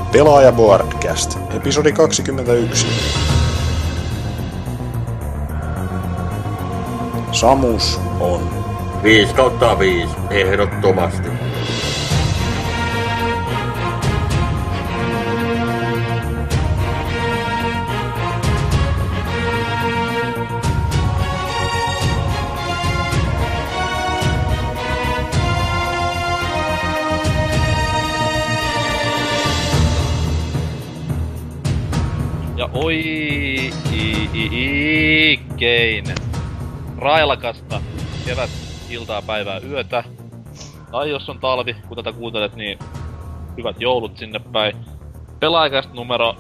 Pelaaja Boardcast, episodi 21. Samus on 5/5, ehdottomasti. Ja oikein railakasta kevät-iltaa, päivää, yötä. Tai jos on talvi, kun tätä kuuntelet, niin hyvät joulut sinne päin. Pelaajakästä numero...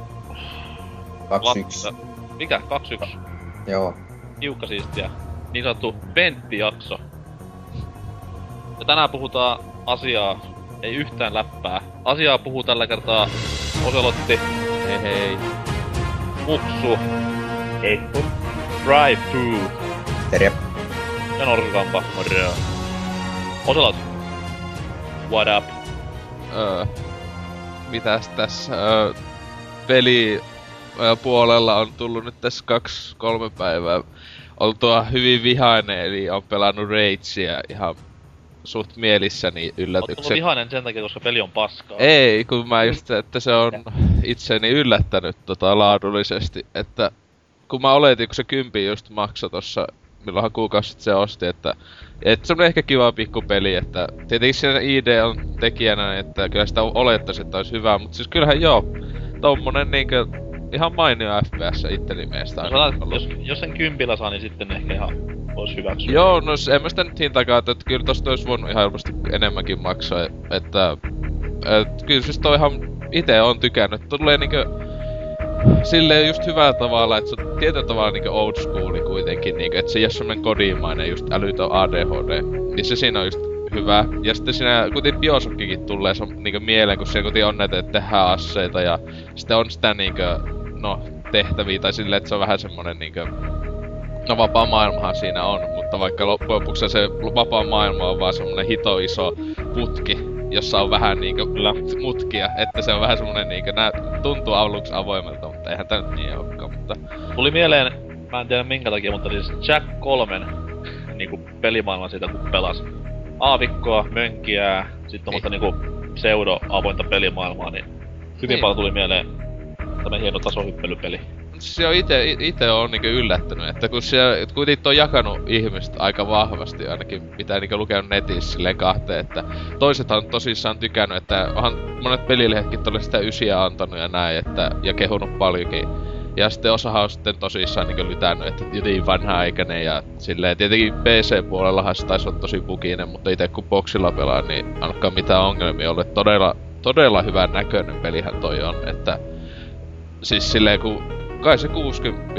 21. Mikä? 21? Joo. Tiukka siistiä. Niin sanottu Pentti-jakso. Ja tänään puhutaan asiaa, ei yhtään läppää. Asiaa puhuu tällä kertaa Oselotti. Hei hei. Muksu. Heippu. Drive-Thru. Terje. Ja Norsukampa. Morjaa. Oselot. What up? Mitäs tässä? Peli puolella on tullut nyt tässä 2-3 päivää oltua hyvin vihainen, eli on pelannut Ragea ihan suht mielissäni yllätyksen. Ootko vihainen sen takia, koska peli on paskaa? Ei, kun mä just, että se on itseni yllättänyt laadullisesti, että kun mä oletin, kun se 10 just maksoi tossa, milloinhan kuukausi sitten se osti, että se on ehkä kiva pikkupeli, että tietenkin siinä ID on tekijänä, että kyllä sitä olettaisi, että olisi hyvä, mutta siis kyllähän joo, tommonen niinkö ihan mainio FPS itteni mielestä on ollut. Jos sen 10 saa, niin sitten ehkä ihan vois hyväksyä. Joo, no en mä sitä nyt hintaakaan, että kyllä tosta olisi voinut ihan helposti enemmänkin maksaa, että kyllä siis toi ihan ite on tykännyt, tulee niinkö silleen just hyvällä tavalla, että se on tietyllä tavalla niinkö old schooli kuitenkin, niinkö, että se ei oo semmonen kodimainen just älytön ADHD, niin se siinä on just hyvä. Ja sitten siinä kuitenkin Bioshockikin tulee niinkö mieleen, kun siellä kuitenkin on näitä, että tehdään asseita ja sitten on sitä niinkö, no, tehtäviä tai silleen, että se on vähän semmonen niinkö, no vapaa maailmahan siinä on, mutta vaikka loppujen lopuksi se vapaa maailma on vaan semmonen hito iso putki, jossa on vähän niinkö mutkia, että se on vähän semmonen niinkö, tuntuu aluksi avoimelta, mutta eihän tää nyt niin olekaan, mutta... Tuli mieleen, mä en tiedä minkä takia, mutta siis Jack 3 niinku pelimaailman siitä kun pelas aavikkoa, mönkiää, sit tommoista niinku pseudo-avointa pelimaailmaa, niin hyvin niin. Paljon tuli mieleen tämmönen hieno tasohyppelypeli. Se on ite on niinku yllättynyt, että kun se kuitenkin on jakanut ihmiset aika vahvasti ainakin, mitä niinku lukenut netissä silleen kahteen, että toisethan tosissaan tykännyt, että onhan monet pelilehdekin oli sitä 9 antanut ja näin, että, ja kehunut paljonkin. Ja sitten osahan on sitten tosissaan niinku lytännyt, että niin vanha-aikainen ja silleen, tietenkin PC-puolellahan se taisi olla tosi buginen, mutta ite kun boxilla pelaa, niin ainakaan mitään ongelmia ole. Todella hyvän näköinen pelihän toi on, että siis silleen kun kai se 60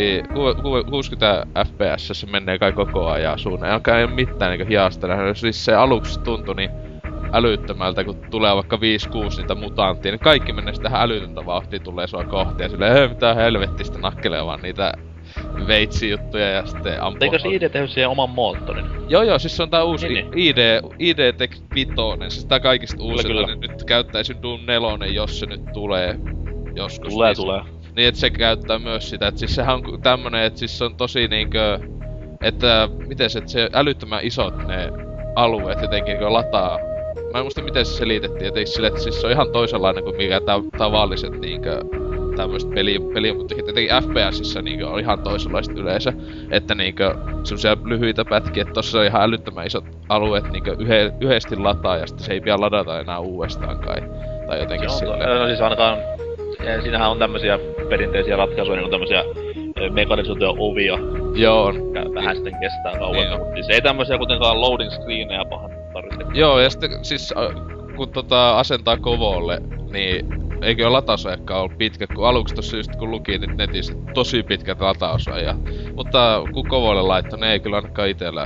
FPS se menee kai koko ajan suunnaan. Alkaa ei oo mitään niinku hiastella. Siis se aluksi tuntui niin älyttömältä, kun tulee vaikka 5-6 niitä mutanttia, niin kaikki menee sitä älytöntä vauhtia tulee sua kohti. Ja silleen, mitä helvettistä nakkelee vaan niitä veitsijuttuja ja sitten ampua. Eikö se ID tehnyt siihen oman moottorin? Joo, siis se on tää uusi niin. ID Tech 5, siis tää kaikista uusinta, niin nyt käyttäisin Doom 4, jos se nyt tulee joskus. Tulee. Niin, että se käyttää myös sitä, että siis sehän on tämmönen, että siis se on tosi niinkö, että miten se älyttömän isot ne alueet jotenkin niinkö lataa. Mä en muista miten se selitettiin, jotenkin sille, että siis se on ihan toisenlainen kuin mikä tavalliset niinkö tämmöset peliä, mutta jotenkin FPSissä niinkö on ihan toisenlaiset yleensä. Että niinkö semmosia lyhyitä pätkiä, että tossa on ihan älyttömän isot alueet niinkö yhdesti lataa ja sitten se ei pian ladata enää uudestaan kai. Tai jotenkin silleen. No siis ainakaan... Siinähän on tämmösiä perinteisiä ratkaisuja, niin on tämmösiä mekanisoituja ovia. Joo on. Vähän sitten kestää kauan, mutta siis ei tämmösiä kuitenkaan loading screenejä pahan tarvitse. Joo, ja sitten siis kun asentaa kovolle, niin eikö latausajakaan ollut pitkä, kun aluksi tossa just kun luki nyt netissä tosi pitkät latausajat. Mutta kun kovolle laittoi, ne ei kyllä ainakaan itellä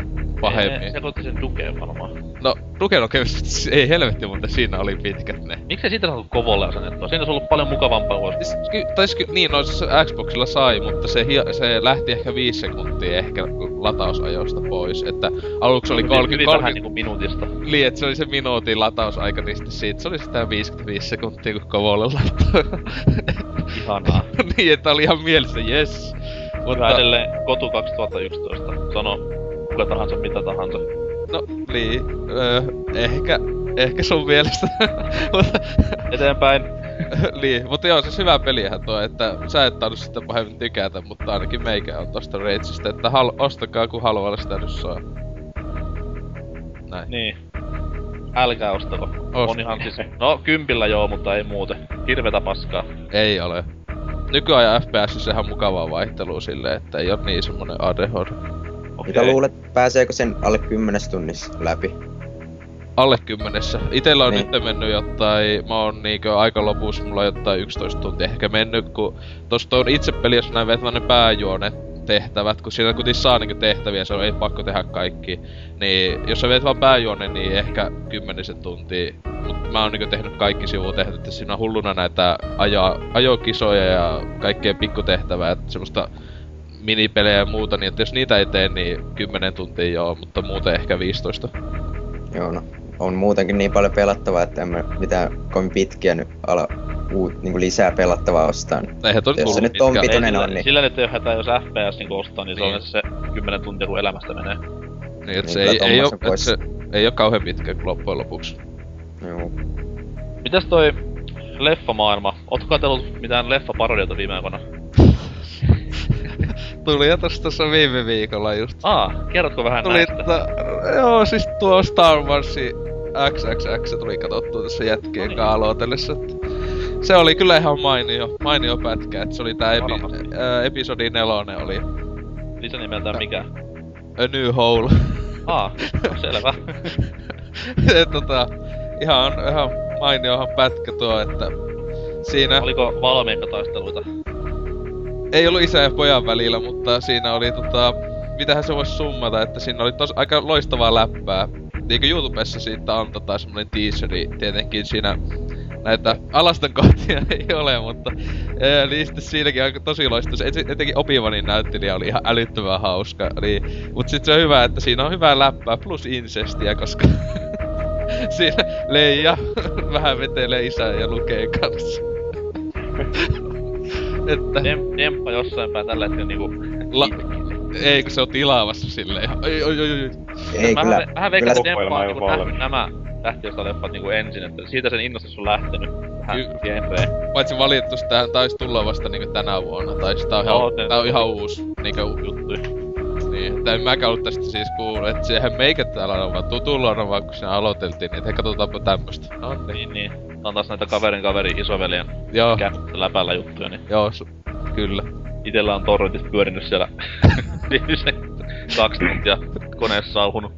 pahemmin. Sekoitti sen Dukeen varmaan. No, Duken on ei helvetti, mutta siinä oli pitkät ne. Miksei siitä saatu kovolle asennettua? Siinä olisi ollut paljon mukavampaa kuin Niin, no Xboxilla sai, mutta se lähti ehkä 5 sekuntia ehkä latausajosta pois. Että aluksi oli 30 niinku minuutista. Niin, että se oli se minuutin latausaika, niin siitä se oli sitä 55 sekuntia, kun kovolle laittoi. Ihanaa. Niin, että oli ihan mielessä, jes. Mutta edelleen Kotu 2011. Sano kuka tahansa, mitä tahansa. No, niin. Ehkä sun mielestä. Eteenpäin. Niin, mutta joo, siis hyvä pelihän tuo, että sä et tainnut sitä pahemmin tykätä, mutta ainakin meikä on tosta Rageista, että ostakaa kun halvalla sitä nyt saa. Näin. Niin. Älkää ostako. On ihan siis, no 10 joo, mutta ei muuten. Hirvetä paskaa. Ei ole. Nykyajan FPS on ihan mukavaa vaihtelua silleen, että ei oo niin semmonen ADHD. Mitä luulet, pääseekö sen alle 10 tunnissa läpi? Alle 10. Itellä on niin. nyt mennyt jotain, mä oon niinkö aika lopussa, mulla on jotain 11 tuntia ehkä mennyt, kun tosta on itse peli, jos näin vetävä ne pääjuonet tehtävät, kun siinä kuitenkin saa niinku tehtäviä, se on ei pakko tehdä kaikki. Niin jos sä veet vaan pääjuonen, niin ehkä 10 tuntia. Mut mä oon niinku tehnyt kaikki sivutehtävät, että siinä on hulluna näitä ajokisoja ja kaikkea pikkutehtävää, että semmoista minipelejä ja muuta, niin että jos niitä ei tee, niin 10 tuntia joo, mutta muuten ehkä 15. Joo, no. On muutenkin niin paljon pelattavaa, että en mä mitään kovin pitkiä nyt ala niinku lisää pelattavaa ostaa. Eihän toi jos se nyt on pitoinen on, niin... Sillä nyt ei oo hätää, jos FPS niinku ostaa, niin se on se 10 tuntia, kun elämästä menee. Niin, et se ei oo kauhean pitkä loppujen lopuksi. Joo. Mitäs toi leffamaailma? Ootko katsellut mitään leffaparodiota viime aikoina? Tuli jo tossa viime viikolla just. Kerrotko vähän tuli näistä? Joo, siis tuo Star Warsi XXX tuli katsottua tässä jätkien kanssa aloitellessa. Se oli kyllä ihan mainio pätkä, et se oli tää episodi 4 oli. Lisänimeltään mikä? A New Hole. Selvä. Ihan mainiohan pätkä tuo, että siinä... Oliko valmiita taisteluita? Ei ollut isän ja pojan välillä, mutta siinä oli mitähän se voisi summata, että siinä oli aika loistavaa läppää. Niinkö YouTubessa siitä on semmonen teaseri, tietenkin siinä näitä alasten kohtia ei ole, mutta niin sitten siinäkin aika tosi loistava. Etenkin Obi-Wanin näyttelijä oli ihan älyttömän hauska. Niin, mut sit se on hyvä, että siinä on hyvää läppää plus incestiä, koska siinä Leija vähän vetelee isän ja lukee kanssa. Että... Demppa jossain päin tällä hetkellä niinku... Ei, kun se on tilaavassa silleen. Ei kyllä. Vähän veikkaan, että Demppa on niinku nähnyt nämä tähtiöstä-leffat niinku ensin, että siitä sen innostus on lähtenyt vähän genreen. Paitsi valitettavasti tähän taisi tulla vasta niinku tänä vuonna, tai tää on ihan uusi niinku juttu. Niin, että en mäkään ollut tästä siis kuullut, et sehän meikä täällä on vaan tutulla vaan kun siinä aloiteltiin, niin et ehkä katsotaanpa tämmöstä. Niin. Tää on taas näitä kaverin isoveljen läpällä juttuja, niin... Joo, kyllä. Itellä on torrentit pyörinyt siellä viimeisen 2 tuntia koneessa sauhunut.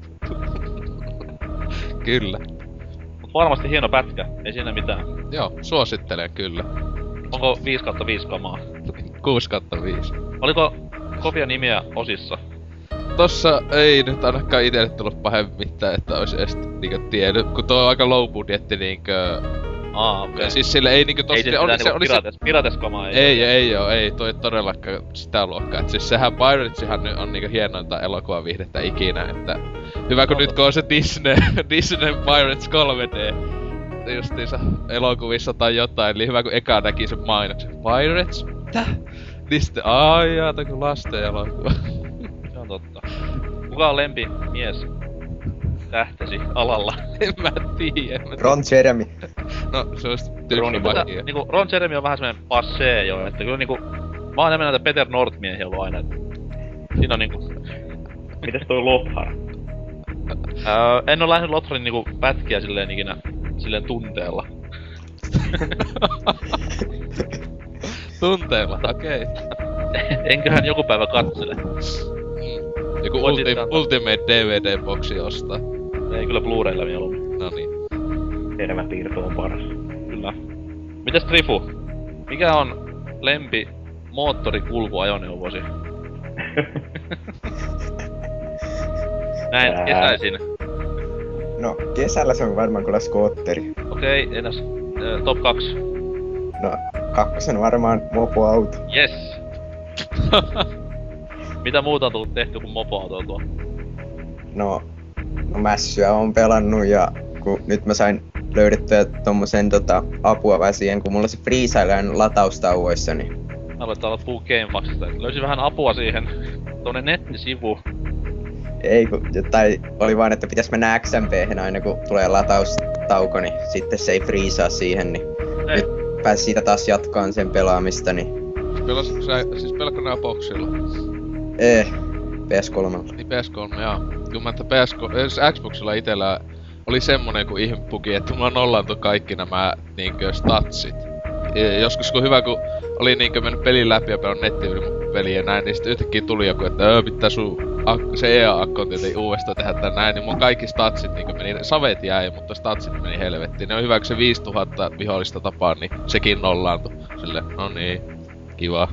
Kyllä. Mut varmasti hieno pätkä, ei siinä mitään. Joo, suosittelen kyllä. Onko 5/5 kamaa? 6/5. Oliko kovia nimiä osissa? Tossa ei nyt ainakaan itelle tullut pahemmin mitään, että ois edes niinkö tiennyt, kun tuo on aika low budjetti niinkö... Okei. Siis sille ei niinkö tossa... Ei siis mitään niinku pirateskomaa ei toi todellakaan sitä luokkaa. Et siis sehän Piratetsihan nyt on niinkö hienointa elokuvaviihdettä ikinä, että... Hyvä kun nyt kun on se Disney Pirates 3D justiinsa elokuvissa tai jotain, eli hyvä kun eka näki sen mainoksen. Pirates? Mitä? Niin sitten, tää kun lasten elokuva. Se on totta. Kuka on lempimies tähtesi alalla? En mä tiedä. Ron Jeremy. No, se olisi tylsä vaikea. Niinku Ron Jeremy on vähän semmonen passee jo, että kyllä niinku... Mä oon enemmän näitä Peter North-miehiä ollut aina, että... Siinä on niinku... Mites toi Lothar? En oo lähnyt Lotharin niinku pätkiä silleen ikinä... Silleen tunteella. Tunteella, okei. Enköhän joku päivä katsele. Joku Ultimate DVD-boksi ostaa. Ei kyllä Blu-raylla mieluummin. Noniin. Tervä piirto on paras. Kyllä. Mitäs Trifu? Mikä on lempi moottorikulkuajoneuvosi? Näin kesäisin. No, kesällä se on varmaan kyllä skootteri. Okei, enäs top 2. No, 2 varmaan mopoauto. Yes! Mitä muuta on tullut tehty kuin mopoautoa tuo? No mässyä on pelannut ja kun nyt mä sain löydettyä tommosen apua vähän siihen, kun mulla se freesailee lataustauoissa, niin... Aloittaa puhua Gamefaxista. Löysin vähän apua siihen. Tuonne nettisivu. Ei, tai oli vaan, että pitäis mennä XMP:hen aina kun tulee lataustauko, niin sitten se ei freesaa siihen, niin... Ei. Nyt pääs siitä taas jatkaan sen pelaamista, niin... Pelasitko sä, siis pelkö nää boksilla? PS3. Niin PS3, joo. Kyllä mä että Xboxilla itellä oli semmonen kuin ihmepuki, että mulla nollaantui kaikki nämä niinkö statsit. Joskus kun hyvä, kun oli niinkö mennyt pelin läpi ja pelannut nettipeliä ja näin, niin sitten yhtäkkiä tuli joku, että pitää se EA-akkonti uudestaan tehdä tän näin, niin mun kaikki statsit niinkö meni, savet jäi, mutta statsit meni helvettiin. Ne on hyvä, kun se 5000 vihollista tapaa, niin sekin nollaantui. Silleen, no niin, kiva.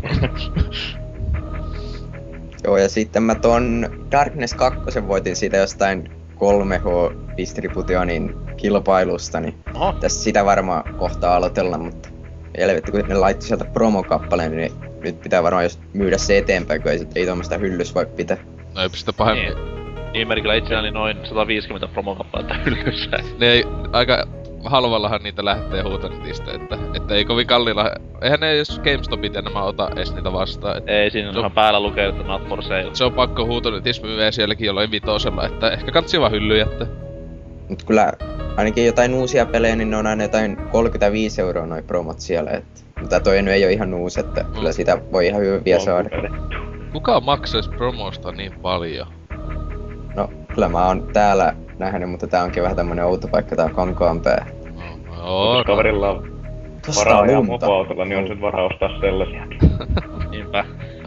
Joo, ja sitten mä ton Darkness 2 voitin siitä jostain 3H-distributionin kilpailusta, niin tässä sitä varmaan kohtaa aloitella, mutta helvetti, kun ne laittoi sieltä promokappaleen, niin nyt pitää varmaan just myydä se eteenpäin, kun ei tommoista hyllys voi pitää. No ei sitä pahemmin. Niin merkillä itselläni noin 150 promokappaletta hyllyssä. Ne ei, aika halvallahan niitä lähtee huutanetista, että ei kovin kalliilla. Eihän ne jos GameStopit ja nämä ota edes niitä vastaan. Ei, siinä on ihan päällä lukee, että not for sale. Se on pakko huutanetissa myyä sielläkin jollain vitosella, että ehkä kantsi vaan hyllyyn jättää. Mut kyllä ainakin jotain uusia pelejä, niin ne on aina jotain 35 € noi promot siellä, mutta toi nyt ei oo ihan uusi, että kyllä sitä voi ihan hyvin vielä saada. Kuka maksais promosta niin paljon? No, kyllä mä oon täällä nähnyt, mutta tää onkin vähän tämmönen outo paikka, tää on Kankaanpää. Jos kaverilla on varaa ja mopoautolla, niin on sit varaa ostaa sellaisiakin. Niinpä.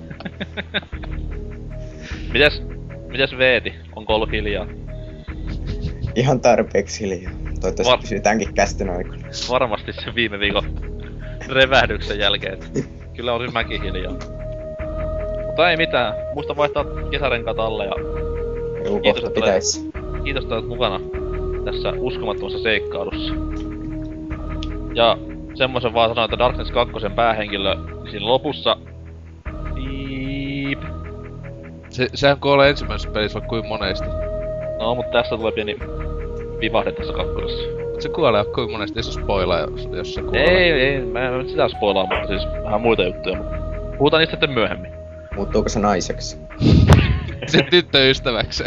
Mitäs Veeti? Onko ollut hiljaa? Ihan tarpeeksi hiljaa. Toivottavasti pysytäänkin kästen aikoina. Varmasti sen viime viikon revähdyksen jälkeen. Kyllä olisin mäkin hiljaa. Mutta ei mitään. Muista vaihtaa kesärenkaat alle ja... Juu, kohta pitäis. Kiitos, että olet mukana tässä uskomattomassa seikkailussa. Ja semmoisen vaan sanoin, että Darkness 2 päähenkilö siinä lopussa... Piip. Sehän kuolee ensimmäisessä pelissä vaikka kuin monesti. No, mut tässä tulee pieni vivahde tässä kakkosessa. Se kuolee kuin monesti, ei se spoilaa, jos se kuolee. Ei, mä en sitä spoilaa, mutta siis vähän muita juttuja. Puhutaan niistä sitten myöhemmin. Muuttuuko se naiseksi? Sitten tyttöystäväkseen.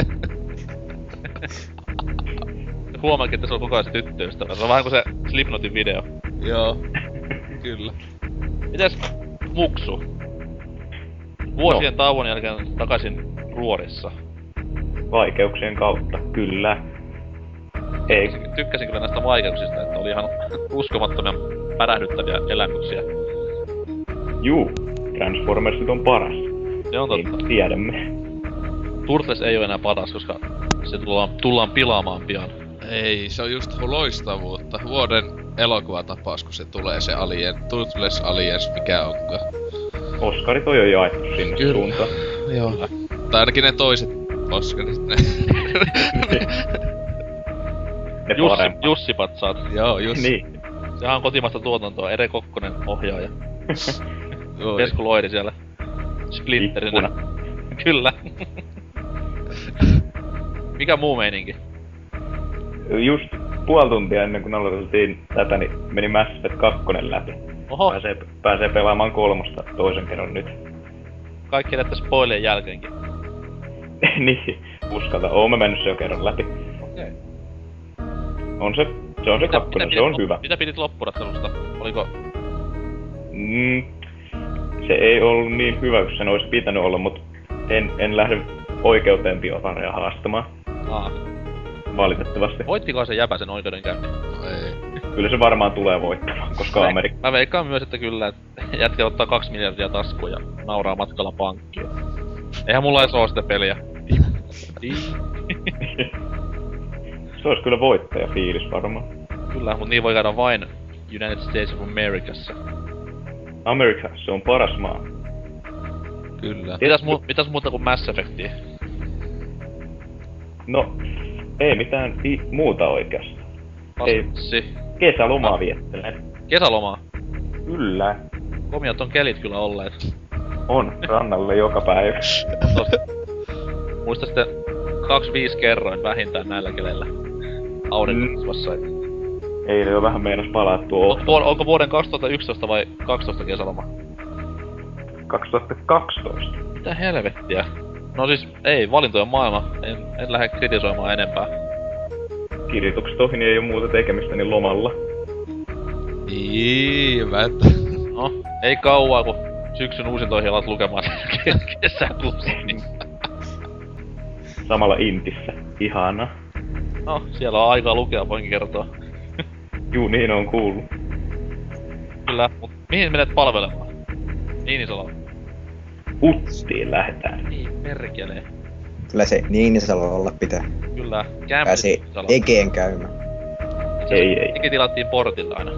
Huomaakin, että se on koko ajan se tyttöystävä. Se on vähän kuin se Slipknotin video. Joo, kyllä. Mites Muksu? Vuosien tauon jälkeen takaisin ruorissa. Vaikeuksien kautta, kyllä. Ei. Tykkäsin kyllä näistä vaikeuksista, että oli ihan uskomattomia pärähdyttäviä elämyksiä. Juu, Transformersit on paras. Se on totta. Niin, tiedämme. Turtles ei oo enää paras, koska se tullaan pilaamaan pian. Ei, se on just loistavuutta. Vuoden elokuvatapaus, kun se tulee se Turtles Aliens, mikä onko. Oskarit on jo jaettu sinne kyllä suuntaan. Joo. Tai ainakin ne toiset Oskarit, ne. Ne Jussi-patsaat. Joo, Jussi. Niin. Sehän on kotimaista tuotantoa, Ere Kokkonen ohjaaja. Vesku Loiri siellä. Splinterinä. Kyllä. Mikä muu meininki? Just puoli tuntia ennen kuin aloitettiin tätä, niin meni Mass Effect 2 läpi. Oho. Pääsee pelaamaan 3 toisen kerran nyt. Kaikki näette spoilien jälkeenkin. Niin, uskalta. Oon mä mennyt se jo kerran läpi. Okei. Se on se 2, se on hyvä. Mitä pidit loppuratselusta? Oliko... Se ei ollut niin hyvä, kuin sen olisi pitänyt olla, mutta en lähde oikeuteen biotareja haastamaan. Valitettavasti. Voittiko se jäpä sen oikeudenkäynnin? No ei. Kyllä se varmaan tulee voittamaan, koska Amerikka... Mä veikkaan myös, että kyllä, että jätkä ottaa 2 miljardia taskuun ja nauraa matkalla pankkiin. Eihän mulla edes oo sitä peliä. Se olisi kyllä voittaja fiilis varmaan. Kyllä, mut niin voi käydä vain United States of Americassa. America, se on paras maa. Kyllä. Mitäs muuta kuin Mass Effectia? No, ei mitään muuta oikeastaan. Ei. Passi. Kesälomaa viettelen. Kesälomaa. Kyllä. Komiat on kelit kyllä olleet. On, rannalle joka päivä. Muista sitten 2-5 kerroin vähintään näillä keleillä. Aurinkoisvassa. Eilen jo vähän meinas palaa tuo. Onko vuoden 2011 vai 12 kesäloma? 2012. Mitä helvettiä? No siis, ei, valintojen maailma. En lähde kritisoimaan enempää. Kirjoitukset ohi, niin ei oo muuta tekemistä, niin lomalla. Hyvät. No, ei kauaa, kun syksyn uusintoihin alat lukemaan kesäkuussa. Samalla Intissä. Ihana. No, siellä on aikaa lukea, voinkin kertoa. Juu, niin on kuullut. Kyllä, mut mihin menet palvelemaan? Niinisalo. Uttiin lähetään. Ei perkele. Kyllä se Niinisalolla pitää. Kyllä, Pääsi Egeen käymään. Ei. Sekin tilattiin portilla aina.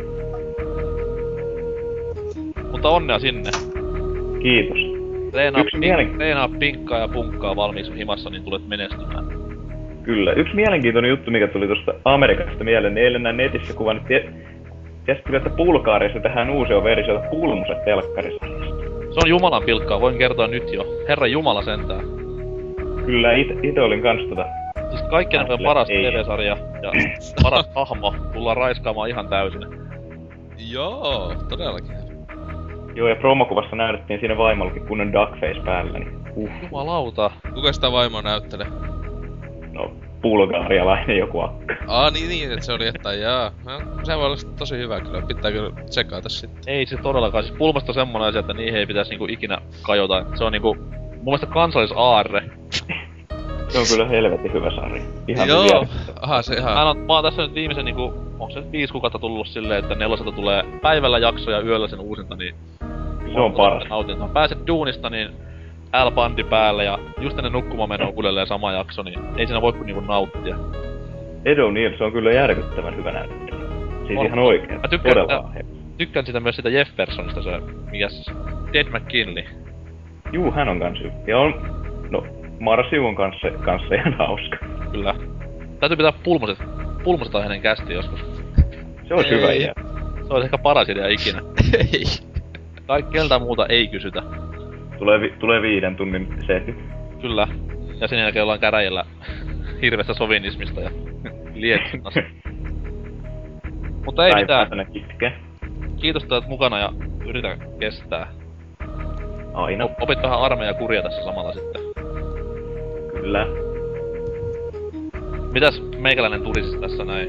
Mutta onnea sinne. Kiitos. Treenaa pinkkaa ja punkkaa valmiiksi himassa, niin tulet menestymään. Kyllä. Yksi mielenkiintoinen juttu, mikä tuli tuosta Amerikasta mieleen, niin eilen näin netissä kuvan, että tiesitkö, että Bulgaariassa tehdään uusia versioita Pulmuset telkkarisarjasta. Se on Jumalan pilkkaa, voin kertoa nyt jo. Herran Jumala sentään. Kyllä, ite olin kans Siis kaikkien aikojen paras TV-sarja ja paras hahmo tullaan raiskaamaan ihan täysin. Joo, todellakin. Joo, ja promokuvassa näytettiin siinä vaimollakin kunnon duckface päällä, niin Jumalauta. Kuka sitä vaimoa näyttelee? No, bulgaarialainen joku akka. Niin, että se oli, että jaa. No, se voi olla tosi hyvä kyllä, pitää kyllä tsekata sitten. Ei se todellakaan, siis Pulmasta semmonen asia, että niihin ei pitäisi niinku ikinä kajota. Se on niinku mun mielestä kansallisaarre. Se on kyllä helvetin hyvä sarja. Ihan joo, aha se ihan. Mä oon tässä nyt viimeisen niinku, onko se nyt 5 kuukautta tullut silleen, että 4 tulee päivällä jakso ja yöllä sen uusinta, niin... Se on paras. Nautinta. Pääset duunista, niin L-bandi päälle ja just ennen nukkumaan menoa uudelleen sama jakso, niin ei siinä voi kuin niinku nauttia. Ed O'Neill, se on kyllä järkyttävän hyvä näyttelijä. Siis on. ihan oikein. Mä tykkään sitä myös sitä Jeffersonista, se, mikäs, Ted McKinley. Juu, hän on kans hyvä. Ja on, no, Marsiu on kanssa ihan hauska. Kyllä. Täytyy pitää pulmuset hänen kästi joskus. Se on hyvä idea. Se olisi ehkä paras idea ikinä. Ei. Keltä muuta ei kysytä. Tulee 5 tunnin setti. Kyllä. Ja sen jälkeen ollaan käräjillä hirveästä sovinismista ja lietsunnasta. Mutta ei mitään. Kiitos, että olet mukana ja yritä kestää. Aina. Opit vähän armeija kuria tässä samalla sitten. Kyllä. Mitäs meikäläinen tulisi tässä näin?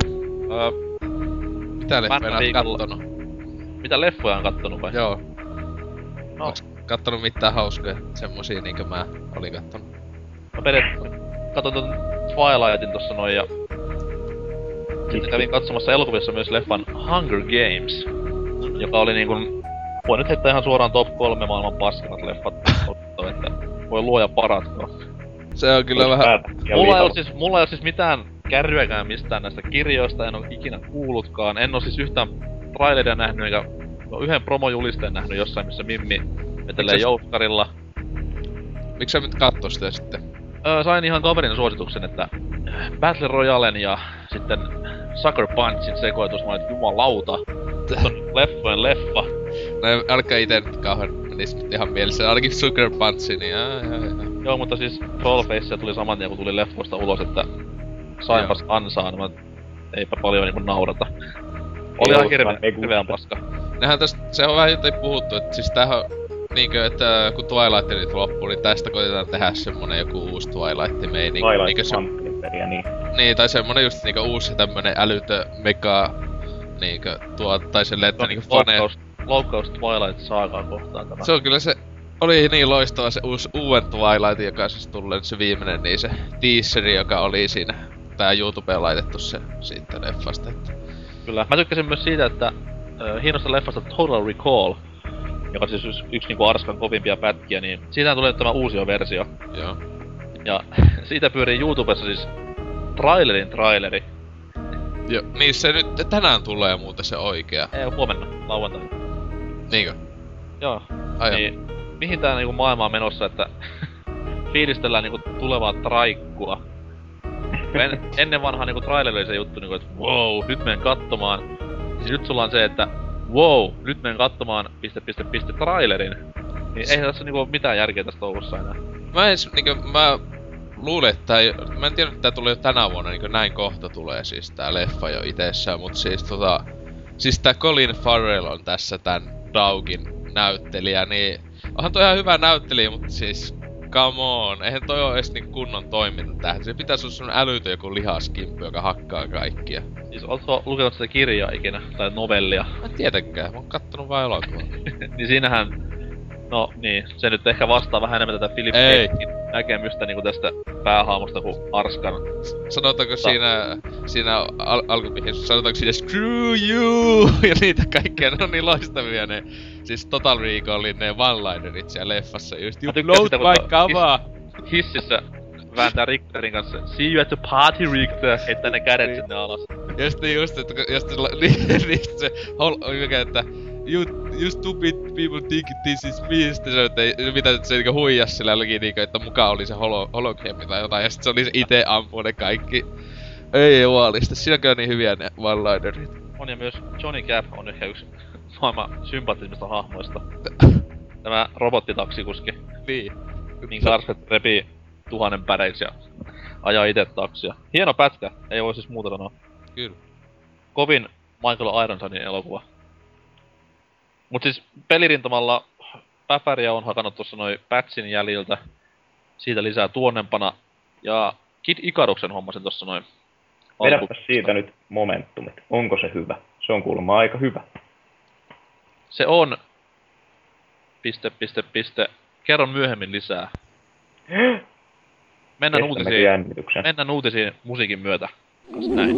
Mitä leffoja oot kattonut? Mitä leffoja on kattonut vai? Joo. No. Onks kattonut mitään hauskoja semmosia niinkö mä olin kattonut? Mä katon ton Twilightin tossa noin ja... Sitten kävin katsomassa elokuvissa myös leffan Hunger Games. Joka oli niinkun... Voi nyt heittää ihan suoraan top 3 maailman paskinat leffat. Että voi luoja paratkoa. Se on kyllä vähän... Mulla ei oo siis mitään kärryäkään mistään näistä kirjoista, en oo ikinä kuullutkaan. En oo siis yhtään traileria nähnyt, eikä yhden promojulisteen nähnyt jossain, missä Mimmi vetelee jouskarilla. Miks sä nyt kattoo sitä sitten? Sain ihan kaverin suosituksen, että Battle Royalen ja sitten Sucker Punchin sekoitus, mä olin, että jumalauta. Se on leffojen leffa. No älkää ite nyt kauhan menis nyt ihan mielessä, ainakin Sucker Punch, niin Joo, mutta siis Trollface tuli saman tien kun tuli leffoista ulos, että sainpas ansaan, mä eipä paljon niinku naurata. Oli ihan hirveän paska. Nehän tästä, se on vähän jotain puhuttu, että siis tämähän on niinkö, että kun Twilight nyt loppuu, niin tästä koitetaan tehdä semmonen joku uusi Twilight-meininki. Twilight-vampyyriä, niin. Niin, tai semmonen just niinkö uusi tämmönen älytö mega niinkö tai silleen, että niinkö Loukkaus Twilight-saagaa kohtaan tämä. Se on kyllä se, oli niin loistava se uuden Twilight, joka siis tulee se viimeinen, niin se teaseri, joka oli siinä, tää YouTubeen laitettu se siitä leffasta, että... Kyllä, mä tykkäsin myös siitä, että hienosta leffasta Total Recall, joka siis yksi niinku Arskan kovimpia pätkiä, niin siitä tulee tämä uusi versio. Joo. Ja siitä pyörii YouTubessa siis traileri. Joo, niin se nyt tänään tulee muuten se oikea. Ei, huomenna, lauantaina. Niinkö? Joo. Niin, mihin tää niinku maailma on menossa, että fiilistellään niinku tulevaa traikkua. Ennen vanhaa niinku traileri oli se juttu niinku, että wow, nyt menen katsomaan. Siis nyt sulla on se, että wow, nyt menen katsomaan trailerin. Niin eihän tässä niinku mitään järkeä tässä touhussa enää. Mä luulen, että mä en tiedä, että tää tulee jo tänä vuonna, niin näin kohta tulee siis tää leffa jo itsessään, mut siis siis tää Colin Farrell on tässä tän Daugin näyttelijä, niin onhan toi ihan hyvä näyttelijä, mutta siis come on, eihän toi oo edes niinku kunnon toimintatähti. Se pitäis olla semmonen älytön joku lihaskimppu, joka hakkaa kaikkia. Siis ootko lukenut sitä kirjaa ikinä, tai novellia? Mä en tietenkään, mä oon kattonut vaan elokuvaa. Niin siinähän, no niin, se nyt ehkä vastaa vähän enemmän tätä Philip K. näkemystä niinku tästä päähaamusta kuin Arskan. Sanotaanko siinä alkuvaiheessa, sanotaanko siinä screw you ja niitä kaikkea, ne on niin loistavia ne, siis Total Recallin ne one-linerit siellä leffassa, just you bloat my cover! Hississä vääntää Richterin kanssa, see you at the party Richter, heittää ne kädet sinne alas. Just se mikä, että you stupid people think this is me, sitten se, että mitä se niinku huijas sillä jollakin niinku, että mukaan oli se hologrammi tai jotain, ja sit se oli se ite ampuu ne kaikki. Ei juolista, siinä on kyllä niin hyviä ne one-linerit. On, ja myös Johnny Capp on ehkä yksi maailman sympaattisimmista hahmoista. Tämä robottitaksikuski. Niin karsket repii 1000 päreiksi ja ajaa ite taksia. Hieno pätkä, ei voi siis muuta sanoa. Kyllä. Kovin Michael Ironsonin elokuva. Mut siis pelirintamalla Päfäriä on hakannut tossa noin patchin jäljiltä. Siitä lisää tuonnempana. Ja Kid Icaruksen hommasin tossa noin. Vedäpä siitä nyt momentumit. Onko se hyvä? Se on kuulemma aika hyvä. Se on... Kerron myöhemmin lisää. Mennään uutisiin musiikin myötä. Näin.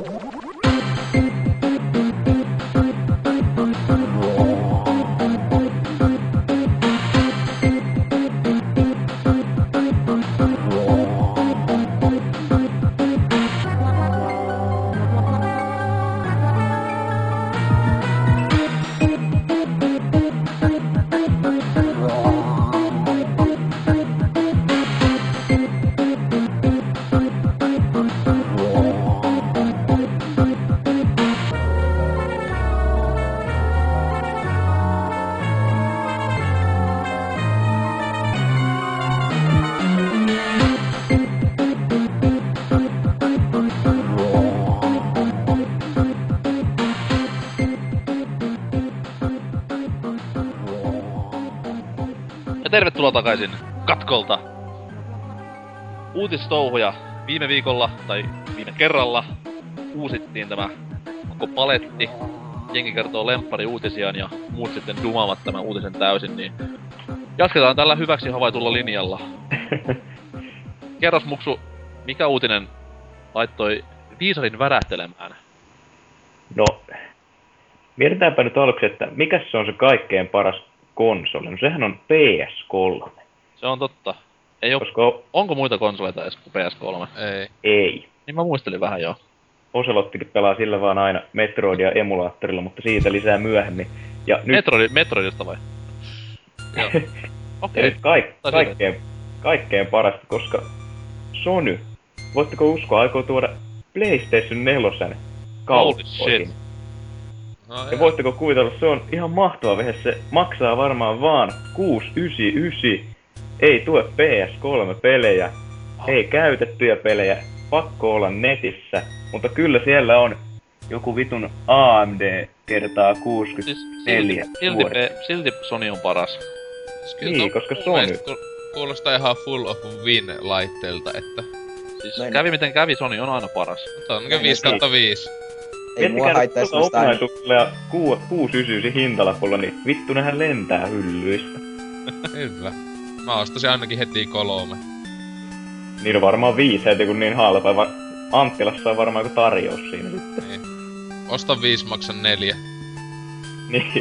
Tervetuloa takaisin katkolta. Uutistouhuja. Viime viikolla, tai viime kerralla, uusittiin tämä koko paletti. Jengi kertoo lemppari uutisiaan ja muut sitten dumaavat tämän uutisen täysin, niin jatketaan tällä hyväksi havaitulla linjalla. Kerros Muksu, mikä uutinen laittoi viisarin värähtelemään? No, mietitäänpä nyt aluksi, että mikä se on se kaikkein paras konsoli? No sehän on PS3. Se on totta. Ei onko muita konsoleita edes kuin PS3? Ei. Niin mä muistelin vähän joo. Oselottikin pelaa sillä vaan aina Metroidia emulaattorilla, mutta siitä lisää myöhemmin. Ja nyt... Metroidista vai? Joo. Okei. Kaikkein parasta, koska Sony, voitteko uskoa, aikoo tuoda PlayStation 4 kauppoihin. No, ja voitteko kuvitella, se on ihan mahtava vehe, se maksaa varmaan vaan 699. Ei tue PS3-pelejä, ei käytettyjä pelejä, pakko olla netissä, mutta kyllä siellä on joku vitun AMD kertaa 64 silti Sony on paras. Niin, koska Sony... Kuulostaa ihan full of win-laitteelta, että... Siis kävi miten kävi, Sony on aina paras. Mutta on 5/5. Ei mua haittais noista aina... ja 699 hintalapulla, niin vittu nehän lentää hyllyistä. Hyvä. Mä ostasin ainakin heti 3. Niin on varmaan 5 heti kun niin halpa. Anttilassa on varmaan joku tarjous siinä sitten. Niin. Osta 5, maksan 4. Niin.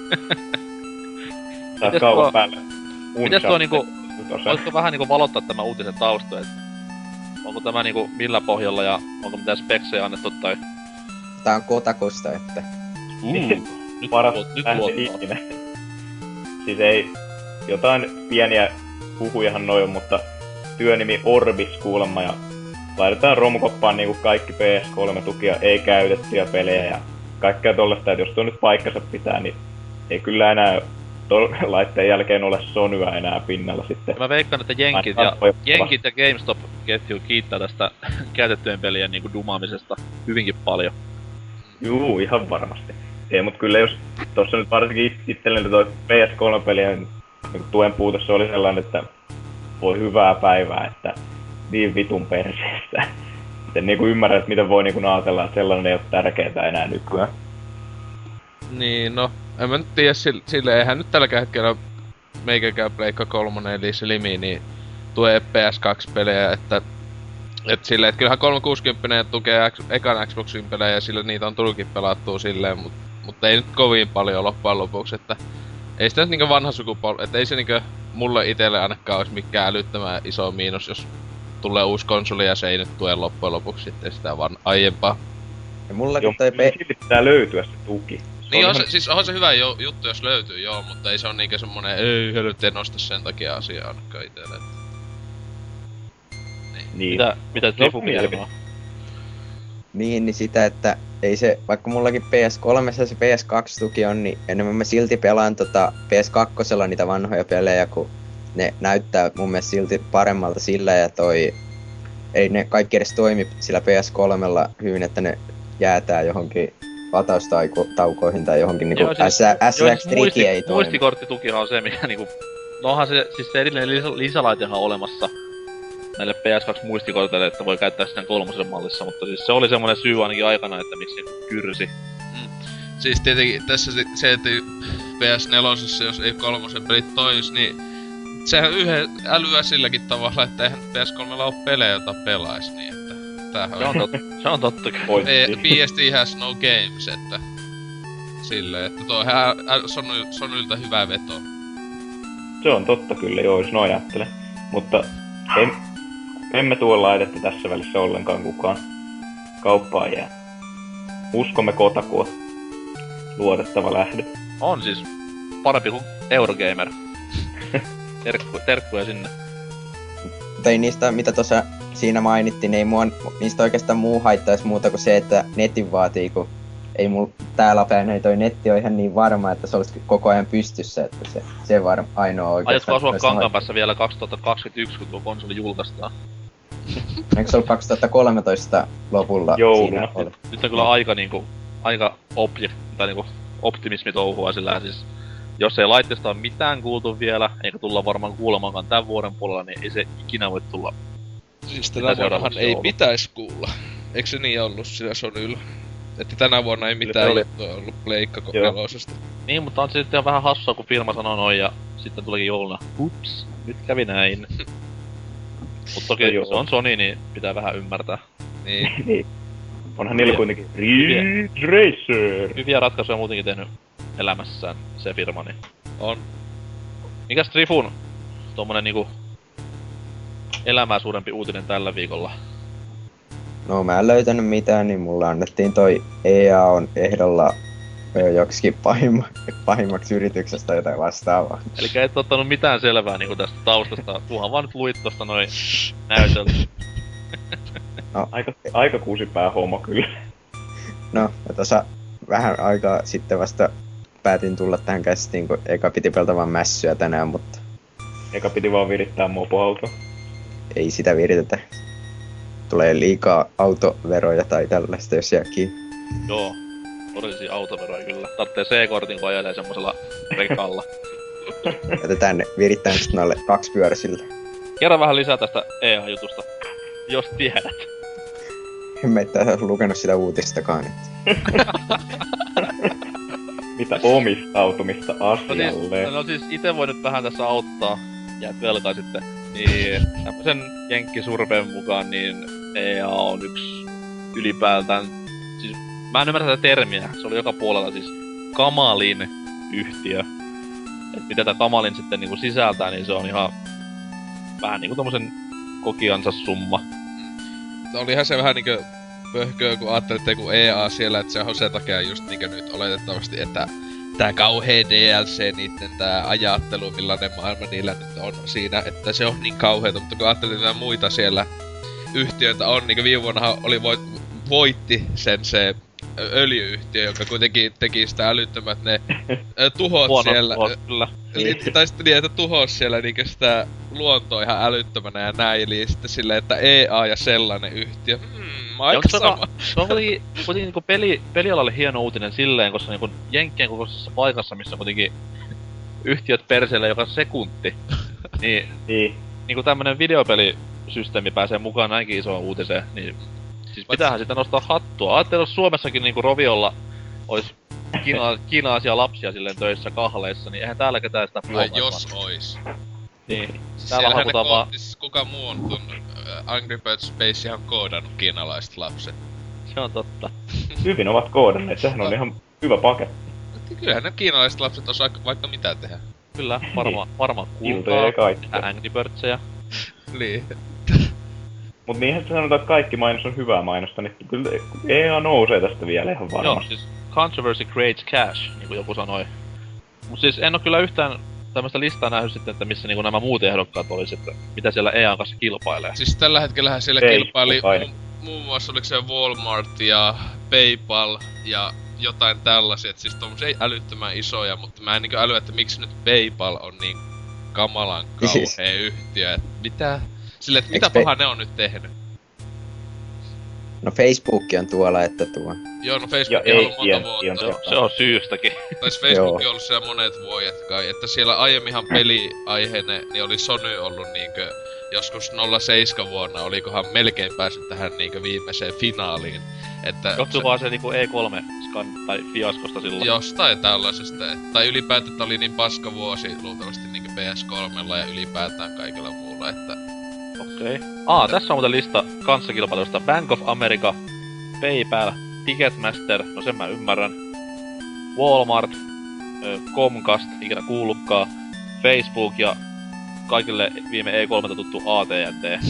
Saat kaupan päälle. Mites tuo niinku... Voitko vähän niinku valottaa tämän uutisen tausta, et... Onko tämä niinku millä pohjalla ja onko mitään speksejä annettu tai... Tää on Kotakusta, että... Nyt paras lähti ikinä. Siis ei... Jotain pieniä huhujahan noin, mutta työnimi Orbis kuulemma ja laitetaan romukoppaan niinku kaikki PS3-tukia, ei käytettyjä pelejä ja kaikkea tollaista, että jos tuo nyt paikkansa pitää, niin ei kyllä enää laitteen jälkeen ole Sonyä enää pinnalla sitten. Mä veikkaan, että Jenkit ja GameStop-ketju kiittää tästä käytettyjen pelien niinku dumaamisesta hyvinkin paljon. Juu, ihan varmasti. Ei, mut kyllä jos tossa nyt varsinkin itselleni toi PS3-pelien niin tuen puutos oli sellainen, että voi hyvää päivää, että niin vitun perseestä. En niinku ymmärrä, että miten voi niinku ajatella, että sellainen ei oo tärkeetä enää nykyään. Niin, no, en mä nyt tiedä, sille eihän nyt tällä hetkellä meikäkään Pleikka 3 eli Slimi, niin tue PS2-pelejä, että silleen, että kyllähän 360 tukee ekan Xboxin pelejä ja sillä niitä on tullutkin pelattua silleen, mutta ei nyt kovin paljon loppujen lopuksi, että ei sitä nyt niinkö vanha sukupolvi, että ei se niinkö mulle itelle ainakaan olisi mikään älyttömän iso miinus, jos tulee uusi konsoli ja se ei nyt tue loppujen lopuksi sitten sitä vaan aiempaa. Ja mullakin toi silti pitää löytyä se tuki. Niin onhan se hyvä juttu jos löytyy joo, mutta ei se oo niinkö semmonen ei helvetti en osta sen takia asiaa ainakaan itelle. Niin. Mitä Trifu mielipää? Niin sitä, että ei se, vaikka mullakin PS3 se PS2-tuki on, niin enemmän mä silti pelaan PS2 niitä vanhoja pelejä, kun ne näyttää mun mielestä silti paremmalta sillä ja ei ne kaikki edes toimi sillä PS3 hyvin, että ne jäätää johonkin lataustaukoihin tai johonkin niinku SX-triki ei toimi. Muistikorttitukihan on se, mikä niinku... No onhan se, siis se erillinen lisälaitehan olemassa näille PS2-muistikorteille, että voi käyttää sitä 3 mallissa, mutta siis se oli semmonen syy ainakin aikana, että miksi kyrsi. Siis tietenkin tässä se, että PS4, jos ei 3 pelit tois, niin sehän yhden älyä silläkin tavalla, että eihän PS3 oo pelejä, jota pelais, niin että tämähän se on totta. PSD has no games, että silleen, että tuo ihan Sonylta hyvä veto. Se on totta kyllä, joo, jos noin ajattele. Mutta emme tuolla laitetta tässä välissä ollenkaan kukaan kauppaan jää. Uskomme Kotakua. Luotettava lähde. On siis parempi kuin Eurogamer. Terkkuja sinne. Mutta ei niistä, mitä tuossa siinä mainittiin, ei niistä oikeastaan muu haittaisi muuta kuin se, että netin vaatii, kun ei mulla täällä päin ei toi netti ole ihan niin varma, että se olisi koko ajan pystyssä, että se ainoa oikeastaan. Aiotko asua Kankaanpäässä vielä 2021, kun tuo konsoli julkaistaan? Eikö se ollut 2013 lopulla? Jouluna. Nyt on kyllä aika optimismi touhua sillä siis jos ei laitteesta ole mitään kuultu vielä, eikä tulla varmaan kuulemaankaan tämän vuoden puolella, niin ei se ikinä voi tulla. Siis tänä vuonnahan ei pitäis kuulla. Eikö se niin ollut sillä Sonylla? Että tänä vuonna ei mitään juttua ollut Pleikka 4:sta. Niin, mutta on se sitten vähän hassua, kun firma sanoo noin ja sitten tulikin jouluna. Ups, nyt kävi näin. Mut toki se on Sony, niin pitää vähän ymmärtää. Niin. Onhan niillä kuitenkin Ridge Racer. Hyviä ratkaisuja muutenkin tehnyt elämässään se firma, niin on. Mikäs Trifun tommonen niinku elämää suurempi uutinen tällä viikolla? No mä en löytänyt mitään, niin mulla annettiin toi EA on ehdolla joksikin pahimmaksi yrityksestä jotain vastaavaa. Elikkä et ottanut mitään selvää niinku tästä taustasta, tuohan vaan nyt luit tosta noin näytöltä. No. Aika kuusipää homo kyllä. No, ja tossa vähän aikaa sitten vasta päätin tulla tähän käsitiin, kun eka piti pelata vaan mässyä tänään, mutta... Eka piti vaan virittää mopoauto. Ei sitä viritetä. Tulee liikaa autoveroja tai tällaista, jos jää kiinni. Joo, todellisia autoveroja kyllä. Tarttee C-kortin, kun ajelee semmosella rekalla. Jätetään ne virittää sitten noille kaksipyöräisille. Kerro vähän lisää tästä EA-jutusta, jos tiedät. En mä itse lukenut sitä uutistakaan. Mitä omistautumista asialle? No siis ite voi nyt vähän tässä auttaa. Jäät velkaa sitten. Niin, tämmösen jenkkisurpeen mukaan, niin EA on yksi ylipäätään... Siis, mä en ymmärrä tätä termiä. Se oli joka puolella siis kamalin yhtiö. Et mitä tää kamalin sitten niinku sisältää, niin se on ihan... Vähän niinku tommosen kokiansa summa. Olihan se vähän niinkö pöhköä, kun ajattelitte kun EA siellä, että se on sen takia just niinkö nyt oletettavasti, että tää kauhea DLC, niitten tää ajattelu, millainen maailma niillä nyt on siinä, että se on niin kauheeta, mutta kun ajattelee muita siellä yhtiöitä on, niinku viime vuonnahan oli voitti sen se öljy-yhtiö, joka kuitenkin teki sitä älyttömät ne tuhot siellä. Kyllä. Tai sitten niin, että tuhos siellä niinkö sitä luontoa ihan älyttömänä ja näin, eli sitten silleen, että EA ja sellainen yhtiö. Aika sama. Se on kuitenkin niinku pelialalle hieno uutinen silleen, koska niinku Jenkkien kokoisessa paikassa, missä kuitenkin yhtiöt perseelle joka sekunti, niin niinku tämmönen videopelisysteemi pääsee mukaan näinkin isoon uutiseen, niin siis pitäähän sitä nostaa hattua. Ajattelin, jos Suomessakin niinku Roviolla ois kiinalaisia lapsia silleen töissä kahleissa, niin eihän täällä ketään sitä puolta. Jos ois. Niin. Täällä hakutaan vaan... Kuka muu on tuon Angry Birds Space ihan koodannut kiinalaiset lapset? Se on totta. Hyvin ovat koodanneet, sehän on ihan hyvä paketti. Kyllähän ne kiinalaiset lapset osaa vaikka mitä tehdä. Kyllä, varmaan kultaa, Angry Birdsejä. Niin. Mut niinhän se sanotaan, että kaikki mainos on hyvää mainosta, niin kyllä EA nousee tästä vielä ihan varmasti. Joo, siis controversy creates cash, niinku joku sanoi. Mut siis en oo kyllä yhtään tämmöstä listaa nähnyt sitten, että missä niinku nämä muut ehdokkaat olis, että mitä siellä EA:n kanssa kilpailee. Siis tällä hetkellähän siellä kilpaili muun muassa oliko se Walmart ja PayPal ja jotain tällaisia, et siis tommosia ei älyttömän isoja, mutta mä en niinku älyä, että miksi nyt PayPal on niin kamalan kauhea yhtiö, et mitä? Silleen, että mitä pahaa ne on nyt tehnyt? No Facebook on tuolla, että tuo. Joo, no Facebook on ollut monta vuotta. Se on syystäkin. Tais Facebook on ollut siellä monet vuodet kai, että siellä aiemminhan peliaiheinen, niin oli Sony ollut niinkö joskus 07 vuonna, olikohan melkein päässyt tähän niinkö viimeiseen finaaliin. Että johtuu vaan se niinku E3 tai fiaskosta silloin. Jostain tällaisesta, tai ylipäätään, että oli niin paska vuosi luultavasti niinkö PS3 ja ylipäätään kaikilla muulla, että... Okei. Tässä on muuten lista kanssakilpailuista. Bank of America, PayPal, Ticketmaster, no sen mä ymmärrän. Walmart, Comcast, ikinä kuullutkaan, Facebook ja kaikille viime E3 tuttu AT&T.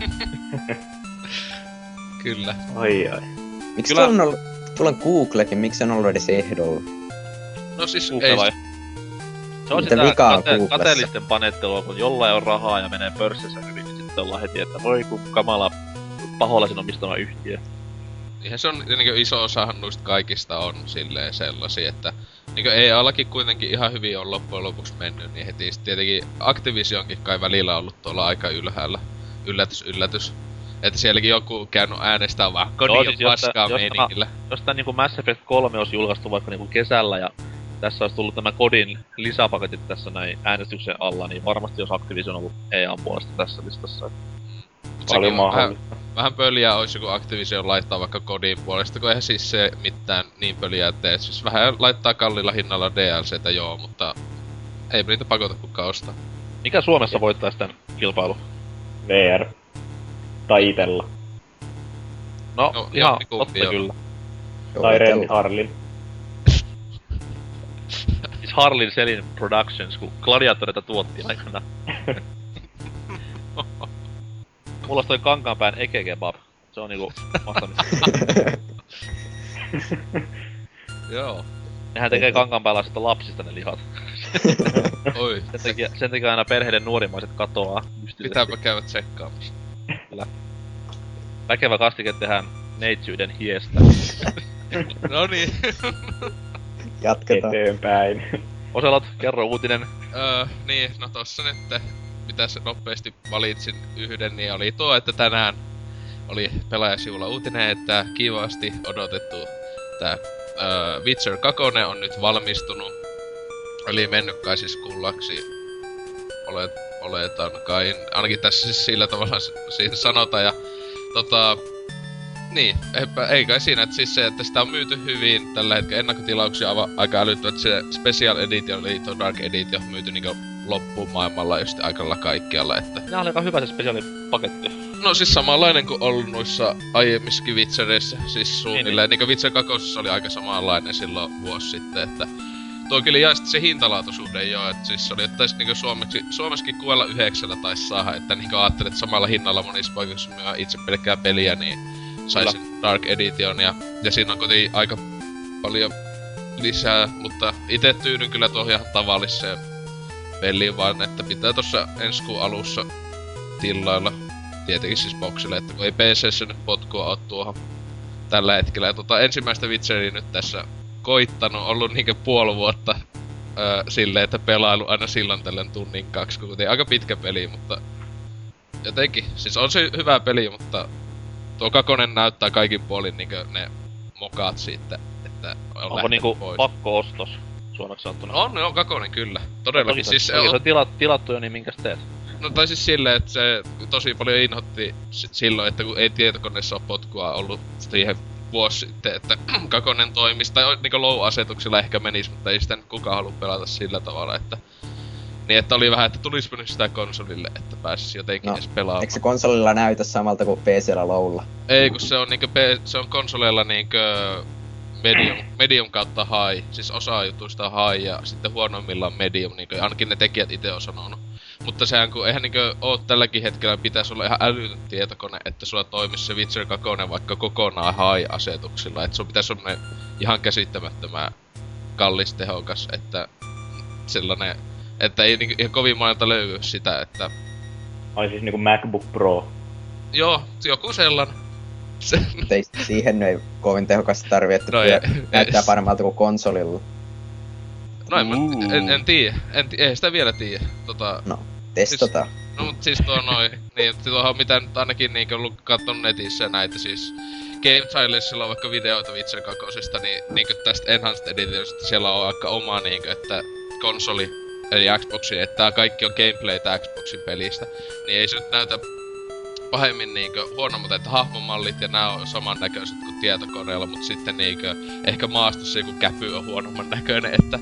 Kyllä. Ai. Miksi tuolla on Googlekin, miksi se on ollut edes ehdolla? No siis Google ei... Vai? Se on sitä kateellisten panettelua, kun jollain on rahaa ja menee pörssissä hyvin, niin sitten ollaan heti, että voi kun kamala paholaisen omistama yhtiö. Eihän se on, niin iso osahan noista kaikista on silleen sellaisia, että niin EA-lakin kuitenkin ihan hyvin on loppujen lopuksi mennyt, niin heti tietenkin Activisionkin kai välillä ollut tuolla aika ylhäällä. Yllätys. Että sielläkin joku käynyt äänestää vaan kodin siis paskaa meiningillä. Jos tää niinku Mass Effect 3 olisi julkaistu vaikka niinku kesällä ja tässä olisi tullut nämä kodin lisäpaketit tässä näin äänestyksen alla, niin varmasti jos Activision on ollut EA:n puolesta tässä listassa. Paljon mahdollista. Vähän pöliä olisi joku Activision laittaa vaikka kodin puolesta, kun eihän siis se mitään niin pöliä tee. Siis vähän laittaa kallilla hinnalla DLCtä joo, mutta ei niitä pakota kukaan ostaa. Mikä Suomessa voittaisi tän kilpailu? VR. Tai Itella. No ihan totta kyllä. Tai Remy Harlin. Siis Harlin Selin Productions, kun Gladiatoreita tuotti aikana. Mulla on toi Kankaanpään Eke Kebab. Se on niinku vastamista. Joo. Nehän tekee Kankaanpääläisistä lapsista ne lihat. Oi. Sen takia aina perheiden nuorimaiset katoaa. Pitääpä käydä tsekkaamassa. Kyllä. Väkevä kastike tehdään neitsyyden hiestä. Noniin. Jatketaan. Eteenpäin. Oselot, kerro uutinen. Niin, no tossa nyt, mitä nopeasti valitsin yhden, niin oli tuo, että tänään oli pelaajasivulla uutinen, että kivasti odotettu tää Witcher 2 on nyt valmistunut. Eli mennyt kai siis kullaksi. Oletan kai, ainakin tässä siis sillä tavalla siinä sanotaan ja niin, ei kai siinä, että siis se, että sitä on myyty hyvin tällä hetkellä ennakkotilauksia aika älytty, että se Special Edition eli tuo Dark Edition on myyty niinku loppuun maailmalla just aikalla kaikkialla, että... Nää oli aika hyvä se speciaalipaketti. No siis samanlainen kuin ollut noissa aiemmissakin Witchereissa, siis suunnilleen, niinku Witcher 2 oli aika samanlainen silloin vuosi sitten, että... Tuo kyllä ja sitten se hintalaatuisuuden joo, että siis se oli, että niinku Suomessakin kuella 9 taisi saada, että niinku ajattelin, että samalla hinnalla monissa paikoissa myö itse pelkkää peliä, niin saisin Dark Edition ja siinä on kuitenkin aika paljon lisää, mutta itse tyydyn kyllä tuohon ihan tavalliseen peliin vaan, että pitää tossa ensi kuun alussa tillailla tietenkin siis boxille, että kun ei PC:ssä nyt potkua oo tuohon tällä hetkellä. Ja ensimmäistä Witcheria nyt tässä koittanut, ollut niinkö puoli vuotta silleen, että pelailu aina silloin tällöin tunnin 2, kun aika pitkä peli, mutta jotenkin, siis on se hyvä peli, mutta tuo kakonen näyttää kaikin puolin niinkö ne mokaat siitä, että onko niinku pakko-ostos suoraksi sanottuna? On kakonen kyllä, todellakin. Toki siis se on tilattu jo, niin minkäs teet? No tai siis silleen, että se tosi paljon inhotti silloin, että kun ei tietokoneessa oo potkua ollut siihen vuosi sitten, että kakonen toimisi, tai niinku low-asetuksilla ehkä menis, mutta ei sitä nyt kukaan halua pelata sillä tavalla, että niin, että oli vähän, että tulispa nyt sitä konsolille, että pääsis jotenkin edes pelaamaan. Eikö se konsolilla näytä samalta kuin PC:llä lowlla? Ei, kun se on niinkö se on konsoleilla niinkö medium kautta high. Siis osa jutuista on high ja sitten huonoimmillaan medium, niinkö ainakin ne tekijät itse on sanonut. Mutta sehän kun eihän niinkö oo tälläkin hetkellä pitäisi olla ihan älytön tietokone, että sulla toimisi se Witcher 2 vaikka kokonaan high-asetuksilla. Että sun pitäisi olla ihan käsittämättömän kallis tehokas, että sellainen, että ei niinku ihan kovin monelta löydy sitä, että... Ai siis niinku MacBook Pro? Joo, joku sellainen. Ei siihen ei kovin tehokasta tarvii, että näyttää paremmalta kuin konsolilla. No en tiedä, ei sitä vielä tiedä. No, testataan. Siis, no mut siis tuo noin, niin tuohon mitä nyt ainakin niinkö kattonut netissä näitä siis Game Silencella on vaikka videoita Witcher 2, niin niinkö tästä Enhanced Editionista siellä on aika oma niinkö, että konsoli eli Xboxi, että tää kaikki on gameplaytä Xboxin pelistä, niin ei se nyt näytä pahemmin niinkö huonommat, että hahmomallit ja nää on samannäköiset kuin tietokoneella, mut sitten niinkö ehkä maastossa joku käpy on huonomman näköinen, että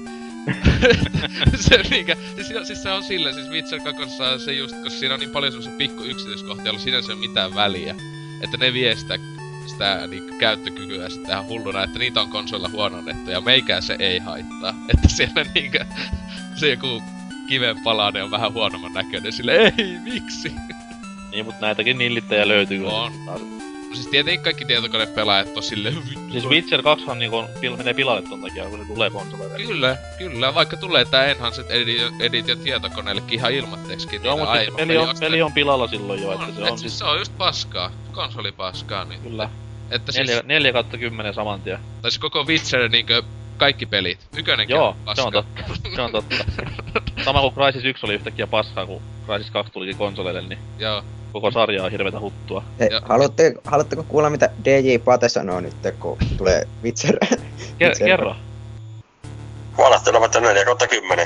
se niinkö, siis se on silleen, siis Witcher 2 se just, koska siinä on niin paljon semmosia pikku yksityiskohtia, jolla sinänsä ei ole mitään väliä, että ne vie sitä niinkö käyttökykyä sitten ihan hulluna, että niitä on konsolilla huononnettu ja meikään se ei haittaa, että siellä niinkö se joku kiven palanen on vähän huonomman näköinen, sille ei, miksi? Niin, mut näitäkin nillittäjä löytyy. On. No siis tietenkin kaikki tietokonepelaajat on silleen siis Witcher 2han niinku menee pilalle ton takia, kun se tulee konsoleille. Kyllä, vaikka tulee tää Enhanced Edition tietokoneellekin ihan ilmatteeksikin. Joo, mutta peli on pilalla silloin jo, että se on siis... Se on just paskaa, konsolipaskaa, niin... Kyllä. Että 4/10 saman tien. Tai se koko Witcher niinkö kaikki pelit. Ykönenkin on paskaa. Joo, se on totta. Sama kuin Crysis 1 oli yhtäkkiä paskaa, kun Crysis 2 tulikin konsoleille, niin... Joo. Koko sarja on hirveetä huttua. Hei, haluatteko kuulla mitä DJ Pate sanoo nyt, kun tulee Witcher? Kerro. Huolehtelematta 4/10.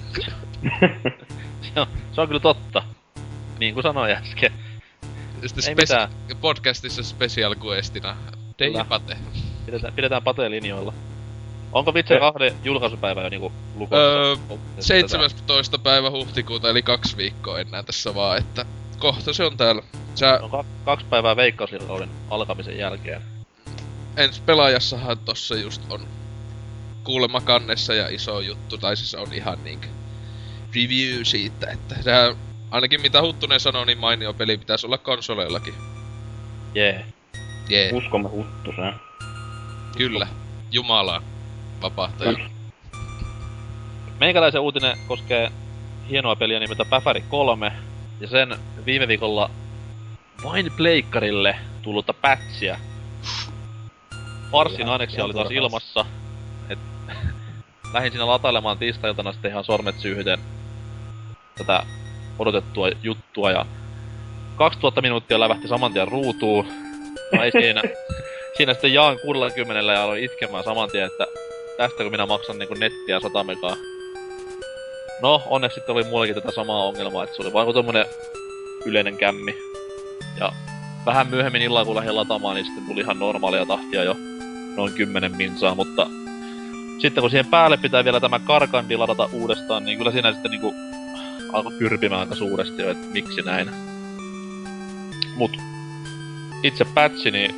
Se on kyllä totta. Niin kuin sanoin äsken. Ei mitään. Podcastissa special guestina DJ Pate. Pidetään Pateen linjoilla. Onko Witcher 2 julkaisupäivä jo niinku lukossa? 17. päivä huhtikuuta, eli 2 viikkoa enää tässä vaan, että kohta se on täällä. On 2 päivää Veikkausliigauden alkamisen jälkeen. Ensi pelaajassahan tossa just on kuulemma kannessa ja iso juttu, tai siis on ihan niinkö review siitä, että sehän, ainakin mitä Huttunen sanoo, niin mainio peli pitäisi olla konsoleillakin. Jee. Uskomme Huttuseen. Kyllä. Jumalaa. Vapahtaja. Meikäläisen uutinen koskee hienoa peliä nimeltä Päfäri 3 ja sen viime viikolla vain pleikkarille tullutta patchia. Farsin aineksia oli taas ilmassa. Lähdin siinä latailemaan tiistai-iltana sitten ihan sormet syyhyten tätä odotettua juttua ja 2000 minuuttia lävähti saman tien ruutuun. No ei siinä sitten jaan 60 ja aloin itkemään saman tien, että tästä kun minä maksan niinku nettiä 100 megaa. No, onneksi sitten oli muullakin tätä samaa ongelmaa, että se oli vaan tommonen yleinen kämmi. Ja vähän myöhemmin illalla kun lähdin lataamaan, niin sitten tuli ihan normaalia tahtia jo noin 10 minsaa, mutta sitten kun siihen päälle pitää vielä tämä Karkandi ladata uudestaan, niin kyllä siinä sitten niinku alkoi kyrpimään aika suuresti jo, että miksi näin. Mut itse patchi niin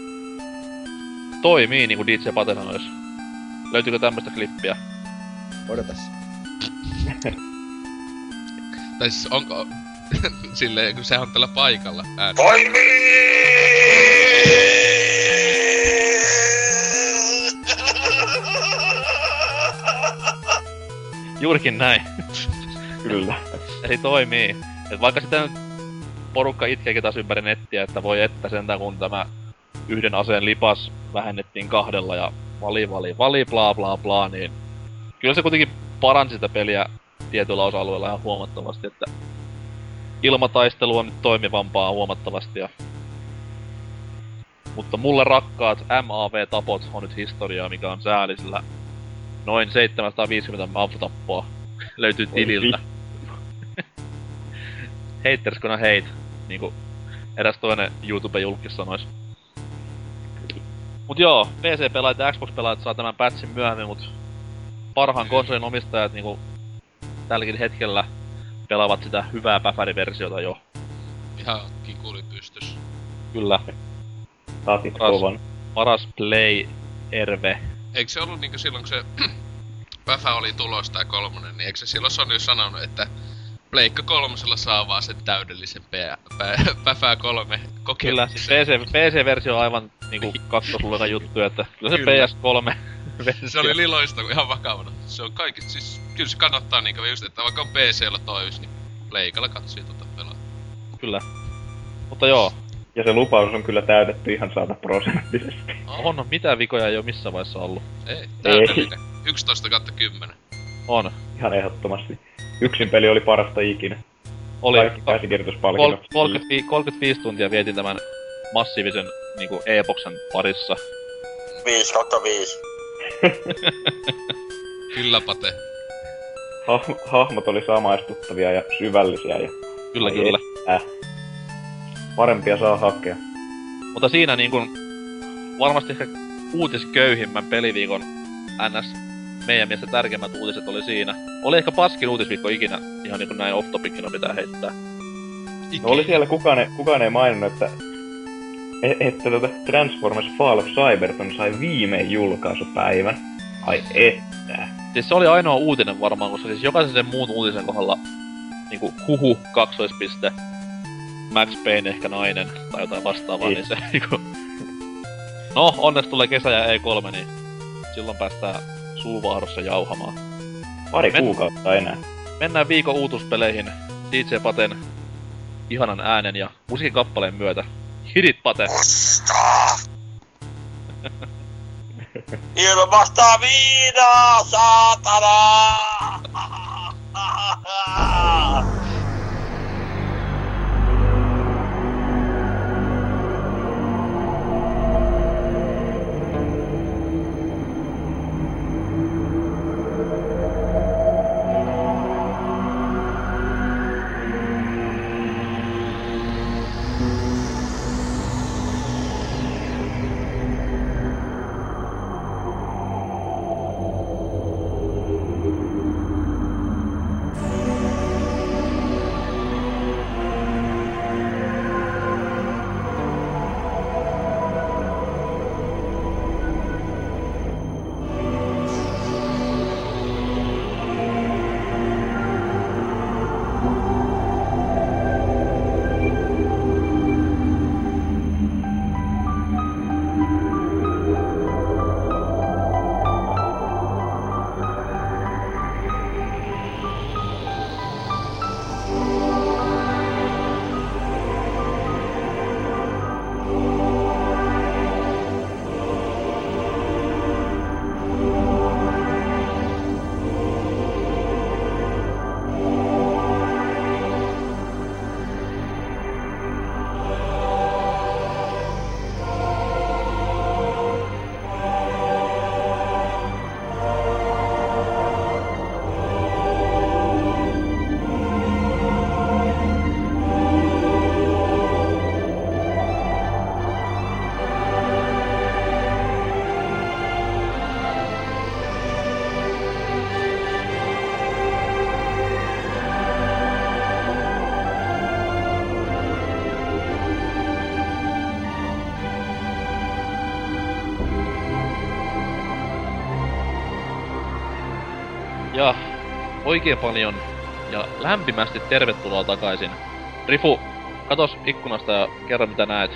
toimii niinku DJ Pate sanois. Löytyykö tämmöstä klippiä? Odotas. Tai siis onko silleen, kun sehän on tällä paikalla ääni. Juurikin näin. Kyllä. Eli toimii. Et vaikka sitä nyt porukka itkeekin taas ympäri nettiä, että voi että sentään kun tämä yhden aseen lipas vähennettiin 2 ja vali bla bla bla, niin kyllä se kuitenkin paransi sitä peliä tietyllä osa-alueella ihan huomattavasti, että ilmataistelu on nyt toimivampaa huomattavasti ja... Mutta mulle rakkaat MAV-tapot on nyt historiaa, mikä on sääli, sillä noin 750 MAV-tappoa löytyy tililtä. Haters gonna hate, niinku eräs toinen YouTube-julkis sanois. Mut joo, PC-pelaajat ja Xbox-pelaajat saa tämän patchin myöhemmin, mut parhaan konsolin omistajat niinku tälläkin hetkellä pelaavat sitä hyvää päfäriversiota jo. Ihan kikuli pystys. Kyllä. Saatit kovan. Paras play Erve. Eikö se ollut niinku silloin, kun se päfä oli tulos tää 3, niin eikö se silloin Sony sanonut, että Pleikka 3 saa vaan sen täydellisen päfää 3 Kyllä, siis PC-versio on aivan niinku kakkosluokan juttu, että kyllä se PS3 versio. Se oli liloista ihan vakavana. Se on kaikista, siis kyllä se kannattaa niinku just, että vaikka on PC:llä tois, niin Pleikalla katsoo tota pelaa. Kyllä. Mutta joo. Ja se lupaus on kyllä täytetty ihan 100%. On, mitään vikoja ei oo missään vaiheessa ollut. Ei, täydellinen. 11/10. On. Ihan ehdottomasti. Yksin peli oli parasta ikinä. Oli. Kaikki käsikirjoituspalkinnot. 35 tuntia vietin tämän massiivisen niinku epoksen parissa. 5/5. Kyllä, Pate. Hahmot oli samaistuttavia ja syvällisiä ja... Kyllä. Parempia saa hakea. Mutta siinä niinkun varmasti ehkä uutisköyhimmän peliviikon NS meidän mielestä tärkeimmät uutiset oli siinä. Oli ehkä paskin uutisviikko ikinä, ihan niinku näin off-topicina pitää heittää. No oli siellä kukaan ei maininnut, että Transformers Fall of Cybertron sai viimein julkaisupäivän. Ai että. Siis se oli ainoa uutinen varmaan, koska siis jokaisen sen muun uutisen kohdalla niinku huhu, kaksoispiste, Max Payne ehkä nainen, tai jotain vastaavaa, niin se niinku... No, onneksi tulee kesä ja E3, niin silloin päästään suuvahdossa jauhamaan. Pari kuukautta enää. Mennään viikon uutuspeleihin DJ Paten ihanan äänen ja musiikkikappaleen myötä. Hidit, Pate! Musta! Ilmasta viinaa, saatana! Ja oikein paljon ja lämpimästi tervetuloa takaisin. Rifu, katos ikkunasta ja kerro mitä näet.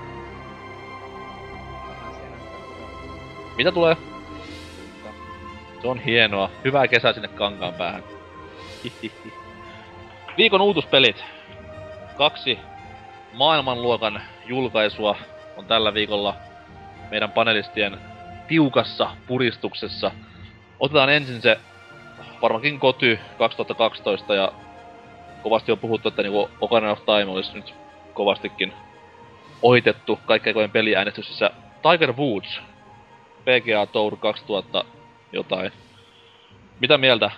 Mitä tulee? Se on hienoa. Hyvää kesää sinne kankaan päähän. Hihihi. Viikon uutuspelit. 2 maailmanluokan julkaisua on tällä viikolla meidän panelistien tiukassa puristuksessa. Otetaan ensin se varmaankin Goty 2012 ja kovasti on puhuttu, että niinku Ocarina of Time olisi nyt kovastikin ohitettu kaikkein kovin peliäänestyksessä. Tiger Woods, PGA Tour 2000 jotain. Mitä mieltä?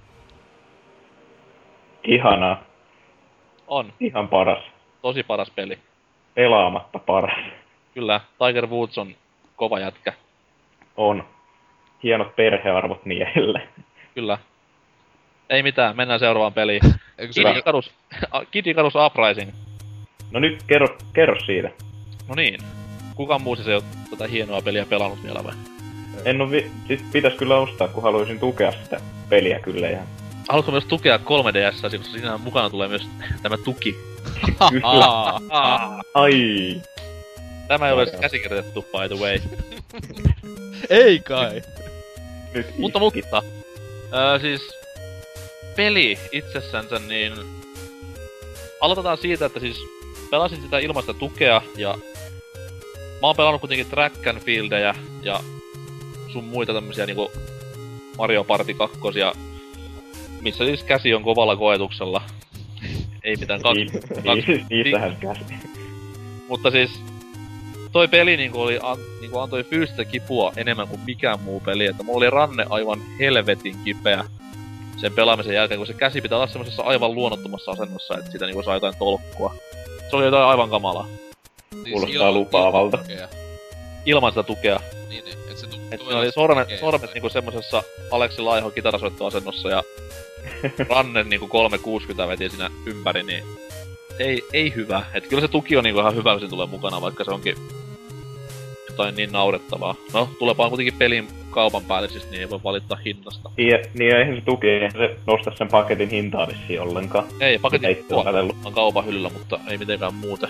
Ihanaa. On. Ihan paras. Tosi paras peli. Pelaamatta paras. Kyllä, Tiger Woods on kova jätkä. On. Hienot perhearvot miehelle. Kyllä. Ei mitään, mennään seuraavaan peliin. Kid Icarus Uprising. No nyt kerro siitä. No niin. Kukaan muu siis ei oo tätä hienoa peliä pelannut vielä vai? En oo siis pitäis kyllä ostaa, kun haluaisin tukea sitä peliä kyllä ihan. Haluatko myös tukea 3DS, koska siinä mukana tulee myös tämä tuki? Kyllä. Ai. Tämä ei ole edes käsikirjoitettu, by the way. Ei kai. Nyt mutta siis peli itsessänsä niin aloitetaan siitä, että siis pelasin sitä ilmaista tukea ja mä oon pelannut kuitenkin track and fieldejä ja sun muita tämmösiä niinku Mario Party 2, missä siis käsi on kovalla koetuksella. Ei mitään niistähän käsi. Mutta siis toi peli niinku antoi fyysistä kipua enemmän kuin mikään muu peli, että mulla oli ranne aivan helvetin kipeä sen pelaamisen jälkeen, kun se käsi pitää olla semmosessa aivan luonnottomassa asennossa, että siitä niinku saa jotain tolkkua. Se oli jotain aivan kamalaa. Kuulostaa lupaavalta. Ilman sitä tukea. Niin, et se et ne oli sormet niinku semmosessa Aleksi Laiho kitarasoittoasennossa ja ranne niinku 360 veti siinä ympäri, niin ei hyvä. Et kyllä se tuki on niinku ihan hyvä, kun se tulee mukana, vaikka se onkin jotain niin naurettavaa. No, tulepaan kuitenkin pelin kaupan päälle, siis niin ei voi valittaa hinnasta. Niin eihän se tuki, eihän se nosta sen paketin hintaa vissiin ollenkaan. Ei, paketin on kaupan hyllyllä, mutta ei mitenkään muuten.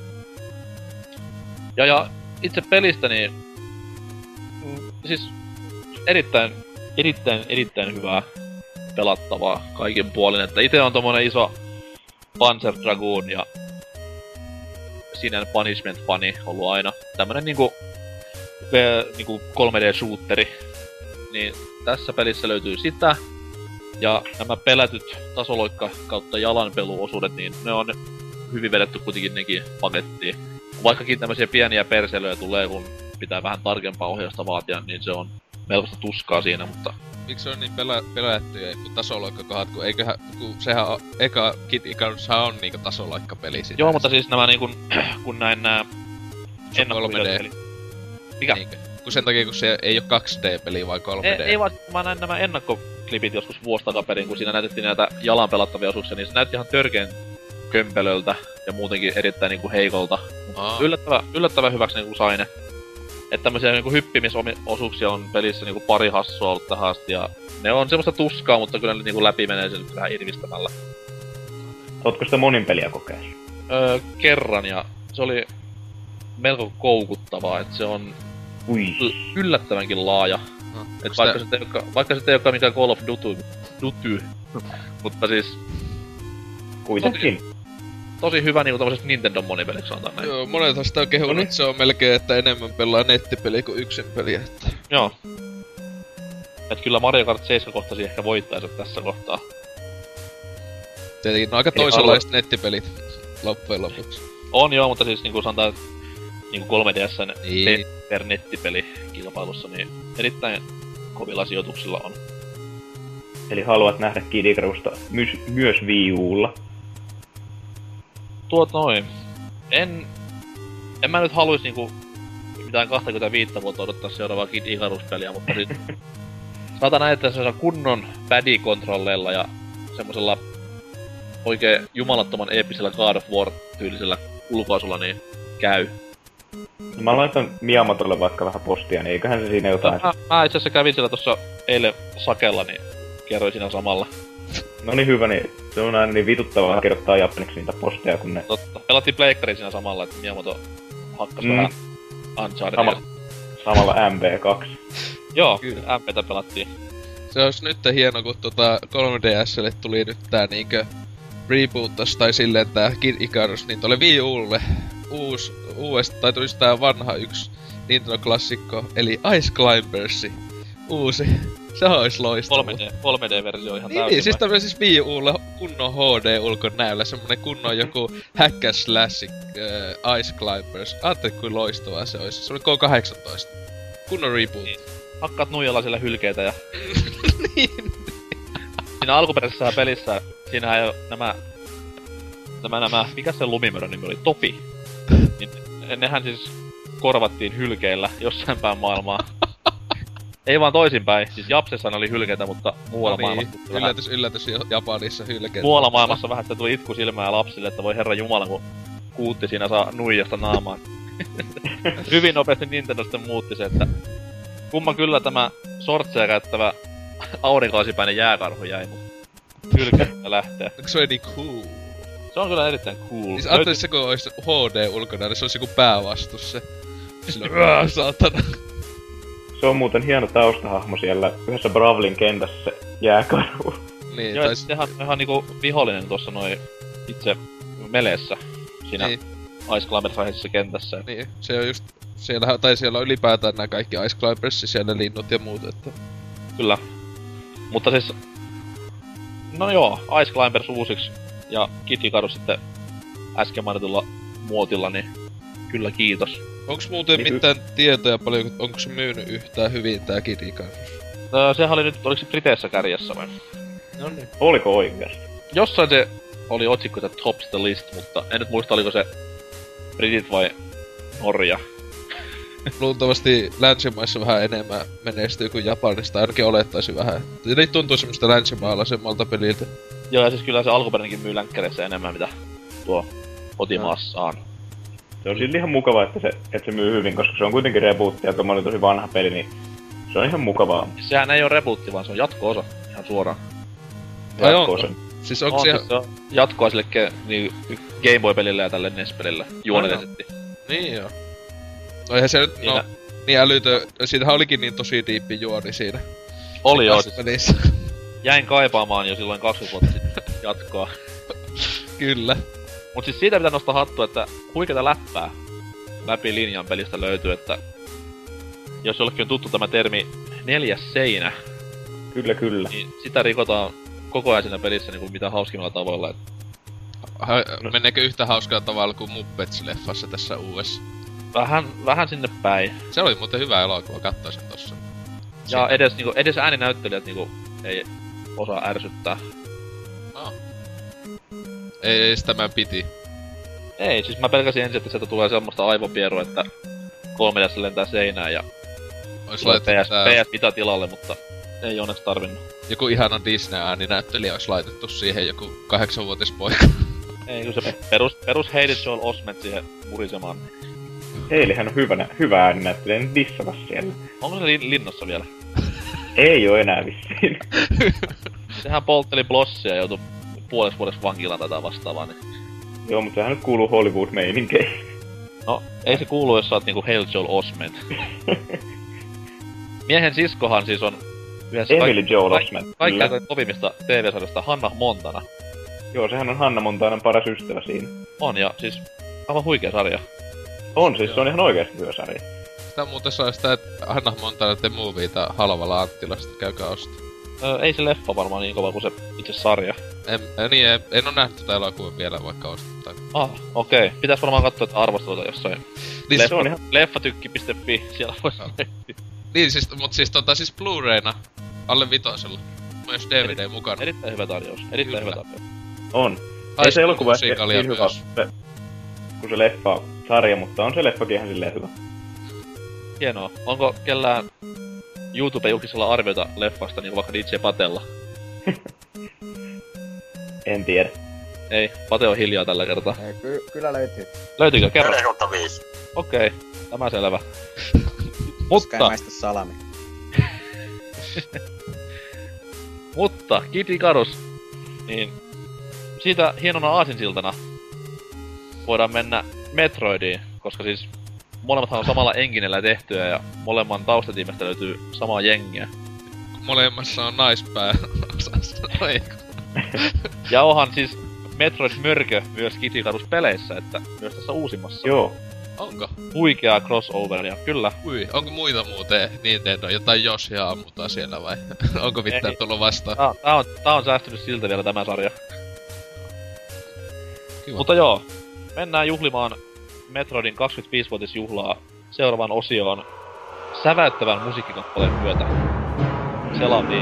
Ja itse pelistä niin siis erittäin hyvää pelattavaa kaikin puolin, että ite on tommonen iso Panzer Dragoon ja Sin and Punishment-fani ollut aina. Tämmönen niinku 3D-shooteri. Niin tässä pelissä löytyy sitä. Ja nämä pelätyt tasoloikka kautta jalanpeluosuudet, niin ne on hyvin vedetty kuitenkin nekin pakettiin. Vaikkakin tämmösiä pieniä perselöjä tulee, kun pitää vähän tarkempaa ohjausta vaatia, niin se on melkoista tuskaa siinä, mutta miksi se on niin pelättyjä kuin tasoloikkakohdat, kun sehän eka Kid Icarushan on niinku tasoloikkapeli siinä. Joo, mutta siis nämä niinku, kun näin nää ennakkovideot. Mikä? Niinkö? Kun sen takia, kun se ei oo 2D-peli vai 3D. Ei vaan, mä näin nämä ennakkoklipit joskus vuosi takaperin, kun siinä näytettiin näitä jalan pelattavia osuuksia, niin se näytti ihan törkeen kömpelöltä ja muutenkin erittäin niinku heikolta. Yllättävän hyväksi niinku sai ne. Että tämmösiä niinku hyppimisosuuksia on pelissä niinku pari hassua ollut tähän asti ja ne on semmoista tuskaa, mutta kyllä ne niinku läpi menee sen vähän irvistämällä. Ootko sitä monin peliä kokeillut? Kerran ja se oli melko koukuttavaa, että se on yllättävänkin laaja. Et vaikka se ei olekaan mikään Call of Duty, mutta siis kuitenkin. Tosi hyvä niinku tommosesta Nintendo monipeliksi sanotaan näin. Joo, monethan sitä on kehunut, että se on melkein, että enemmän pelaa nettipeliä kuin yksin peliä, että joo. Et kyllä Mario Kart 7 kohtasi ehkä voittaisi tässä kohtaa. Tietenkin, no aika toisenlaiset nettipelit loppujen lopuksi. On joo, mutta siis niinku sanotaan, niinku 3DS:n per nettipeli kilpailussa, niin erittäin kovilla sijoituksilla on. Eli haluat nähdä Kid Icarusta myös Wii U:lla? En mä nyt haluis niinku mitään 25 vuotta odottaa seuraavaa Kid Icarus-peliä, mutta sit sanotaan näin, että se on kunnon paddy-kontrolleilla ja semmosella oikein jumalattoman eeppisellä God of War-tyylisellä ulkoasulla, niin käy. No mä laitan Miyamotolle vaikka vähän postia, niin eiköhän se siinä jotain. Mä itse asiassa kävin siellä tossa eilen Sakella, niin kerroin siinä samalla. No niin hyvä, niin se on aina niin vituttavaa kirjoittaa japaniksi niitä posteja, kun ne... Totta. Pelattiin pleikkarin siinä samalla, että Miyamoto hakkas vähän Unchartedia. Samalla MP2. Joo, kyllä. MPtä pelattiin. Se olisi nyt hieno, kun 3DS:lle tuli nyt tää niinkö reboottas tai silleen tää Kid Icarus, niin tolle Wii Ulle tai tulisi tää vanha yksi Nintendo-klassikko, eli Ice Climbersi. Uusi. Se ois loistava. 3D-versio ihan täysin. Niin, siis tämmönen siis Wii Ulle kunnon HD-ulkonäöllä, semmonen kunnon joku hack and slash Ice Climbers. Aattele kuin loistavaa se ois. Se oli K18. Kunnon reboot. Niin. Hakkaat nuijalla siellä hylkeitä ja... niin. Siinä alkuperäisessä pelissä, siinähän jo nämä... Mikä se lumimörön nimi oli? Topi. Niin, nehän siis korvattiin hylkeillä jossain päin maailmaa. Ei vaan toisinpäin. Siis Japsessa oli hylkeitä, mutta muualla maailmassa... Yllätys Japanissa hylkeitä. Muualla maailmassa vähän tuli itku silmää lapsille, että voi herra jumala, kun kuutti siinä saa nuijasta naamaan. Hyvin nopeasti Nintendo sitten muutti se, että... Kumma kyllä tämä sortseja käyttävä aurinkoasipäinen jääkarhu jäi, mutta hylkeestä lähtee. Onko se niin cool? Se on kyllä erittäin cool. Siis ajattelis se, kun ois HD ulkona, niin se ois joku päävastus se. Silloin, saatana. Se on muuten hieno taustahahmo siellä yhdessä Bravlin kentässä se jääkarhu. Niin, joo, sehän on ihan niinku vihollinen tuossa noin itse meleessä. Siinä niin. Ice Climbers-aiheisessa kentässä. Niin, se on just... Siellä on ylipäätään nää kaikki Ice Climbers, siellä linnut ja muut, että... Kyllä. Mutta siis... No joo, Ice Climbers uusiksi ja Kid Icarus sitten äsken mainitulla muotilla, niin kyllä kiitos. Onks muuten mitään tietoja paljon, onko se myynyt yhtään hyvin tää Kid Icarus? Sehän oli nyt, oliko se Briteissä kärjessä vai? No niin. Oliko oikeasti? Jossain se oli otsikko, että Tops the List, mutta en nyt muista, oliko se Britit vai Norja. Luultavasti länsimaissa vähän enemmän menestyy kuin Japanista, ainakin olettaisin vähän. Jotenkin tuntuu semmoista länsimaalaisemmalta peliltä. Joo, ja siis kyllä se alkuperäinenkin myy länkkäreissä enemmän, mitä tuo kotimaassaan. Se on silti ihan mukavaa, että se myy hyvin, koska se on kuitenkin rebootti ja tommonen tosi vanha peli, niin se on ihan mukavaa. Sehän ei oo rebootti, vaan se on jatko-osa ihan suoraan. Ai onko? Siis onko se on jatkoa sille niin Game Boy-pelille ja tälle NES-pelille juonellisesti. Niin joo. No eihän se nyt, no, niin älytö, siitähän olikin niin tosi diippi juoni siinä. Oli joo, siis jäin kaipaamaan jo silloin 20 vuotta sitten jatkoa. Kyllä. Mut siis siitä pitää nostaa hattua, että huikeeta läppää läpi linjan pelistä löytyy, että... Jos jollekin on tuttu tämä termi 4. seinä. Kyllä. Niin sitä rikotaan koko ajan siinä pelissä niinku mitä hauskimmilla tavoilla, että... Meneekö yhtä hauskaa tavalla kuin Muppets-leffassa tässä uudessa? Vähän sinne päin. Se oli muuten hyvä elokuva, katsoisin tossa. Ja edes ääninäyttelijät ei osaa ärsyttää. No. Ei sitä piti. Ei, siis mä pelkäsin ensin, että sieltä tulee semmoista aivopierua, että 3D:ssä lentää seinään ja... Ois PS Vita tilalle, mutta ei onneksi tarvinnut. Joku ihana Disney-ääninäyttelijä ois laitettu siihen, joku 8-vuotias poika. Ei, kun se perus Hayley Joel Osment siihen murisemaan. Hayleyhän on hyvä ääninäyttelijä, en dissata siellä. Onko se linnassa vielä? Ei oo enää vissiin. Sehän poltteli blossia ja joutui puoleks vuodeksi vankilaan tätä vastaavaa, niin... Joo, mutta sehän nyt kuuluu Hollywood-meininkeihin. No, ei se kuulu, jos sä oot niinku Hayley Joel Osment. Miehen siskohan siis on yhdessä Emily Joel Osment. Kaikkein kovimmista TV-sarjasta Hannah Montana. Joo, sehän on Hannah Montanan paras ystävä siinä. On, ja siis aivan huikea sarja. On siis, se on ihan oikeesti hyvä sarja. Sitä muuten saa sitä, että Hannah Montana The Movieta halvalla Anttilasta, käykää ostaa. Ei se leffa varmaan niin kova kuin se itse sarja. En oo nähnyt tätä elokuvaa vielä, vaikka ostaa. Okei. Pitäis varmaan katsoa, että arvosteluita jossain. Niin se on ihan... Leffatykki.fi, siellä vois Niin siis, mut siis siis Blu-rayna alle 5. Myös DVD mukana. Erittäin hyvä tarjous. Erittäin hyvä tarjous. On. Ei se elokuva ehkä niin hyvä kuin se leffa sarja, mutta on se leffakin ihan silleen hyvä. Hienoa. Onko kellään YouTube-julkisella arviota leffasta, niin vaikka DJ Patella? En tiedä. Ei, Pate on hiljaa tällä kertaa. Kyllä löytyy. Löytyykö? Kerro. 4/5. Okei, tämä selvä. Mutta... Kai maista salami. Mutta, Kid Icarus, niin siitä hienona aasinsiltana voidaan mennä Metroidiin, koska siis molemmathan on samalla enginellä tehtyä ja molemman taustatiimestä löytyy samaa jengiä. Molemmassa on naispää osassa, ja onhan siis Metroid-mörkö myös Kidikatus-peleissä, että myös tässä uusimmassa. Joo. Onko? Huikeaa crossoveria, kyllä. Ui, onko muita muuten Nintendo? Jotain Yoshia ammutaan siellä vai? Onko mitään tullut vastaan? Tää on säästynyt siltä vielä tämä sarja. Kiva. Mutta joo, mennään juhlimaan Metroidin 25-vuotisjuhlaa seuraavaan osioon säväyttävän musiikkikappaleen myötä. Selaviin.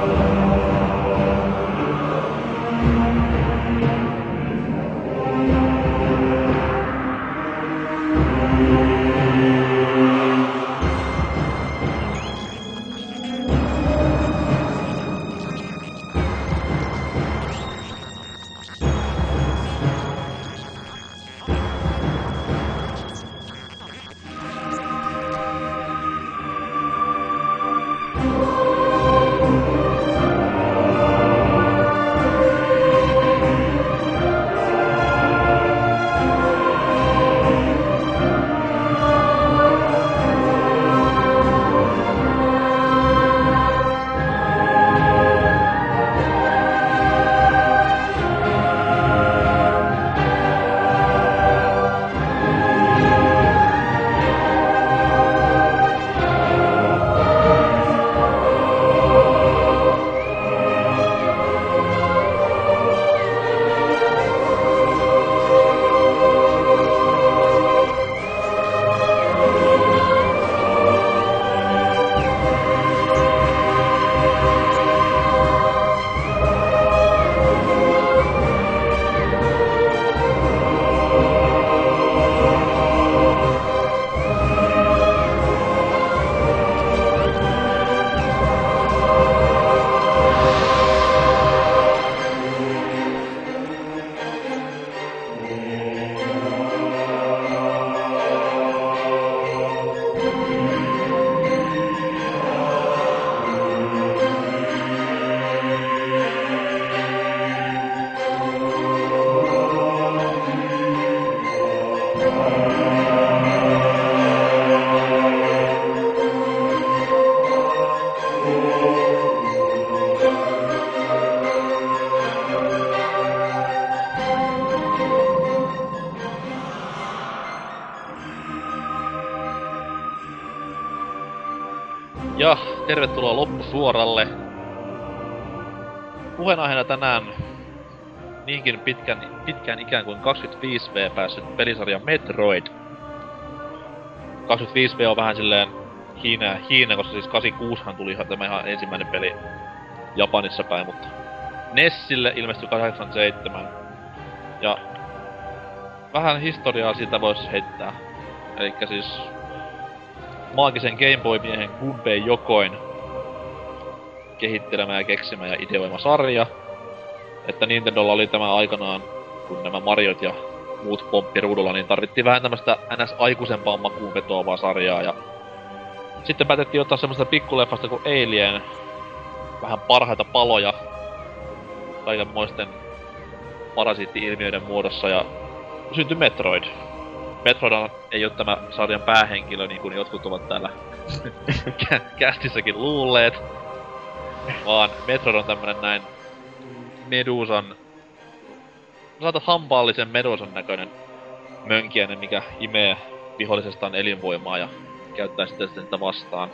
Ja tervetuloa loppusuoralle. Puheenaiheena tänään niinkin pitkään ikään kuin 25V päässyt pelisarja Metroid. 25V on vähän silleen hiinä, koska siis 86han tuli tämä ihan ensimmäinen peli Japanissa päin, mutta NESille ilmestyi 87. Ja vähän historiaa siitä vois heittää. Elikkä siis maagisen Game Boy-miehen Gunpei Yokoin kehittelemä ja keksimä ja ideoima sarja. Että Nintendolla oli tämä aikanaan, kun nämä Mariot ja muut pomppi ruudulla, niin tarvittiin vähän tämmöstä NS-aikuisempaa makuun vetoavaa sarjaa. Ja sitten päätettiin ottaa semmoista pikkuleffasta kuin Alien, vähän parhaita paloja kaikenmoisten parasiitti-ilmiöiden muodossa, ja syntyi Metroid. Metroid ei oo tämä sarjan päähenkilö, niin kuin jotkut ovat täällä kästissäkin luulleet, vaan Metroid on tämmönen näin Medusan, saatat hampaallisen Medusan näköinen mönkiäinen, mikä imee vihollisestaan elinvoimaa ja käyttää sitten sitä vastaan.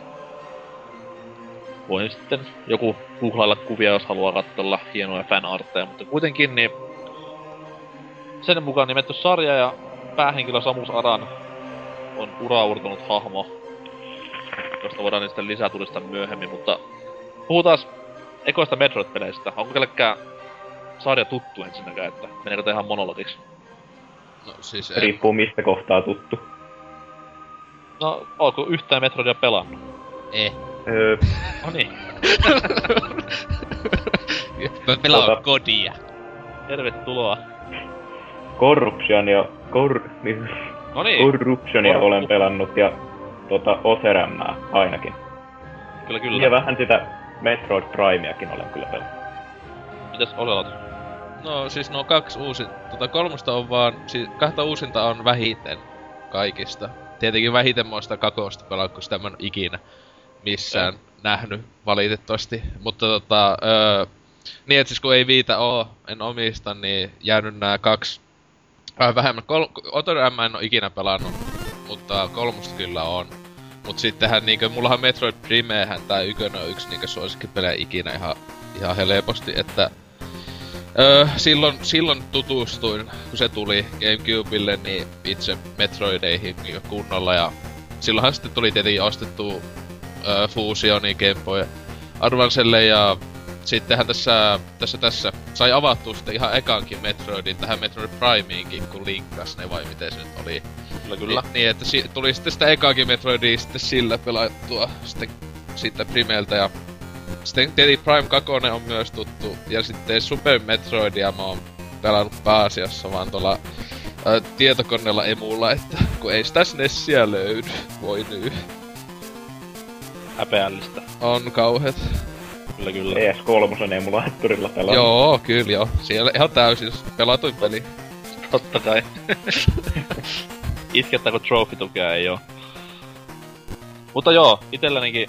Voi sitten joku googlailla kuvia, jos haluaa katsella hienoja fanartteja, mutta kuitenkin niin sen mukaan nimetty sarja, ja päähenkilö Samus Aran on uraurtunut hahmo, josta voidaan niin sitten lisää tulistaa myöhemmin, mutta puhutaan ekoista Metroid-peleistä. Onko kellekään sarja tuttu ensinnäkään, että meneekö tää ihan monologiksi? No siis riippuu mistä kohtaa tuttu. No, ootko yhtään Metroidia pelannut? No niin. Mä pelaan kodia. Tervetuloa. Corruptionia Noniin. olen pelannut ja Oserämmää ainakin. Kyllä. Ja vähän sitä Metroid Primeakin olen kyllä pelannut. Mitäs Oselot? No siis nuo kaksi kolmosta on vaan, siis kahta uusinta on vähiten kaikista. Tietenkin vähiten mä oon sitä kakosta pelaa, kun sitä mä en ikinä missään nähnyt valitettavasti. Mutta Niin et siis kun ei Viitä en omista, niin jäänyt nää 2... vähemmän. Other M en oo ikinä pelannut, mutta 3 kyllä on. Mut sittenhän niinkö, mullahan Metroid Primehän tää ykkönen on yksi niinkö suosikkipelejä ikinä ihan helposti, että... silloin tutustuin, kun se tuli GameCubelle, niin itse Metroideihin jo kunnolla ja... Silloinhan sitten tuli tietenkin ostettu Fusioni Game Boy Advancelle ja... Sittenhän tässä sai avattua sitten ihan ekankin Metroidin tähän Metroid Primeinkin, kun linkkas ne vai miten se nyt oli. Kyllä. Niin, että tuli sitten sitä ekankin Metroidia sitten sillä pelattua sitten Primeltä ja... Sitten tietenkin Prime 2 on myös tuttu, ja sitten Super Metroidia mä oon pelannut pääasiassa vaan tuolla tietokoneella emulla, että kun ei sitä SNESiä löydy, voi nyt. Häpeällistä. On kauheet. Kyllä. PS3 emulaattorilla pelannut. Joo, kyllä joo. Siellä ihan täysin pelatuin peli. Totta kai. Itkettä kun trophy-tukea ei oo. Mutta joo, itsellänikin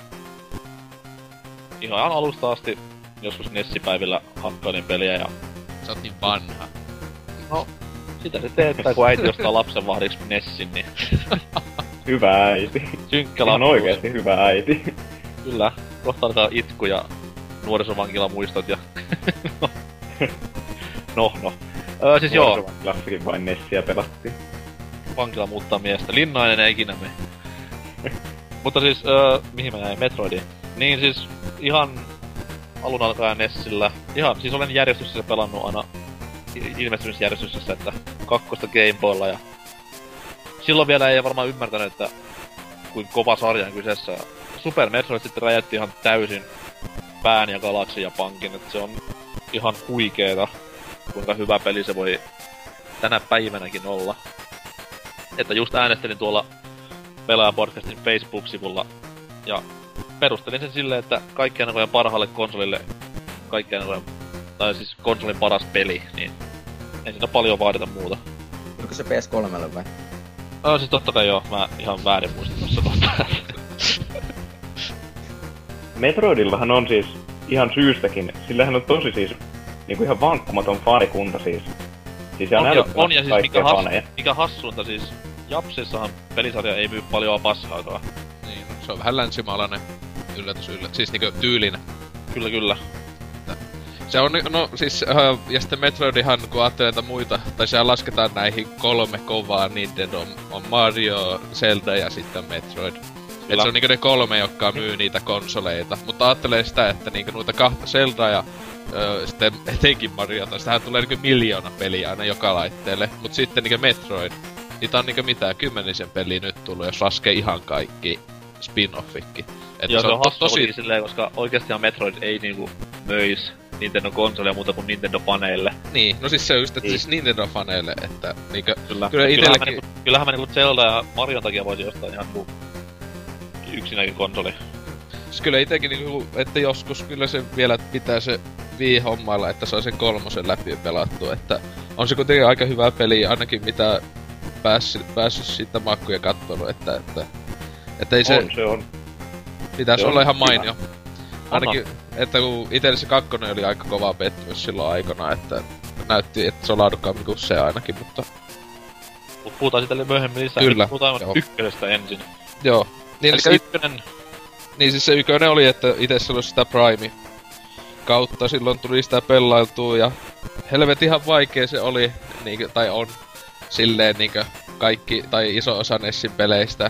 ihan alusta asti joskus Nessipäivillä hakkailin peliä ja... Sä oot niin vanha. No, sitä se teettää kun äiti ostaa lapsen vahdiksi Nessin, niin... Hyvä äiti. Synkkä lappu. Ihan oikeesti hyvä äiti. Kyllä, kohta alkaa itku ja nuorisovankila muistot ja... no. Siis joo. Nuorisovankilassakin vain Nessiä pelattiin. Vankila muuttaa miestä. Linnainen ei ikinä mene. Mutta siis, mihin mä jäin? Metroidiin. Niin siis, ihan alun alkaen Nessillä. Siis olen järjestyksessä pelannut aina ilmestymisjärjestyksessä, että 2 Game Boylla ja... Silloin vielä ei varmaan ymmärtänyt, että kuin kova sarja on kyseessä. Super Metroid sitten räjäytti ihan täysin pään ja galaksin ja pankin, että se on ihan huikeeta, kuinka hyvä peli se voi tänä päivänäkin olla. Että just äänestelin tuolla Pelaaja-podcastin Facebook-sivulla ja perustelin sen silleen, että kaikkien aikojen parhaalle konsolille, siis konsolin paras peli, niin ei siinä paljon vaadita muuta. Onko se PS3 vai? Siis totta kai joo, mä ihan väärin muistin tossa kohtaa. Metroidillahan on siis ihan syystäkin, sillähän on tosi siis niinku ihan vankkumaton fanikunta siis. Siis on ja siis mikä hassuinta siis, Japsissahan pelisarja ei myy paljon paskaakaan. Niin, se on vähän länsimaalainen yllätys. Siis niinku tyylinen. Kyllä. Se on, no siis, ja sitten Metroidihan, kun ajattelee näitä muita, tai sehän lasketaan näihin 3 kovaa Nintendo, on Mario, Zelda ja sitten Metroid. Et se on niinku ne 3, jotka myy niitä konsoleita. Mutta ajattelee sitä, että niinku noita 2 Zelda ja sitten etenkin Mario, tai sitähän tulee niinku 1 000 000 peliä aina joka laitteelle. Mut sitten niinku Metroid, niitä on niinku mitään 10 peliä nyt tullut, jos laskee ihan kaikki spin-offikin. Joo, se on tosi silleen, koska oikeestihan Metroid ei niinku möis Nintendo-konsoleja muuta kuin Nintendo-faneille. Niin, no siis se on just, että siis Nintendo-faneille, että niinkö... Kyllä itelläkin... Kyllähän mä niinku Zelda ja Marion takia voisin ostaa ihan yksinäkin konsoli. Siis kyllä itekin niinku, että joskus kyllä se vielä pitää se Wii-hommailla, että saa sen 3 läpi pelattua, että... On se kuitenkin aika hyvä peli, ainakin mitä päässyt siitä makkuja kattonut, että ei se on. Pitäis se olla ihan mainio. Hyvä. Ainakin, että kun itelle se 2 oli aika kova pettymys silloin aikana, että näytti, että se on laadukkaampi kuin se ainakin, mutta... Mut puhutaan sitten myöhemmin lisää. Kyllä. Puhutaan ykkösestä ensin. Joo. Niin se ykkönen... Niin siis se ykkönen oli, että ite se oli sitä Prime kautta silloin tuli sitä pelailtua ja helvetin ihan vaikea se oli, niinkö, tai on silleen niinkö kaikki, tai iso osa Nessin peleistä,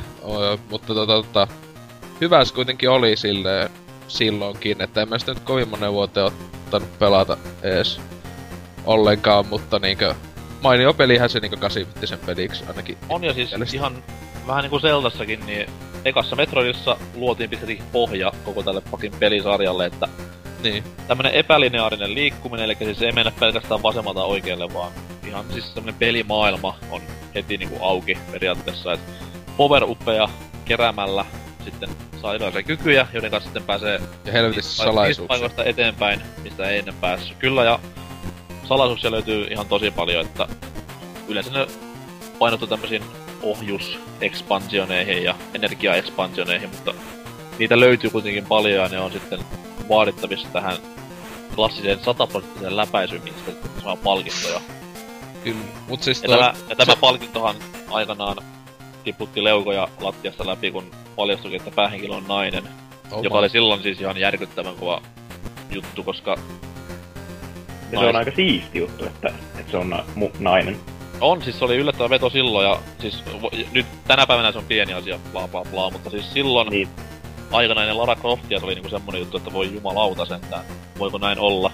mutta hyvä se kuitenkin oli silloinkin, että en mä sitä nyt kovin monen vuoteen ottanut pelata ees ollenkaan, mutta niinkö mainio pelihän se niinkö 8-bittisen peliksi ainakin. On ja siis ihan vähän niinku Zeldassakin, niin ekassa Metroidissa luotiin pitkälti pohja koko tälle fucking pelisarjalle, että niin. Tämmönen epälineaarinen liikkuminen, eli siis ei mennä pelkästään vasemmalta oikealle, vaan ihan siis tämmönen pelimaailma on heti niinku auki periaatteessa, et power-uppeja keräämällä sitten saa erilaisia kykyjä, joiden kanssa sitten pääsee ja helvetissä salaisuuksia paikoista eteenpäin, mistä ei ennen päässyt. Kyllä, ja salaisuuksia löytyy ihan tosi paljon, että yleensä ne painottuu tämmösiin ohjusekspansioneihin ja energiaekspansioneihin, mutta niitä löytyy kuitenkin paljon ja ne on sitten vaadittavissa tähän klassiseen 100% läpäisyyn, mistä saa palkintoja. Kyllä, mut siis tämä palkintohan aikanaan tiputti leukoja lattiasta läpi, kun paljastuikin, että päähenkilö on nainen. Joka oli silloin siis ihan järkyttävän kova juttu, koska... Ja se on aika siisti juttu, että se on nainen. On, siis se oli yllättävän veto silloin, ja siis nyt tänä päivänä se on pieni asia, bla bla bla, mutta siis silloin niin. Aikana ennen Lara Croftia se oli niinku semmonen juttu, että voi jumalauta sentään, voiko näin olla?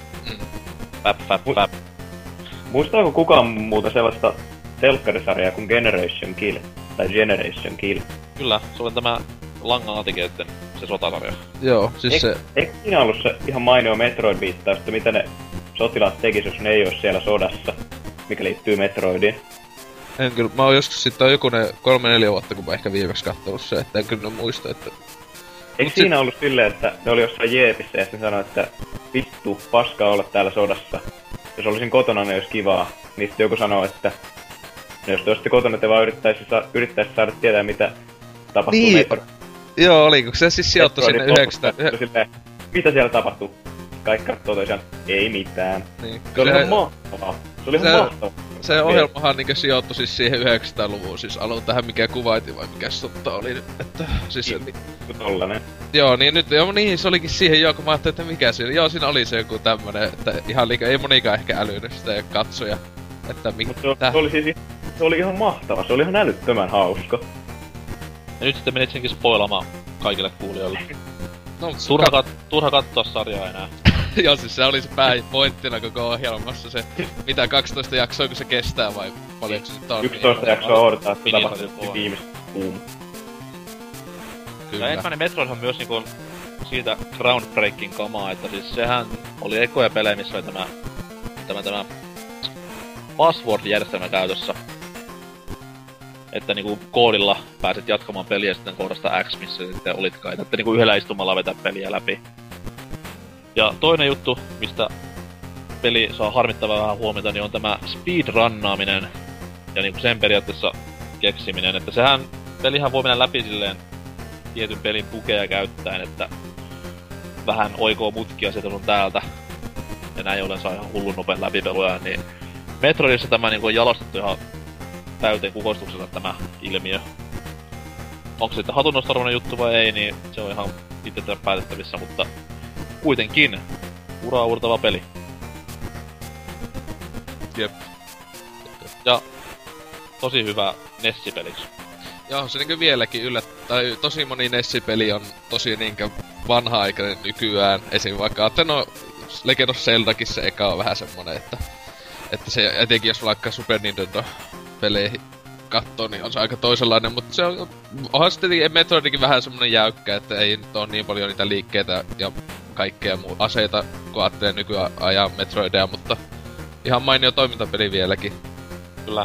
Päp. Muistaako kukaan muuta sellaista telkkarisarjaa kuin Generation Kill? Tai Generation Kill? Kyllä, se oli tämä Langan-Atikeitten se sotasarja. Joo, siis Eikö siinä ollut se ihan mainio Metroid-viittaus, että mitä ne sotilaat tekis, jos ne ei oo siellä sodassa, mikä liittyy Metroidiin? En kyllä, mä oon joskus sitten on joku ne 3-4 vuotta, kun mä ehkä viimeksi kattonut se, että en kyllä muista, että... Eikö siinä ollut silleen, että ne oli jossain jeepissä ja ne sanoi, että vittu, paskaa olla täällä sodassa. Jos olisin kotona, ne olisi kivaa. Niin sitten joku sanoo, että no jos te olisitte kotona, te vaan yrittäisi saada tietää, mitä tapahtuu niin. Joo, oliko se siis sijoittu sinne 9... Mitä siellä tapahtuu? Kaikki kattoo toisiaan, ei mitään. Niin. Se oli ihan mahtavaa. Se oli ihan mahtavaa. Se ohjelmahan niinkö sijoittu siis siihen 900-luvun siis alun tähän mikä kuvaiti vai mikä se totta oli nyt, että siis... Tollanen. Joo, niin nyt, joo niin se olikin siihen joo, kun mä ajattelin, että mikä siinä, joo siinä oli se joku tämmönen, että ihan liikaa, ei monikaan ehkä älynyt sitä katsoja, että se oli ihan mahtava, se oli ihan älyttömän hauska. Ja nyt sitten menit senkin spoilaamaan kaikille kuulijoille. No, turha katsoa sarjaa enää. Joo, siis se oli se pääpointtina koko ohjelmassa se, mitä 12 jaksoa kun se kestää vai paljonko se sitten on? 11 jaksoa odotetaan, että tapahtuu viimeistä kuuma. Ja ensimmäinen Metroidhan myös niinku siitä groundbreaking kamaa, että siis sehän oli ekoja pelejä, missä oli tämä password-järjestelmä käytössä. Että niinku koodilla pääset jatkamaan peliä sitten kohdasta X, missä sitten olitkaan, että niinku yhdellä istumalla vetää peliä läpi. Ja toinen juttu, mistä peli saa harmittavaa vähän huomiota, niin on tämä speedrunnaaminen ja niinku sen periaatteessa keksiminen, että pelihän voi mennä läpi silleen tietyn pelin bugeja käyttäen, että vähän oikoo mutkia sieltä sun täältä ja näin ollen saa ihan hullun nopean läpipeluja, niin Metroidissa tämä niinku on jalostettu ihan täyteen kukoistuksella tämä ilmiö. Onko se sitten hatunnostarvoinen juttu vai ei, niin se on ihan itse päätettävissä, mutta kuitenkin uraa uurtava peli. Jep. Ja tosi hyvä Nessi-peliksi. Joo, se niinkö vieläkin tai tosi moni Nessi-peli on tosi niinkö vanha-aikainen nykyään. Esim. Vaikka Legend of Zeldakin se eka on vähän semmonen, että se etenkin jos vaikka Super Nintendo-peleihin kattoo, niin on se aika toisenlainen, mutta se onhan sitten Metroidikin vähän semmonen jäykkä, että ei nyt oo niin paljon niitä liikkeitä ja kaikkea aseita, kun ajattelee nykyajan Metroideja, mutta ihan mainio toimintapeli vieläkin. Kyllä.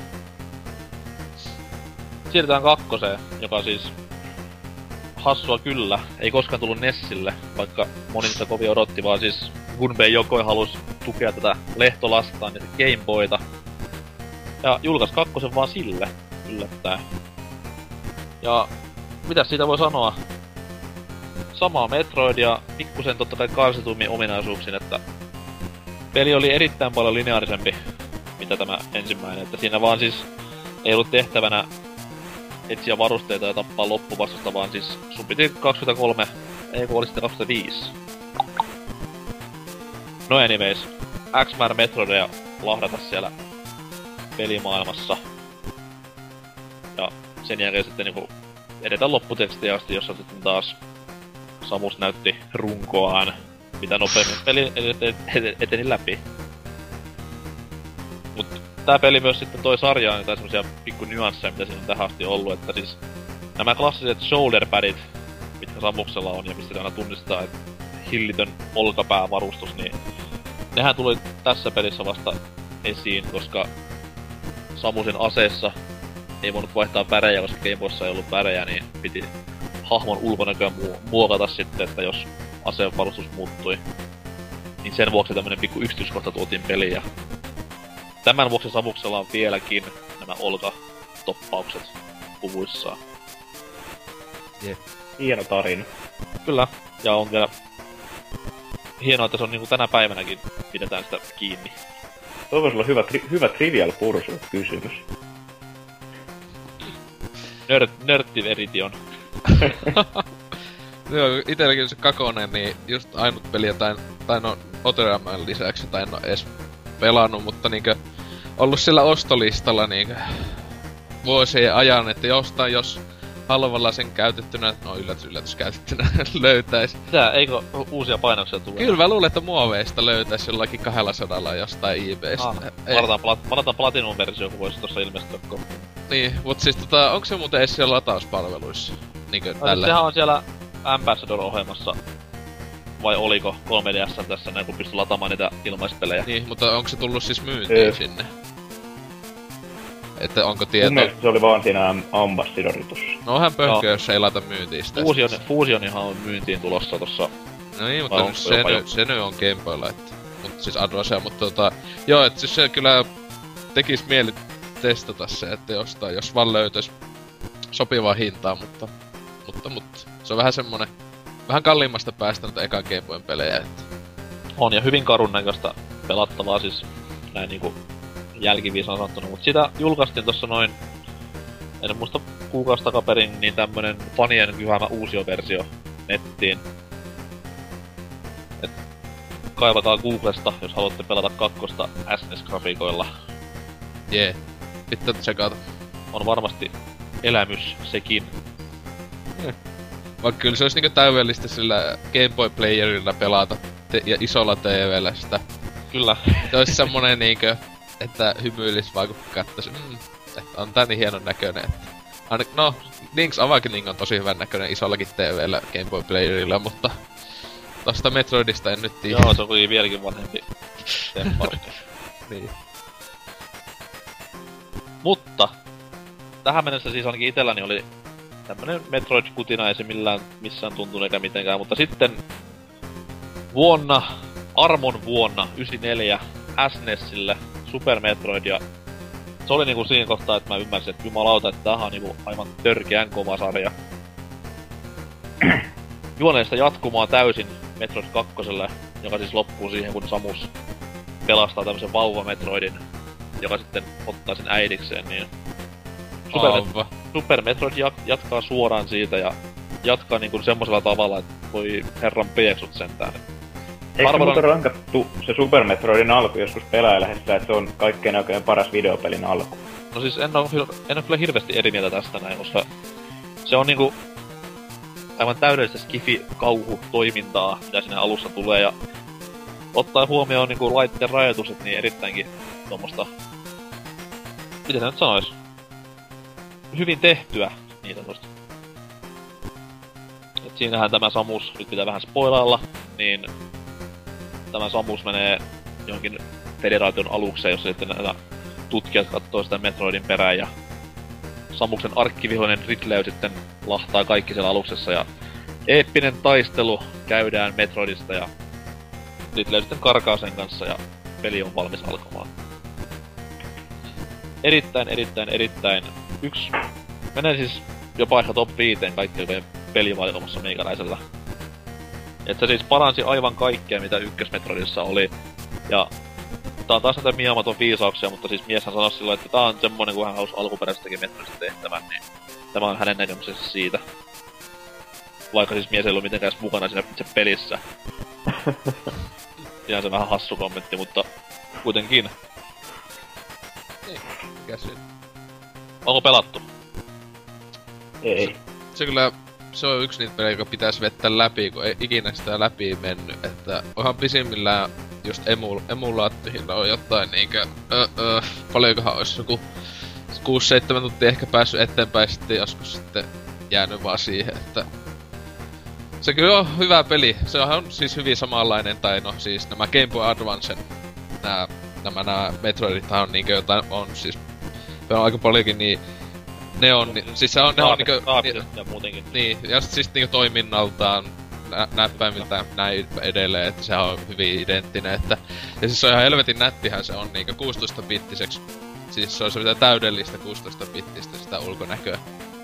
Siirrytään 2, joka siis hassua kyllä, ei koskaan tullut Nessille, vaikka moni sitä kovin odotti, vaan siis Gunpei Yokoi halus tukea tätä lehtolastaan ja Game Boyta. Ja julkaisi 2 vaan sille, yllättäen. Ja mitäs siitä voi sanoa? Samaa Metroid ja pikkusen totta kai karsitummin ominaisuuksin, että peli oli erittäin paljon lineaarisempi, mitä tämä ensimmäinen. Että siinä vaan siis ei ollut tehtävänä etsiä varusteita ja tappaa loppuvastusta, vaan siis sun piti 23, ei kun oli sitten 25. No anyways, X määrä Metroideja lahdata siellä pelimaailmassa. Ja sen jälkeen sitten niinku edetään lopputekstiä asti, jossa sitten taas Samus näytti runkoaan, mitä nopeammin peli eteni läpi. Mut tää peli myös sitten toi sarjaan jotain semmosia pikku nyansseja, mitä siinä on tähän asti ollut, että siis nämä klassiset shoulder padit, mitkä Samuksella on ja mistä aina tunnistaa, että hillitön olkapäävarustus, niin nehän tuli tässä pelissä vasta esiin, koska Samusin aseessa ei voinut vaihtaa värejä, koska Game Boyssa ei ollut värejä, niin piti hahmon ulkonäköä muokata sitten, että jos aseen varustus muuttui. Niin sen vuoksi tämmönen pikku yksityiskohta tuotiin peliin, ja tämän vuoksi Samuksella on vieläkin nämä olkatoppaukset puvuissaan. Jep. Hieno tarina. Kyllä, ja on vielä hienoa, että se on niinku tänä päivänäkin pidetään sitä kiinni. Toi voisi olla hyvä Trivial Pursuit-kysymys. Nörtti Verition. Joo, itelläkin se Kakonen, niin just ainut peli tai no Oteraman lisäksi, tai en oo edes pelannut, mutta niinkö ollut sillä ostolistalla niinkö vuosien ajan, että jostain jos halvalla sen käytettynä, no yllätys käytettynä löytäis. Mitä, eikö uusia painoksia tule? Kyllä mä luulen, että muoveista löytäis jollakin 200 jostain eBaystä. Palataan Platinum-versio, kun voisi tossa ilmestyä kohta. Niin, mut siis onko se muuten edes siellä latauspalveluissa? Niinkö tällä? Sehän on siellä Ambassador-ohjelmassa. Vai oliko 3DS tässä näin, kun pystyi lataamaan niitä ilmaispelejä? Niin, mutta onko se tullut siis myyntiin sinne? Että onko tieto? Mun mielestä se oli vaan siinä Ambassadoritussa. No onhan pöhkö, jos ei laita myyntiin sitä. Fusionihan on myyntiin tulossa tossa. No niin, mutta se nyt on Game Boylla, että... Mut siis Advasea, mutta joo, et siis se kyllä tekis mieli testata se, että jostain, jos vaan löytäis sopivaa hintaa, mutta se on vähän semmonen... Vähän kalliimmasta päästä nyt ekan Game Boyn pelejä, että... On, ja hyvin karun näköistä pelattavaa siis näin niinku jälkiviisaan sanottuna, mut sitä julkaistiin tossa noin... En muista kuukausi takaperin, niin tämmönen fanien kyhäämä uusioversio nettiin. Et kaivataan Googlesta, jos haluatte pelata kakkosta SNES-grafiikoilla. Jee, pitää tsekata. On varmasti elämys sekin. Vaikka kyllä se olisi niinku täydellistä sillä Game Boy Playerilla pelata ja isolla TV:llä sitä. Kyllä. Se olisi semmonen niinkö, että hymyilis vaan kun kattois, että on tää niin hienon näköinen, että... No, Link's Awakening on tosi hyvän näköinen isollakin TV:llä Game Boy Playerilla, mutta... Tosta Metroidista en nyt tiedä. Joo, se on kuitenkin vieläkin vanhempi temppari. Niin. Mutta, tähän mennessä siis ainakin itselläni oli tämmönen Metroid-kutina, ei se missään tuntunut eikä mitenkään, mutta sitten Armon vuonna 94 SNESille Super Metroid, ja se oli niinku siinä kohtaa, että mä ymmärsin, että jumalauta, että tämähän on niinku aivan törkeän kova sarja. Juoneesta jatkumaa täysin Metroid 2, joka siis loppuu siihen, kun Samus pelastaa tämmösen vauva-Metroidin, joka sitten ottaa sen äidikseen, niin... Super Metroid jatkaa suoraan siitä ja jatkaa niinku semmosella tavalla, että voi herran pieksut sentään. Eikö se muuten rankattu se Super Metroidin alku joskus pelaajalähdessä, että se on kaikkein oikein paras videopelin alku? No siis en oo kyllä hirveästi eri mieltä tästä näin, koska se on niinku aivan täydellistä skifi-kauhu-toimintaa, mitä siinä alussa tulee, ja ottaa huomioon niinku laitteen rajoitukset, niin erittäinkin tommoista... Miten se nyt sanois? Hyvin tehtyä niitä tosta. Et siinähän tämä Samus, nyt pitää vähän spoilailla, niin tämä Samus menee johonkin federaation alukseen, jossa sitten näitä tutkijat kattoo sitä Metroidin perään, ja Samuksen arkkivihollinen Ridley sitten lahtaa kaikki siellä aluksessa, ja eeppinen taistelu käydään Metroidista, ja Ridley sitten karkaa sen kanssa, ja peli on valmis alkamaan. Erittäin. Yksi menee siis jopa ehkä top 5 kaikkien pelivalikoimassa meikäläisellä. Et se siis paransi aivan kaikkea, mitä ykkösmetroidissa oli. Ja tää on taas näitä Miamaton viisauksia, mutta siis mieshän sanoi silloin, että tää on semmonen, kun hän halusi alkuperäisestäkin Metroidista tehtävän, niin tämä on hänen näkemyksensä siitä. Vaikka siis mies ei ollut mitenkään mukana siinä itse pelissä. Ihan se vähän hassu kommentti, mutta kuitenkin. Niin, mikä siinä? Onko pelattu? Ei. Se kyllä, se on yksi niitä pelejä, joka pitäisi vetää läpi, kun ei ikinä sitä läpi mennyt. Että onhan pisimmillään just emulaattihin on jotain niinkö... paljonkohan ois joku 6-7 tuntia ehkä päässyt eteenpäin, sitten joskus sitten jäänyt vaan siihen, että... Se kyllä on hyvä peli. Se on siis hyvin samanlainen, tai no siis nämä Game Boy Advancen nämä Metroidithan on niinkö jotain, on siis... on aika paljonkin niin... Ne on, siis se on, ne on niinku... ja muutenkin. Niin, ja siis niinku toiminnaltaan, näppäimiltään näin edelleen, että se on hyvin identtinen, että... Ja siis se on ihan helvetin nättihän se on niinku 16-bittiseksi. Siis se on se mitä täydellistä 16-bittistä sitä ulkonäköä.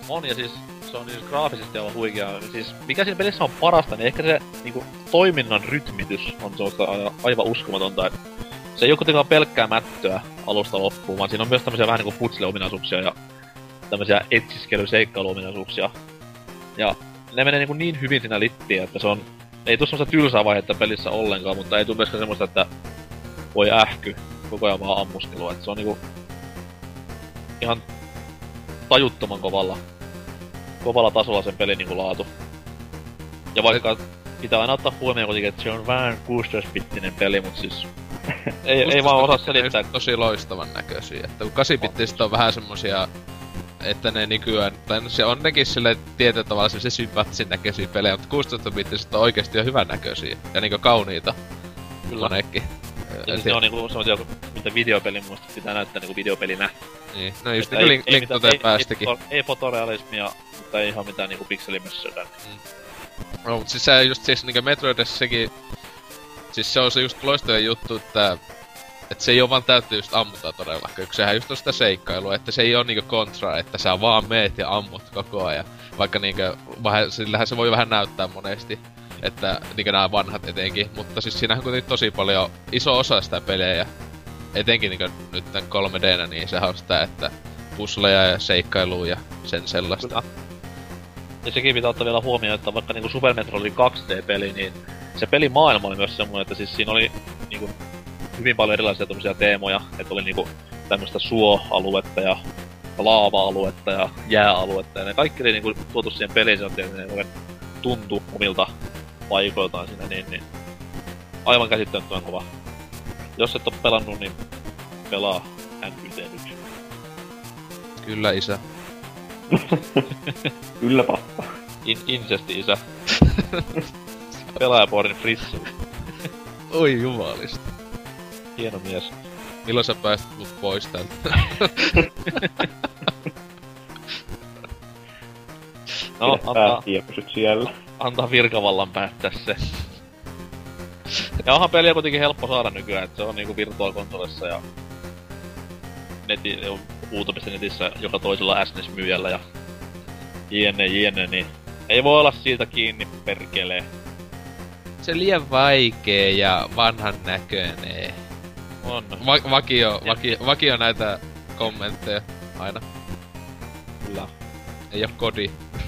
On, ja siis se on siis graafisesti aivan huikea. Siis mikä siinä pelissä on parasta, niin ehkä se niinku toiminnan rytmitys on sellaista aivan uskomatonta. Et se ei oo kuitenkaan pelkkää mättöä alusta loppuun, vaan siinä on myös tämmösiä vähän niinku putsle-ominaisuuksia ja tämmösiä etsiskely-seikkailu-ominaisuuksia. Ja ne menee niinku niin hyvin siinä lippiin, että se on... Ei tuu semmoista tylsää vaihetta pelissä ollenkaan, mutta ei tuu myöskään semmoista, että voi ähky koko ajan vaan ammuskelua. Et se on niinku ihan tajuttoman kovalla tasolla sen pelin niinku laatu. Ja vaikka pitää aina ottaa huomioon kuitenkin, että se on vähän 16-bittinen peli, mut siis... ei vaan osaa selittää. Tosi loistavan näköisiä, että kun 8-bittistä on vähän semmosia... Että ne nykyään, tai se on nekin silleen tietyllä tavalla se sympaattisin näköisiä pelejä, mutta 16-bittiset on oikeesti jo hyvän näköisiä ja niinku kauniita. Kyllä. Monekin. Ja siis ne on niinku semmosia, mitä videopelin muista pitää näyttää niinku videopelinä. Niin, no just niinku Link to the Pastikin. Ei fotorealismia, mutta ei ihan mitään niinku pikselimössötä. No mut siis se just siis niinku Metroidissa sekin... Siis se on se just loistava juttu, että se ei oo vaan täyttä just ammuta todellakaan, kun sehän just on sitä seikkailua, että se ei oo niinku kontra, että sä vaan meet ja ammut koko ajan. Vaikka niinku, sillähän se voi vähän näyttää monesti, että niinku nää vanhat etenkin, mutta siis siinähän on kuitenkin tosi paljon, iso osa sitä pelejä, etenkin niinku nyt tän 3D:nä, niin sehän on sitä, että pusleja ja seikkailua ja sen sellaista. Kyllä. Ja sekin pitää ottaa vielä huomioon, että vaikka niinku Super Metroid 2D-peli, niin se pelimaailma oli myös semmoinen, että siis siinä oli niinku hyvin paljon erilaisia tommosia teemoja, että oli niinku tämmöstä suoaluetta ja laava-aluetta ja jääaluetta, ja ne kaikki oli niinku tuotu siihen peliin, se on tietysti ne tuntu omilta paikoiltaan siinä, niin aivan käsittämättömän kova. Jos et oo pelannut, niin pelaa NQT1. Kyllä isä. Kyllä pappa. Incesti-isä. Pelaajapuorin frissi. Oi jumalista. Hieno mies. Milloin sä pääst mut pois täältä? No, siellä. Antaa virkavallan päättää se. Ja onhan peliä kuitenkin helppo saada nykyään, että se on niinku virtuaalikonsolissa ja huuto.netissä joka toisella SNES-myyjällä ja jne, niin ei voi olla siitä kiinni, perkelee. Se liian vaikee ja vanhan näköinen. On. Vakio näitä kommentteja aina. Kyllä. Ei oo kodi.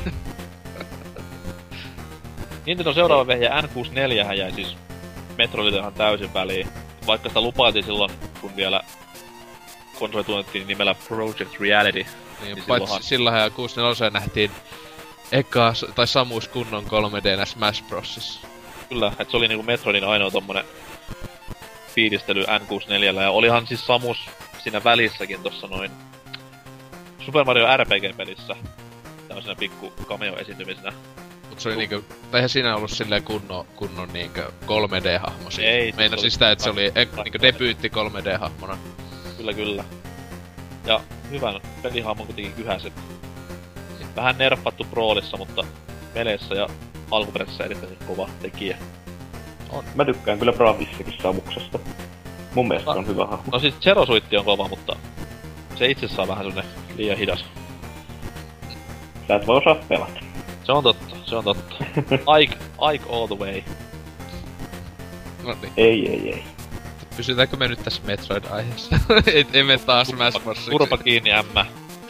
Nintendo seuraava vehjä N64 jäi siis Metroidilta ihan täysin väliin. Vaikka sitä lupailtiin silloin, kun vielä konsoli tunnettiin nimellä Project Reality. Niin paitsi silloinhan 64 nähtiin eka tai Samus kunnon 3D:nä Smash Brosissa. Kyllä, et se oli niinku Metroidin ainoa tommonen fiilistely N64, ja olihan siis Samus siinä välissäkin tossa noin Super Mario RPG-pelissä tämmösenä pikku cameo-esiintymisenä. Mut se oli niinku, tai eihän siinä ollut silleen kunnon niinku 3D-hahmo siinä. Ei, meinasin sitä, että se oli niinku debyytti 3D-hahmona. Kyllä. Ja hyvän pelihahmon kuitenkin kyhäset. Vähän nerfattu Brawlissa, mutta peleissä ja alkuperäisessä erittäin kova tekijä. On. Mä tykkään kyllä Bravissakin Samuksesta. Mun mielestä on hyvä hahmo. No siis Zero Suit on kova, mutta se itsessään on vähän semmonen liian hidas. Sä et voi osaa pelata. Se on totta. Ike all the way. No niin. Ei. Pysytäänkö me nyt tässä Metroid-aiheessa? Ei me taas Smash Bros. Turpa kiinni, ämmä.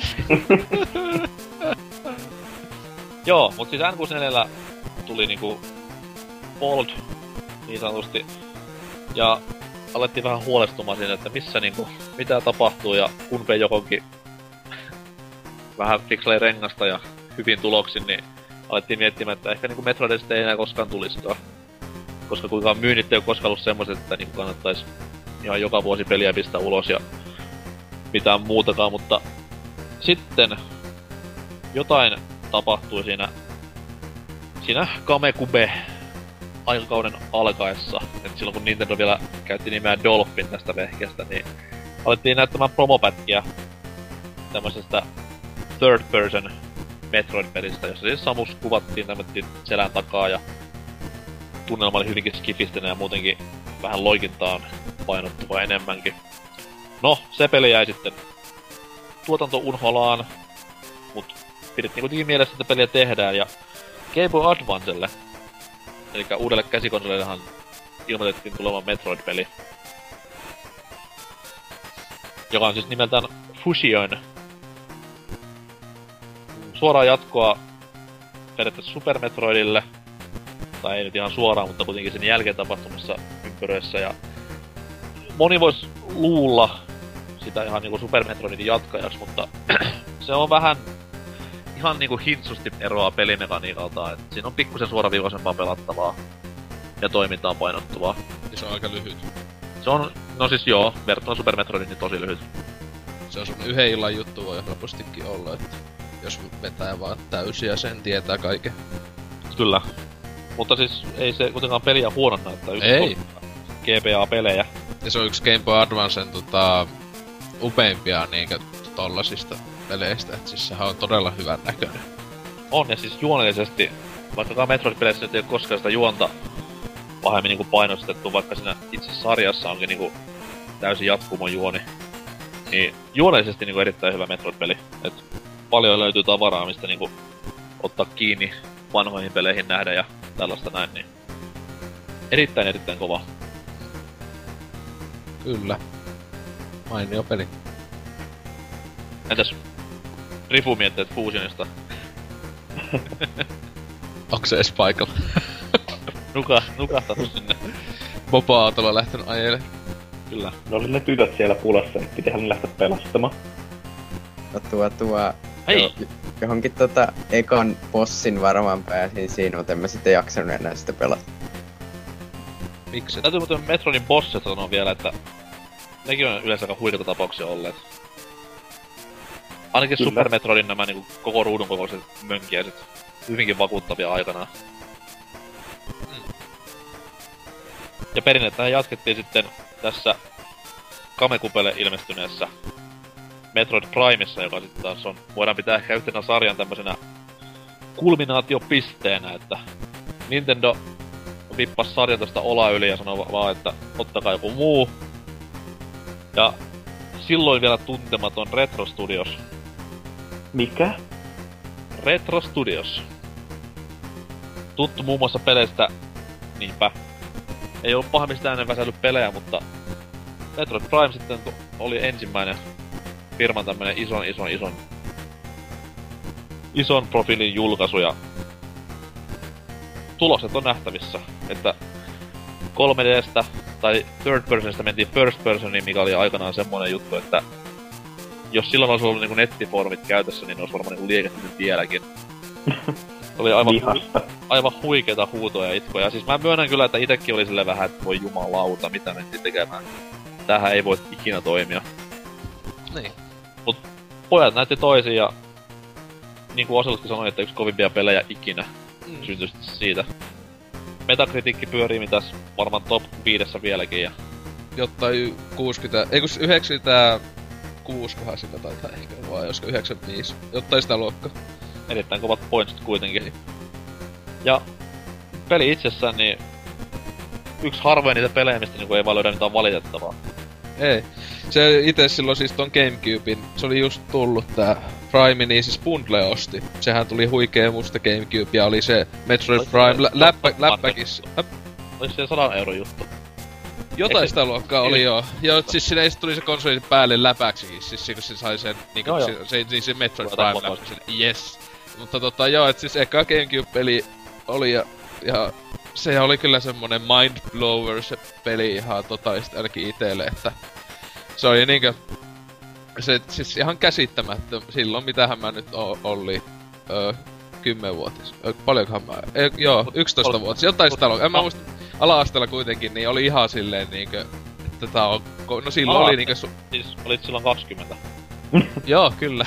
Joo, mut siis N64 tuli niinku bold, niin sanotusti. Ja alettiin vähän huolestumaan siinä, että missä niinku, mitä tapahtuu, ja kun johonkin vähän fikslei rengasta ja hyvin tuloksin, niin alettiin miettimään, että ehkä niinku Metroidista ei enää koskaan tulisikaan. Koska kuinkaan myynnit ei oo koskaan ollut semmoset, että niinku kannattais ihan joka vuosi peliä pistää ulos ja mitään muutakaan, mutta sitten jotain tapahtui siinä Kamekube aikakauden alkaessa. Et silloin kun Nintendo vielä käytti nimeä Dolphin tästä vehkeestä, niin alettiin näyttämään promopätkiä tämmöisestä third person Metroid-pelistä, jossa siis Samus kuvattiin tämmöttiin selän takaa ja tunnelma oli hyvinkin skifistinen ja muutenkin vähän loikintaan painottuva enemmänkin. No, se peli jäi sitten tuotantounholaan, mut pidettiin kuitenkin mielessä, että peliä tehdään, ja Game Boy Advancelle, eli uudelle käsikonsolillehan ilmoitettiin tulevan Metroid-peli, joka on siis nimeltään Fusion. Suoraa jatkoa periaatteessa Super Metroidille, tai ei nyt ihan suoraan, mutta kuitenkin sen jälkeen tapahtumassa ympyröissä, ja moni vois luulla sitä ihan niinku Super Metroidin jatkajaksi, mutta se on vähän ihan niinku hintsusti eroaa pelimekaniikalta, et siinä on pikkusen suoraviivaisempaa pelattavaa ja toimintaan painottuvaa. Ja se on aika lyhyt. Se on, no siis joo, verrattuna Super Metroidin niin tosi lyhyt. Se on semmonen yhden illan juttu voi helpostikin olla, että jos vetää vaan täysiä, sen tietää kaiken. Kyllä. Mutta siis ei se kuitenkaan peliä huononna, että ei. GBA-pelejä. Ja se on yksi Game Boy Advancen upeimpia niinkö tollasista peleistä, et siis sehän on todella hyvän näköinen. On, ja siis juonellisesti, vaikka Metroid-peleissä nyt ei oo koskaan sitä juonta pahemmin niinku painostettu, vaikka siinä itse sarjassa onkin niinku täysin jatkumon juoni. Niin juonellisesti niinku erittäin hyvä Metroid-peli. Et paljon löytyy tavaraa, mistä niinku ottaa kiinni vanhoihin peleihin nähdä ja tällaista näin, niin erittäin kova. Kyllä. Mainio peli. Entäs Rifu mietteet Fusionista? Onko se edes paikalla? Nukahtanut sinne. Mopo-autolla lähtenyt ajele. Kyllä. No oli ne tytöt siellä pulassa, niin pitihän ne lähteä pelastamaan. No Hei! Johonkin ekan bossin varmaan pääsin siinä, mutta en mä sitten jaksanut enää sitä pelata. Miksi? Täytyy muuten Metroidin bossit sanoa vielä, että nekin on yleensä aika huikeita tapauksia olleet. Ainakin Kyllä. Super Metroidin nämä niinku koko ruudun kokoiset mönkiäiset. Hyvinkin vakuuttavia aikanaan. Ja perinnettähän jatkettiin sitten tässä Kamekupelle ilmestyneessä Metroid Primeissa, joka sitten taas on, voidaan pitää ehkä yhtenä sarjan tämmösenä kulminaatiopisteenä, että Nintendo vippas sarjan tosta ola yli ja sanoi vaan, että ottakaa joku muu. Ja silloin vielä tuntematon Retro Studios. Mikä? Retro Studios. Tuttu muun muassa peleistä, niinpä. Ei ollut pahemmin sitä ennen väsäillyt pelejä, mutta Metroid Prime sitten oli ensimmäinen firman tämmönen ison profiilin julkaisu ja tulokset on nähtävissä, että 3D:stä tai third personista mentiin first personiin, mikä oli aikanaan semmonen juttu, että jos silloin olisi ollut niinku nettifoorumit käytössä, niin ne olisi varmaan niinku liikehtynyt vieläkin. Oli aivan huikeeta huutoja ja itkoja. Siis mä myönnän kyllä, että itekin oli silleen vähän, että voi jumalauta, mitä mentiin tekemään. Tämähän ei voi ikinä toimia. Niin. Mut pojat näytti toisiin ja niinku Oselotkin sanoi, että yksi kovimpia pelejä ikinä syntyi siitä. Metakritiikki pyörii mitäs varmaan top 5 vieläkin ja Jottain 60, ei kun 96 kohan sillä taitaa ehkä, vai olisiko 95. Jottain sitä luokkaa. erittäin kovat pointsit kuitenkin. Ja peli itsessään niin yksi harvoin niitä pelejä, mistä niinku ei vaan löydä mitään valitettavaa. Ei. Se ite silloin siis ton Gamecubein, se oli just tullut tää Prime, niin siis bundle osti. Sehän tuli huikee musta Gamecube ja oli se Metroid Prime läppäkissä. Olis se 100 € juttu? Jotain sitä luokkaa oli joo. Joo, siis sinne tuli se konsoli päälle läpäksikin, siis kun se sai sen niinku se Metroid Prime läppäksi. Yes. Mutta joo, et siis eka Gamecube-peli oli ja se oli kyllä semmonen mindblower se peli ihan totaalisesti ainakin itelle, että se oli niinkö se siis ihan käsittämättä silloin mitähän mä nyt oli 10-vuotias. Paljonkohan mä... joo, 11-vuotias. Jotain sitä luokkaa. En mä muista ala-asteella kuitenkin, niin oli ihan silleen niinkö että tää on... No silloin oli niinkö Siis olit silloin 20. Joo, kyllä.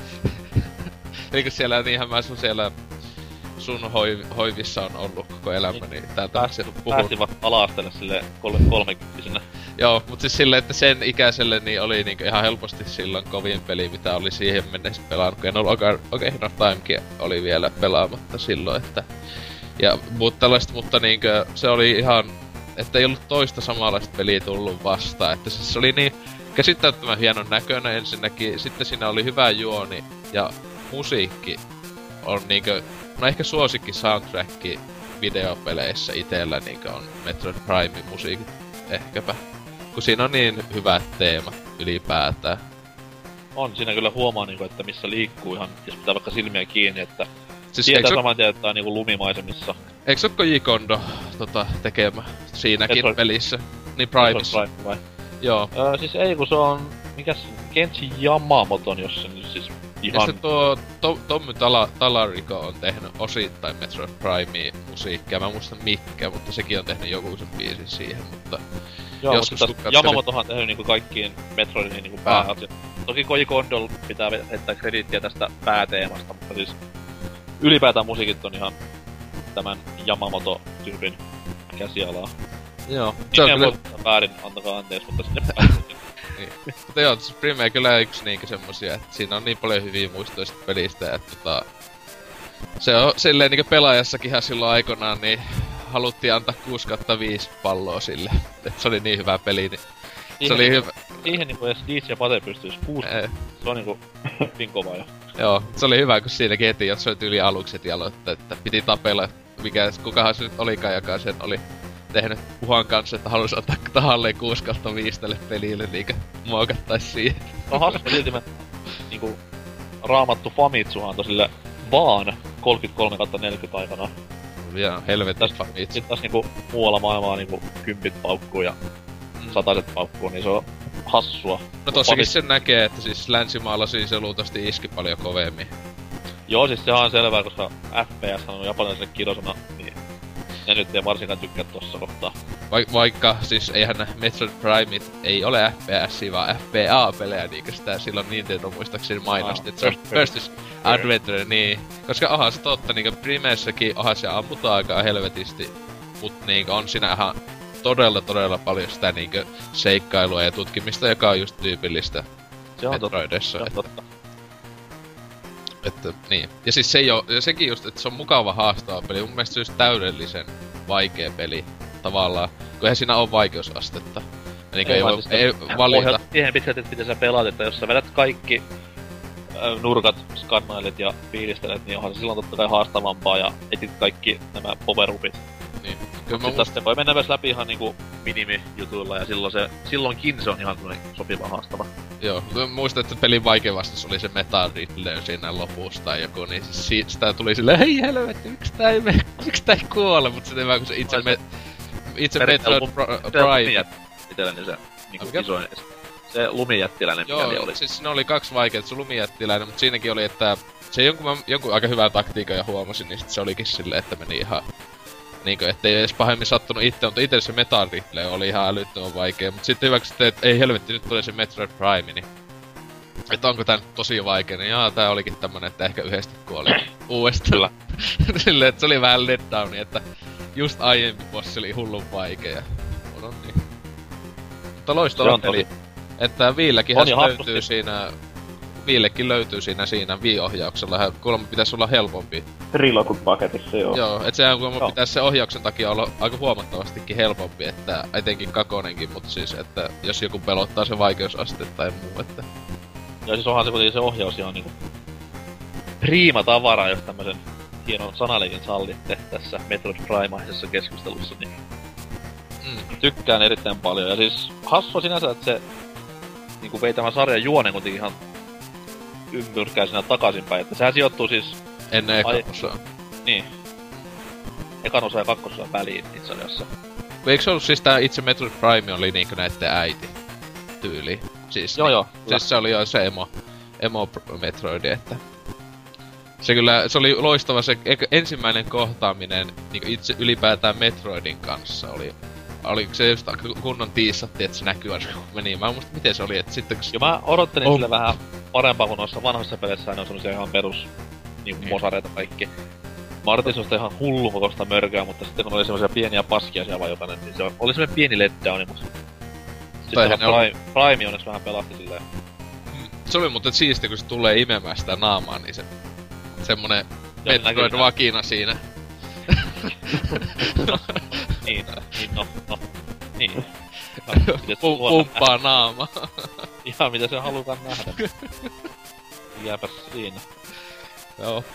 Elikö siellä niinhän mä siellä sun hoivissa on ollut koko elämä, niin täältä se puhun. Pääsivät ala-asteelle silleen 30-vuotiaana. Joo, mut siis silleen, että sen ikäiselle niin oli niinku ihan helposti silloin kovin peli, mitä oli siihen mennessä pelannut. En ollut Ocarina of Timekin oli vielä pelaamatta silloin, että... Ja mutta niinkö se oli ihan... Että ei ollut toista samanlaista peliä tullut vastaan, että siis se oli niin käsittämättömän hienon näköinen ensinnäkin, sitten siinä oli hyvä juoni ja musiikki on niinkö... No ehkä suosikki soundtracki videopeleissä itellä niinkö on Metroid Prime musiikit ehkäpä. Kun siinä on niin hyvät teemat ylipäätään. On, siinä kyllä huomaa niinku, että missä liikkuu ihan, jos pitää vaikka silmiä kiinni, että siis tietää saman tien, että on niinku lumimaisemissa. Eikö se oo Koji Kondo tekemä siinäkin pelissä? Niin Primessa. Vai? Joo. Siis ei kun se on... Mikäs? Kenshi Yamamoton, jos se nyt siis ihan... Ja sitten Tommy Talarico on tehnyt osittain Metroid Primea musiikkia. Mä en muista mikä, mutta sekin on tehnyt joku sen biisin siihen, mutta... Joo, mutta Yamamotohan on tehnyt niinku kaikkiin Metroidin niinku pääasiat. Toki Koji Kondo pitää heittää krediittiä tästä pääteemasta, mutta siis... Ylipäätään musiikit on ihan tämän Yamamoto-tyypin käsialaa. Joo. Se on kyllä... väärin, antakaa anteeksi, mutta sinne pääsin. Niin. Mutta joo, siis Prime kyllä yksi niinkö semmosia, että siinä on niin paljon hyviä muistoja sit pelistä, että se on silleen niinkö pelaajassakinhan silloin aikanaan, niin haluttiin antaa 6/5 palloa sille. Et se oli niin hyvä peli, niin se oli hyvä. Siihen niinku edes Diis ja Pate pystyis 6. Se on niinku hyvin kova jo. Joo, se oli hyvä, kun siinäkin heti, jos se oli tyyli alukset aloittaa, että piti tapella, kukahan se nyt olikaan, joka sen oli tehnyt Puhan kanssa, että halusi ottaa tahalleen 6/5 tälle pelille, niinkö muokattais siihen. No hassu silti mä niinku raamattu Famitsuhan antoi sille vaan 33/40 aikana. Joo, helvetin Famitsu. Sit taas niinku muualla maailmaa niinku 10 paukkuu ja 100 paukkuu, niin se on hassua. No tossakin sen näkee, että siis länsimaalla siis se luultavasti iski paljon kovemmin. Joo, siis sehän on selvää, koska FPS on japanilaiselle kirosana, niin ne nyt ei varsinkaan tykkää tossa kohtaa. Vaikka siis eihän Metroid Primeit ei ole FPS, vaan FPA-pelejä, niinkö sitä silloin Nintendo muistaakseni mainosti, että se on First Adventure, niin. Koska onhan se totta, niinkö Primessäkin onhan se ammutaan aika helvetisti, mut niinkö on siinä ihan todella paljon sitä niinkö seikkailua ja tutkimista, joka on just tyypillistä Metroidessa. Se on totta. Että niin. Ja siis se ei oo, ja sekin just, että se on mukava haastava peli. Mun mielestä se on just täydellisen vaikea peli tavallaan, kun eihän siinä oo vaikeusastetta. Elikkä ei valita. Siihen pitkälti, että miten sä pelaat, että jos sä vedät kaikki nurkat, skannailet ja fiilistelet, niin onhan se silloin totta kai haastavampaa ja etit kaikki nämä power-upit. Niin. Sitten voi mennä myös läpi ihan niinku minimijutuilla ja silloinkin se on ihan sopiva haastava. Joo, muistan, että pelin vaikein vastus oli se Metal Riddler siinä lopussa tai joku, niin siis sitä tuli silleen, hei helvetti, miksi tää ei kuole, mut sitten vaan kun se itse Metroid Prime... Itselläni se niinku isoin, se lumijättiläinen mikäli oli. Siis siinä oli 2 vaikeet, se lumijättiläinen, mut siinäkin oli, että se jonkun aika hyvän taktiikan ja huomasin, niin sit se olikin silleen, että meni ihan... Niinkö, ettei edes pahemmin sattunut itse, mutta itse se Metal Riddle oli ihan älyttömän vaikea. Mut sitten hyväksyttiin, että ei helvetti, nyt tulee se Metroid Prime, niin... Että onko tää nyt tosi vaikea, niin jaa, tää olikin tämmönen, että ehkä yhdesti kuoli uudestaan. Silleen, että se oli vähän letdowni, että just aiempi bossi oli hullun vaikea. On niin. Mutta loistava peli. Että Viillekinhän se löytyy siinä... Viillekin löytyy siinä Wii-ohjauksella. Kuulemma pitäis olla helpompi. Reload-paketissa, joo. Joo, et sehän kuulemma pitäis se ohjauksen takia olla aika huomattavastikin helpompi, että etenkin kakonenkin, mut siis, että jos joku pelottaa se vaikeusaste tai muu, että... Ja siis onhan se kuitenkin se ohjaus ihan niinku... Priima tavara, jos tämmösen hienon sanaleikin sallitte tässä Metroid Prime-aisessa keskustelussa, niin... Tykkään erittäin paljon, ja siis hassua sinänsä, että se... Niinku vei tämän sarjan juonen kuitenkin ihan... ympyrkäisenä takaisinpäin, että sehän sijoittuu siis... Ennen ekan osaa. Niin. Ekan osa ja kakkososan väliin itse asiassa. Eikö se ollut siis tää itse Metroid Prime oli niinkö näitten äiti tyyli? Siis, joo. Siis se oli jo se emo Metroidi, että... Se oli loistava se ensimmäinen kohtaaminen niinku itse ylipäätään Metroidin kanssa oliko se just kunnon tiissatti, että se näkyy aina meni. Mä en muista miten se oli, että sitten kun... Joo, mä odottelin sille vähän parempaa kuin noissa vanhoissa peleissä ne on semmosia ihan perus niinku mosareita kaikki. Mä odotin semmoista ihan hullumokosta mörköä, mutta sitten kun oli semmosia pieniä paskia siellä vaan jokainen, niin se oli semmonen pieni letdowni, mutta... Sitten Prime onneksi vähän pelasti silleen. Se oli muuten siisti, kun se tulee imemään sitä naamaa, niin se... Semmonen Metroid-vakina siinä. Niin. Pumppaa naamaa. Ihan mitä se halukaan nähdä. Jääpäs siinä. Joo.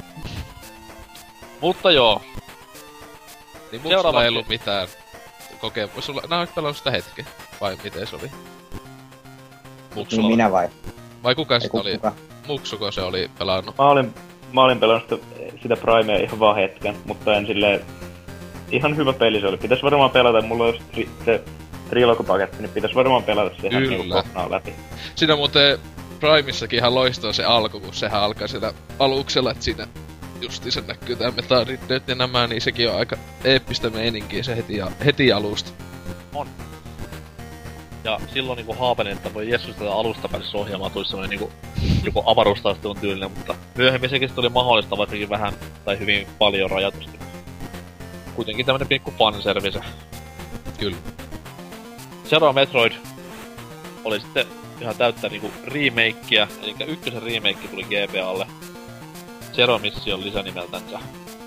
Mutta joo. Niin mut sulla ei ollut mitään kokemus. Nää oot pelannut sitä hetken. Vai miten se oli? Niin minä vai? Vai kuka sitä oli? Muksuko se oli pelannut? Mä olin pelannut sitä Primea ihan vaan hetken, mutta en silleen... Ihan hyvä peli se oli. Pitäis varmaan pelata, mulla on se Trilogo-paketti, niin pitäis varmaan pelata se ihan niinku kokonaan läpi. Siinä muuten Primissakin ihan loistaa se alku, kun sehän alkaa siellä aluksella, et siinä justi se näkyy tää metarit ja nämä, niin sekin on aika eeppistä meininkiä se heti alusta. On. Ja silloin niinku haapelin, että voi jessus tätä alusta pääsisi ohjaamaan tulisi semmonen niinku joku avaruustaistelun tyylinen, mutta myöhemmin sekin tuli mahdollista vaikkakin vähän tai hyvin paljon rajatusti. Kuitenkin tämmönen pikku fanservice. Kyllä. Seuraava Metroid oli sitten ihan täyttä niinku remakeä, eli ykkösen remake tuli GBAlle. Zero Mission lisänimeltänsä.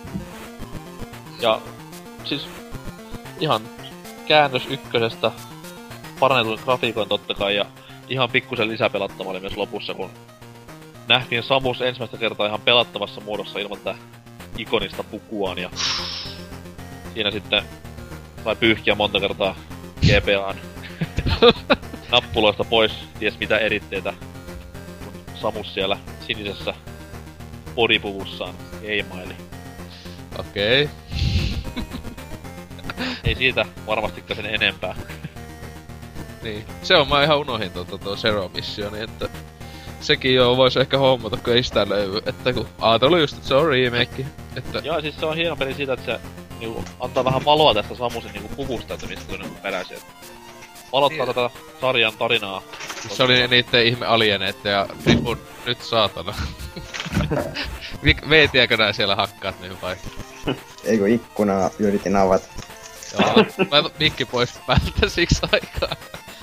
Ja siis ihan käännös ykkösestä, parannetun grafiikoin totta kai, ja ihan pikkusen lisäpelattava oli myös lopussa, kun nähtiin Samus ensimmäistä kertaa ihan pelattavassa muodossa ilman tätä ikonista pukuaan, ja siinä sitten sai pyyhkiä monta kertaa GBAn nappuloista pois, ties mitä eritteitä, kun Samus siellä sinisessä bodypuvussaan eimaili. Okei. Ei siitä varmastikaan sen enempää. Niin. Se on, mä ihan unohin tuo Zero Missioni, että sekin joo vois ehkä hommata, kun ei sitä löydy. Että kun ajatellut just, että se on remake. Että... Joo, siis se on hieno peli siitä, että se niinku antaa vähän valoa tästä Samusin niinku puvusta, että mistä se on niinku peräisin. Valottaa tätä sarjan tarinaa. Se oli niitten ihme alieneet ja nyt saatana. Veetiäkö nää siellä hakkaat niin vai? Eikö ikkunaa yritin avata? Joo, laita mikki pois päältä siksi aikaa.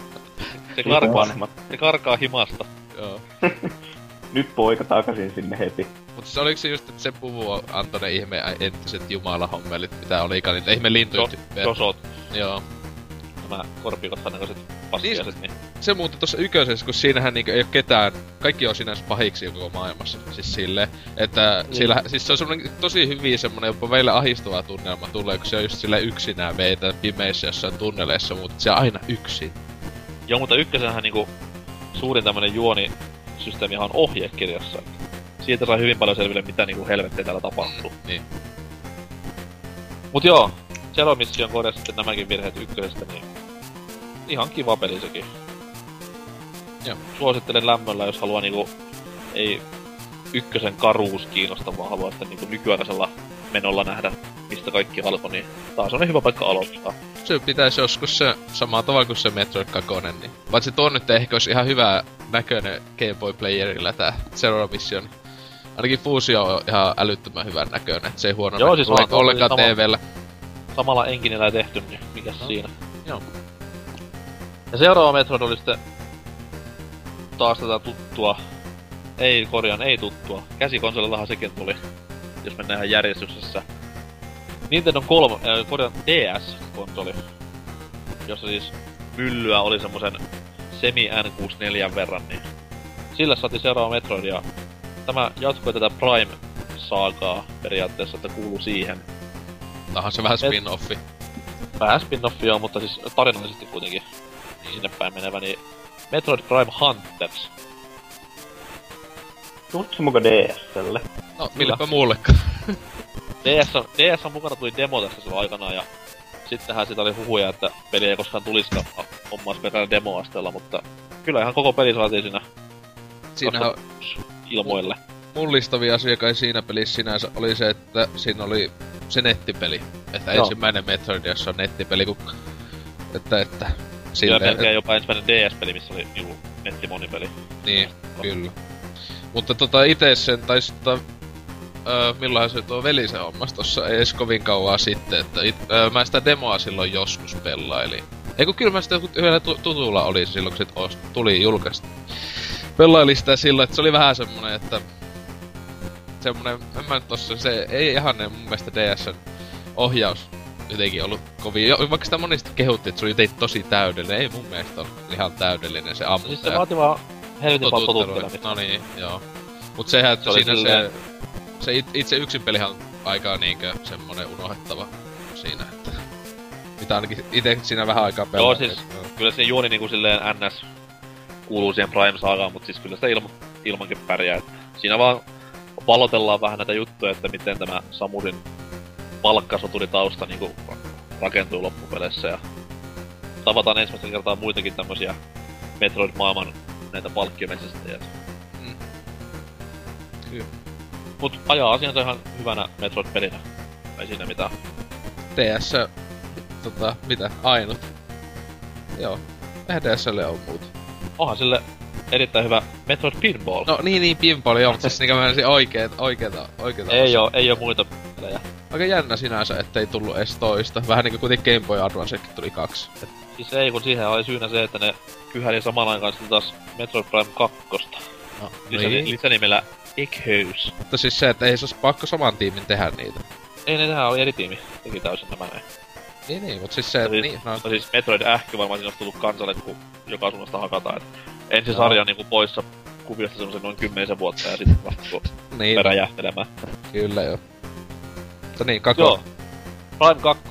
Se karkaa himasta. Joo. Nyt poika takaisin sinne heti. Mut siis oliks se just, että se puvu antoi ne ihme entiset jumalahommelit, mitä olikaan niitä ihme lintutyppejä? Josot. Joo. Nämä korpikothan näköiset paskiaiset, niin... Se muuten tossa yköisessä, kun siinähän niinku ei oo ketään, kaikki on sinänsä pahiksi koko maailmassa. Siis silleen, että sillä, siis se on semmonen tosi hyvin semmonen jopa meille ahistava tunnelma tulee, kun se on just silleen yksinään veitä pimeissä jossain tunneleissa, mutta se on aina yksin. Joo, mutta ykkösenhän niinku suurin tämmönen juonisysteemihan on ohjekirjassa. Siitä saa hyvin paljon selville, mitä niinku helvettiä täällä tapahtuu. Niin. Mut joo, Zero Mission korjasi sitten nämäkin virheet ykkösestä, niin ihan kiva peli sekin. Joo. Suosittelen lämmöllä, jos haluaa niinku, ei ykkösen karuus kiinnosta, vaan haluaa sitten niinku nykyaikaisella menolla nähdä, mistä kaikki alkoi, niin taas on hyvä paikka aloittaa. Se pitäisi joskus se samalla tavalla kuin se Metroid 2, niin... Paitsi tuo nyt ehkä olisi ihan hyvä näköinen Game Boy Playerillä tää Zero Mission. Ainakin Fusio on ihan älyttömän hyvän näköinen, et se ei huono joo, siis ollenkaan TV:llä. Samalla enginellä tehty, niin mikäs siinä. Joo. Ja seuraava Metroid oli sitten taas tätä tuttua, ei tuttua. Käsikonsolillahan sekin tuli, jos mennään ihan järjestyksessä. Nintendo DS-konsoli, jossa siis myllyä oli semmosen semi N64 verran, niin sillä saatiin seuraava Metroid, ja tämä jatkoi tätä Prime-saagaa periaatteessa, että kuuluu siihen. Tämähän se vähän spin-offi. Vähän spin-offi joo, mutta siis tarinallisesti kuitenkin sinne päin menevä, niin Metroid Prime Hunters. Tuutko se muka DS:lle? No, milläpä muullekaan. DS on mukana tuli demo tästä silloin aikanaan, ja sittenhän siitä oli huhuja, että peli ei koskaan tuliskaan hommaa pelkällä demoasteella, mutta kyllä ihan koko peli saatiin siinä ilmoille. Mullistavia asia kai siinä pelissä sinänsä oli se, että siinä oli se nettipeli. Että ensimmäinen Metroid, jossa on nettipeli, kun... Että... Kyllä melkein jopa ensimmäinen DS-peli, missä oli niinku nettimonipeli. Niin, kyllä. Mutta ite sen taisi milloinhan se tuo veli se hommas tossa, ei edes kovin kauan sitten, että mä sitä demoa silloin joskus pelailin. Eiku kyllä mä sitä yhdellä tutulla oli silloin, kun se tuli julkaista. Pelailin sitä silloin, että se oli vähän semmonen, että... Semmonen, se ei ihanen mun mielestä DS:n ohjaus jotenkin ollut kovin, vaikka sitä monesti kehuttiin, että se oli tosi täydellinen, ei mun mielestä ole ihan täydellinen se ammunta. Siis se vaatii vaan helvetin paljon totuttelemista. No niin, joo. Mut sehän, että se siinä se se itse yksin pelihan on aika niinkö semmonen unohdettava siinä, että... Mitä ainakin ite siinä vähän aikaa pelaa. Joo, siis kyllä se juoni niinku silleen NS kuuluu siihen Prime-saagaan, mut siis kyllä sitä ilmankin pärjää, että siinä vaan valotellaan vähän näitä juttuja, että miten tämä Samurin palkkasoturitausta niinku rakentuu loppupeleissä ja tavataan ensimmäistä kertaa muitakin tämmösiä Metroid-maailman näitä palkkiometsästäjiä. Kyllä. Mut ajaa asiansa ihan hyvänä Metroid-pelinä. Ei siinä mitään. DS... mitä? Ainut. Joo. Eihän DS:lle oo muuta. Onhan sille erittäin hyvä Metroid Pinball. No niin, Pinball joo, mutta siis niinkö mä menisin oikeeta Ei oo muita pelejä. Aika jännä sinänsä, ettei tullu edes toista. Vähän niinku kuitenkin Game Boy Advancekin tuli 2. Siis ei, kun siihen oli syynä se, että ne kyhäli samaan aikaan sitten taas Metroid Prime 2. No, Lisänimellä Echoes. Mutta siis se, että ei se olisi pakko saman tiimin tehdä niitä. Ei, nehän oli eri tiimi. Teki täysin nämä näin. Niin, mut siis se, siis, niin, no. Siis Metroid Ähky varmaan siinä olisi tullut kansalle, kun joka suunnasta hakataan, et ensi sarja niinku poissa kuviosta semmosen noin 10 vuotta ja sitten vasta niin. peräjähtelemään. Kyllä joo. Mutta niin, Kako. Joo. Prime 2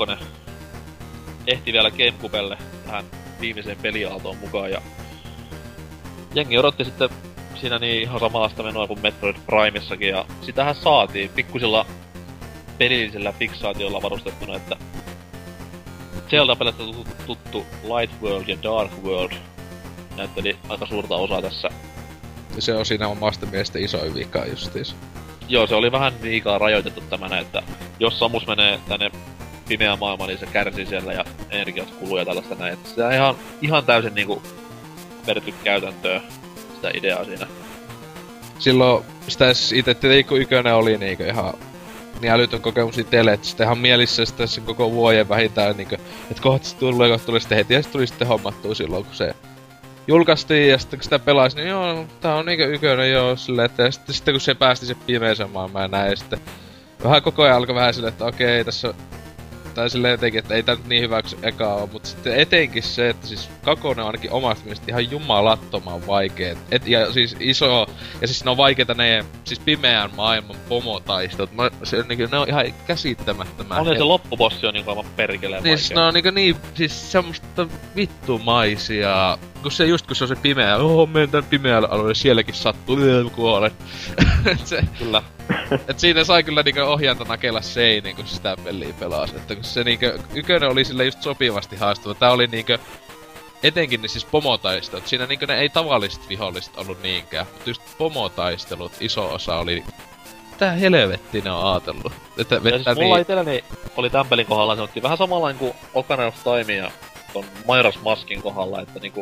ehti vielä Gamecubelle tähän viimeiseen peliaaltoon mukaan ja jengi odotti sitten siinä niin ihan samanlaista menoa kuin Metroid Primessakin ja sitähän saatiin pikkusilla pelillisellä fiksaatiolla varustettuna, että Zelda-pelistä tuttu Light World ja Dark World näytteli aika suurta osaa tässä. Ja se on siinä omasta mielestä isoin vika justiis. Joo, se oli vähän liikaa rajoitettu tämänä, että jos Samus menee tänne pimeään maailmaan, niin se kärsii siellä ja energiat kuluu ja tällaista näin. Että sitä ihan täysin niinku vedetty käytäntöön sitä ideaa siinä. Silloin sitä ite tietenkin kun ykönen oli niinku ihan niin älytön kokemus itelle, että sitten ihan mielissä sitä sen koko vuoden vähintään niinku, että kohta se tuli sitten heti ja se tuli sitten hommattua silloin kun se julkaistiin ja sitten kun sitä pelasi, niin joo, tää on niinkö ykönen joo silleen, että ja sitten kun se päästi se pimeeseen maailmaan ja näin ja sitten vähän koko ajan alkoi vähän silleen, että okei tässä tai silleen jotenkin, että ei tää nyt niin hyväksi eka oo, mut sitten etenkin se, että siis Kakonen on ainakin omasta mielestä ihan jumalattoman vaikeet. Ja siis iso, ja siis ne on vaikeeta ne, siis pimeän maailman pomotaistot. Ne on ihan käsittämättömän. Se loppubossi on niinku aivan perkeleen niin, vaikea. Ne on niin, siis semmoista vittumaisia. Kun se on se pimeä, menen tän pimeälle alueelle, sielläkin sattuu, kuolen. Kyllä. Et siinä sai kyllä niinku ohjantana kela seiniin, kun sitä peliä pelasi. Että kun se niinku, ykönen oli sille just sopivasti haastava. Tää oli niinku, etenkin ne siis pomotaistelut. Siinä niinku ne ei tavalliset viholliset ollut niinkään. Mutta just pomotaistelut, iso osa oli... Tää helvetti ne on aatellut. Että ja siis mulla itselläni oli tän pelin kohdalla sanottiin vähän samanlainen kuin Ocarina of Time ja ton Majora's Maskin kohdalla, että niinku...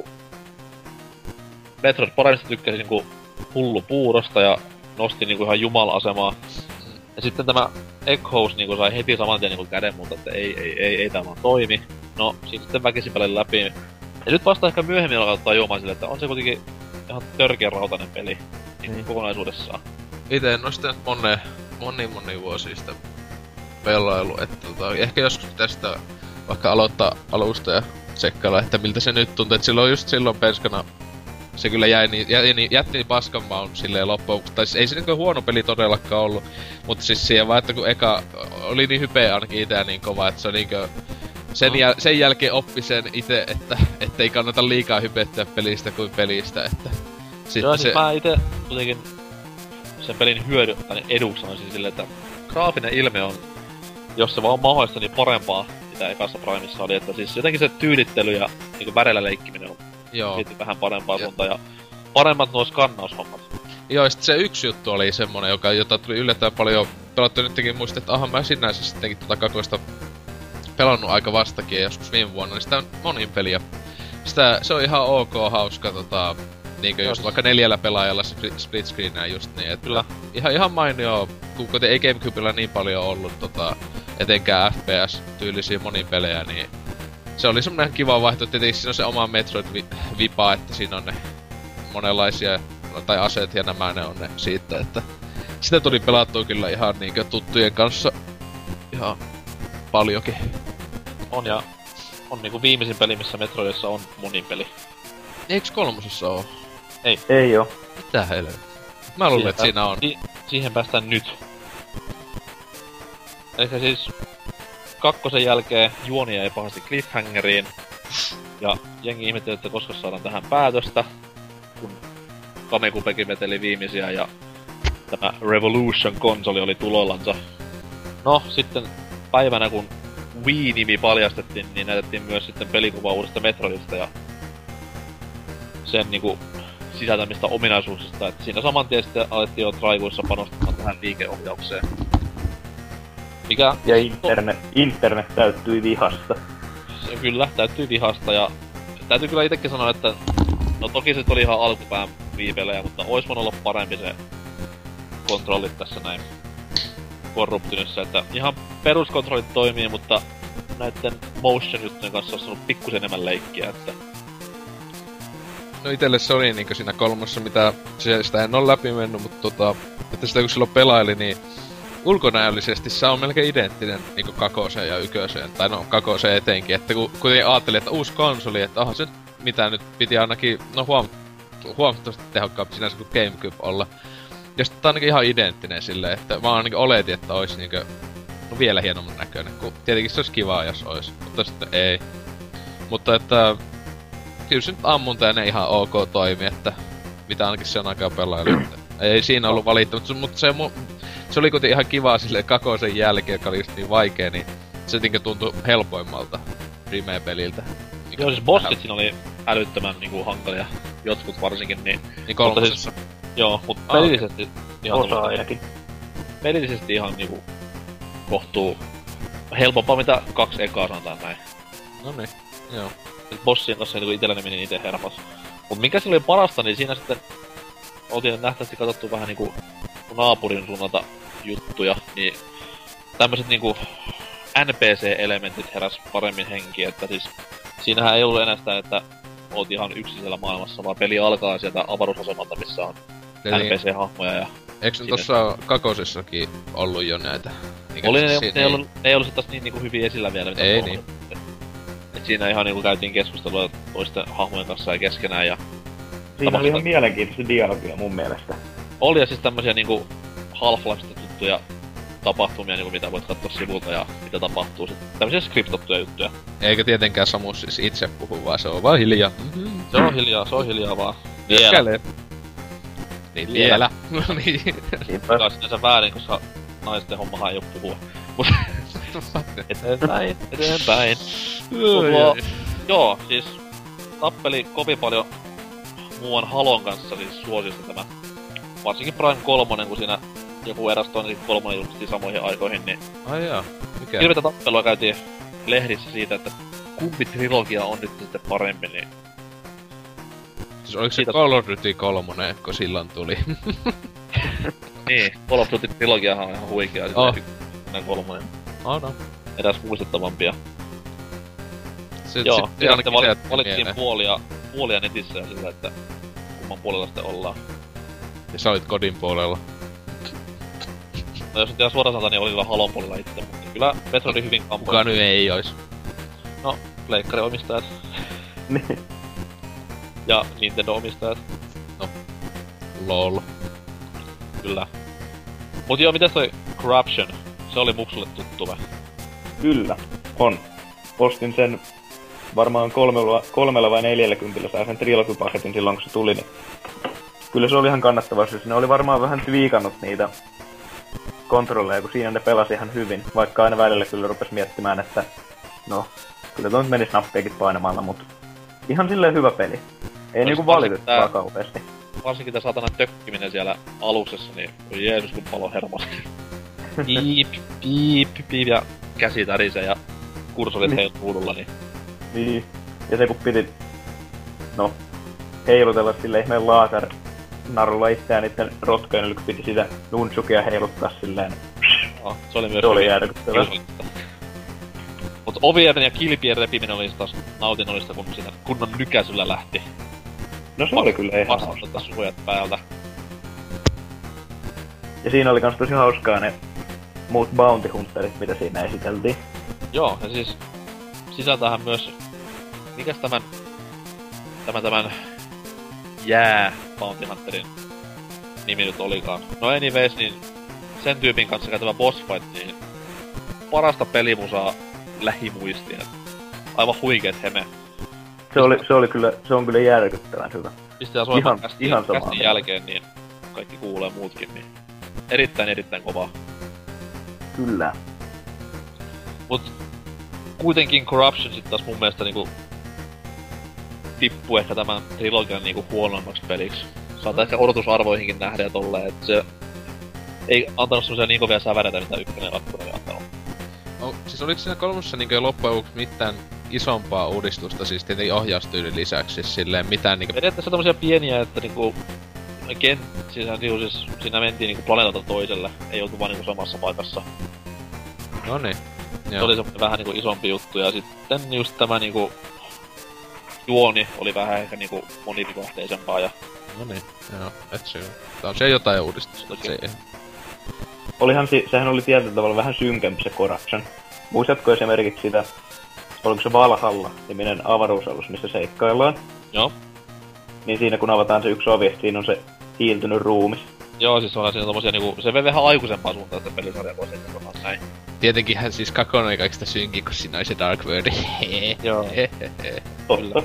Metroid Primesta tykkäsi niinku hullu puurosta ja nosti niinku ihan jumala-asemaa. Ja sitten tämä Echoes niinku sai heti saman tien niinku käden multa, että ei tää vaan toimi. No, sitten väkisin pelin läpi. Ja nyt vasta ehkä myöhemmin alkaa tajuamaan sille, että on se kuitenkin ihan törkeä rautainen peli. Niin kokonaisuudessaan. Ite en oo sitä moni vuosia sitä pelailu, että ehkä joskus tästä vaikka aloittaa alusta ja tsekkailla, että miltä se nyt tuntuu, että silloin penskana se kyllä jätti niin paskan maun silleen loppuun, tai siis ei se niinku huono peli todellakaan ollut, mutta siis siihen vaan, että kun eka oli niin hypeä ainakin ite niin kova, että se niinku sen jälkeen oppi sen ite, että ei kannata liikaa hypettyä pelistä kuin pelistä, että joo, siis mä ite kuitenkin sen pelin eduksi sanoisin silleen, että graafinen ilme on, jos se vaan on mahdollista, niin parempaa, mitä ekassa Primessa oli, että siis jotenkin se tyylittely ja niinku värellä leikkiminen on vähän parempaa suuntaan ja paremmat nuo skannaushommat. Joo, ja sit se yksi juttu oli semmonen, jota tuli yllättävän paljon pelattu nytkin muistin, että mä sinänsä sittenkin Kakoista pelannut aika vastakin joskus viime vuonna, niin sitä on monin peliä. Se on ihan ok, hauska niinkö just vaikka 4 pelaajalla split screenää just niin, että kyllä ihan mainio, kun ei Gamecubella niin paljon ollut etenkään FPS-tyylisiä monin pelejä, niin se oli semmonen kiva vaihtoehto, tietenkin siinä on se oma Metroid-vipa, että siinä on ne monenlaisia, tai aseet ja nämä ne on ne siitä, että sitä tuli pelattua kyllä ihan niinkö tuttujen kanssa ihan paljonkin. On niinku viimeisin peli, missä Metroidissa on monin peli. Eiks 3 oo? Ei oo. Mitä helvettiä? Mä luulen, että siinä on. Siihen päästään nyt. Elikkä siis kakkosen jälkeen juoni jäi pahasti cliffhangeriin. Ja jengi ihmetteli, että koska saadaan tähän päätöstä, kun Kamekupeki veteli viimeisiä ja tämä Revolution-konsoli oli tulollansa. No, sitten päivänä kun Wii-nimi paljastettiin, niin näytettiin myös sitten pelikuva uudesta Metroidista ja sen niinku sisältämistä ominaisuuksista. Et siinä saman tien sitten alettiin jo traikuissa panostamaan tähän liikeohjaukseen. Mikä... Ja internet täyttyi vihasta. Se kyllä, täyttyi vihasta ja... Täytyy kyllä itekin sanoa, että... No toki se oli ihan alkupään Wii-pelejä, mutta ois voinut olla parempi se kontrollit tässä näin Corruptionissa, että ihan peruskontrollit toimii, mutta näitten motion-juttujen kanssa olisi ollut pikkusen enemmän leikkiä, että... No itelle se oli niinkö siinä kolmossa, mitä sitä en oo läpi mennyt, mutta että sitä kun silloin pelaili, niin ulkonäöllisesti se on melkein identtinen niinku kakoseen ja yköseen, tai no kakoseen etenkin, että kun ajattelin, että uusi konsoli, että aha se mitä nyt piti ainakin, no huomattavasti tehokkaampi sinänsä kuin GameCube olla. Ja sitten tää on ainakin ihan identtinen silleen, että mä ainakin oletin, että ois niinkö, no vielä hienomman näköinen, kun tietenkin se ois kivaa jos ois, mutta sitten ei. Mutta että, kyllä se nyt ammunta ja ne ihan ok toimi, että mitä ainakin se on aikaa pelailu. Ei siinä ollut valittu, mutta se oli kuitenkin ihan kivaa silleen kakosen jälkeen, joka oli just niin vaikee, niin se niinkö tuntui helpoimmalta Rime-peliltä. Joo, siis bossit siinä oli älyttömän niinku hankalia, jotkut varsinkin, niin... Niin kolmosessa. Siis, joo, mut pelillisesti ihan... Osa ainakin. Pelillisesti ihan niinku... kohtuu... helpompaa mitä 2 ekaa sanotaan näin. Noniin, joo. Et bossien kanssa niinku itselläni meni ite herpas. Mut mikä sillä oli parasta, niin siinä sitten... Oltiin nähtävästi katsottu vähän niinku... naapurin suunnalta juttuja, niin... Tämmöset niinku... NPC-elementit heräs paremmin henkiä, että siis... Siinähän ei ollut enää sitä, että oot ihan yksin siellä maailmassa, vaan peli alkaa sieltä avaruusasemalta, missä on NPC-hahmoja ja... Eiks ne tossa kakosessakin ollu jo näitä? Oli ne, mutta ne ei ollut taas niin niinku hyvin esillä vielä, mitä ei niin. Et siinä ihan niinku käytiin keskustelua toisten hahmojen kanssa ja keskenään ja... Siinä oli ihan mielenkiintoista dialogia mun mielestä. Oli ja siis tämmösiä niinku Half-Lifesta tuttuja tapahtumia, niinku mitä voit katsoa sivulta ja mitä tapahtuu. Sitten tämmösiä skriptattuja juttuja. Eikä tietenkään Samus siis itse puhu, vaan se on vaan hiljaa. Se on hiljaa vaan. Vielä. Niin vielä. Niin. Mikä on sinänsä väärin, koska naisten hommahan ei oo puhua. Mut... eteenpäin. Joo, siis tappeli kovin paljon muuan Halon kanssa siis suosiosta tämä. Varsinkin Prime 3, kun siinä joku eräs toinen 3 julkaistiin samoihin aikoihin, niin... Ai jaa, mikä? Hirveetä tappelua käytiin lehdissä siitä, että kumpi trilogia on nyt sitten parempi, niin... Siis oliko se Call of Duty 3, kun silloin tuli? Niin, Call of Duty trilogiahan on ihan huikea, sitten 3. No. Eräs muistettavampia. Sit joo, siinä sitten valittiin puolia netissä ja sillä, että kumman puolella sitten ollaan. Ja sä olit kodin puolella. No jos nyt ihan suoraan sanotaan, niin oli kyllä Halon puolella itse, mutta kyllä Metroid hyvin kampoja. Kuka nyt ei ois? No, Pleikkari-omistajat. Niin. Ja Nintendo-omistajat. No, lol. Kyllä. Mut joo, mitäs toi Corruption? Se oli muksulle tuttu vai? Kyllä, on. Ostin sen varmaan 3 vai 40 sai sen trilogipaketin silloin kun se tuli, niin kyllä se oli ihan kannattava. Siis ne oli varmaan vähän twiikannut niitä kontrolleja, kun siinä ne pelasi ihan hyvin. Vaikka aina välillä kyllä rupes miettimään, että no, kyllä toi nyt menis nappiakin painamalla, mut ihan silleen hyvä peli. Ei niinku valitettavaa kauheesti. Varsinkin tää satana tökkiminen siellä aluksessa, niin Jeesus kun palo hermos. Piip, piip, piip ja käsi tärisee ja kursorit heilut ruudulla, niin... Niin, ja se kun piti, no, heilutella sille ihmeen narulla itseään niitten rotkojen, eli kun piti sitä nunchukia heiluttaa silleen. Se oli myös... Se oli järkyttävää. Mut ovien ja kilpien repiminen oli taas nautinnollista, kun siinä kunnon nykäisyllä lähti. No se oli kyllä ihan hauska. Suojat päältä. Ja siinä oli kans tosi hauskaa ne muut bounty hunterit, mitä siinä esiteltiin. Joo, ja siis sisältähän myös... Mikäs tämän bounty hunterin nimi nyt olikaan? No anyways, niin sen tyypin kanssa käytävä boss fight, niin parasta pelimusaa lähimuistiin. Aivan huikeet heme. Se on kyllä järkyttävän hyvä. Pistää soimaan ihan kästin jälkeen, niin kaikki kuulee muutkin, niin erittäin kovaa. Kyllä. Mut kuitenkin Corruption sit taas mun mielestä niinku tippuu ehkä tämän trilogian niinku huonommaksi peliksi. Saattaa ehkä odotusarvoihinkin nähdä ja tolleen, et se ei antanut semmosia niin kovia säväreitä, mitä 1 ja 2 oli antanut. Siis oliko siinä 3 niinku loppujen lopuksi mitään isompaa uudistusta, siis tietenkin ohjaustyylin lisäksi, siis silleen mitään niinku... Periaatteessa tommosia pieniä, että niinku... Siis siinä mentiin niinku planeetalta toiselle, ei oltu vaan niinku samassa paikassa. Noniin. Se oli semmonen vähän niinku isompi juttu, ja sitten just tämä niinku... Juoni oli vähän ehkä niinku monivivahteisempaa ja... Noniin, joo, et se... Tää on se jotain uudistusta, se... Sehän oli tietyllä tavalla vähän synkempi se Corruption. Muistatko esimerkiksi sitä, oliko se Valhalla-niminen avaruusalus, missä seikkaillaan? Joo. Niin siinä kun avataan se yksi ovi, siinä on se hiiltynyt ruumis. Joo, siis onhan siinä tommosia niinku, se vei vähän aikuisempaa suuntaan sitä pelisarjaa voisi sanoa näin. Tietenkin siis kakkonen oli kaikista synkin, kun siinä oli se Dark World. Joo. Totta.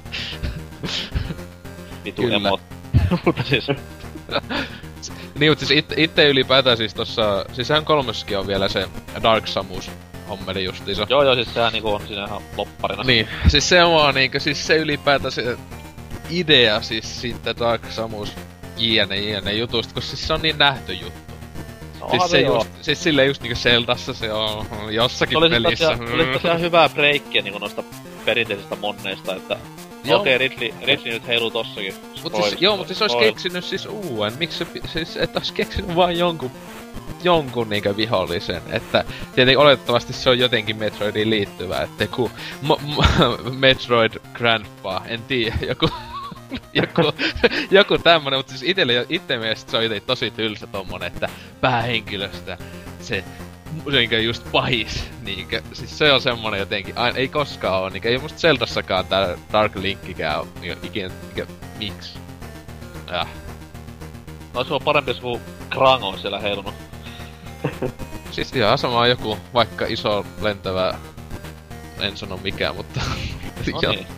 Vitu emot. Mutta siis... Niin, mutta siis itte ylipäätään siis tossa... Siis sehän 3:ssakin on vielä se Dark Samus hommeli justiinsa. Joo, siis sehän niinku on siinä ihan lopparina. Niin, siis se on vaan niinku, siis se ylipäätään se idea siis siitä Dark Samus jne jutusta, koska siis se on niin nähty juttu. Siis se just, siis silleen just niinku Zeldassa se on jossakin pelissä. Oli tosiaan hyvää breikkiä niinku noista perinteisistä monneista, että... Okei, Ridley nyt heiluu tossakin. Mut siis ois keksinyt siis uuden. Miksi se siis et ois keksinyt vaan jonkun niinkö vihollisen, että tietenkin oletettavasti se on jotenkin Metroidiin liittyvä, että kun Metroid Grandpa, en tiedä, joku tämmönen, mutta siis itte mielestä se on jotenkin tosi tylsä tommonen, että päähenkilöstä se niinkö just pahis, niinkö, siis se on semmonen jotenkin, ei koskaan oo, niinkö, ei musta Zeldassakaan tää Dark Linkikään ikinä, niinkö, miksi? Ois oo parempi, kun Krang on siellä heilunut. Siis ihan sama joku, vaikka iso lentävä, en sano mikään, mutta... No niin.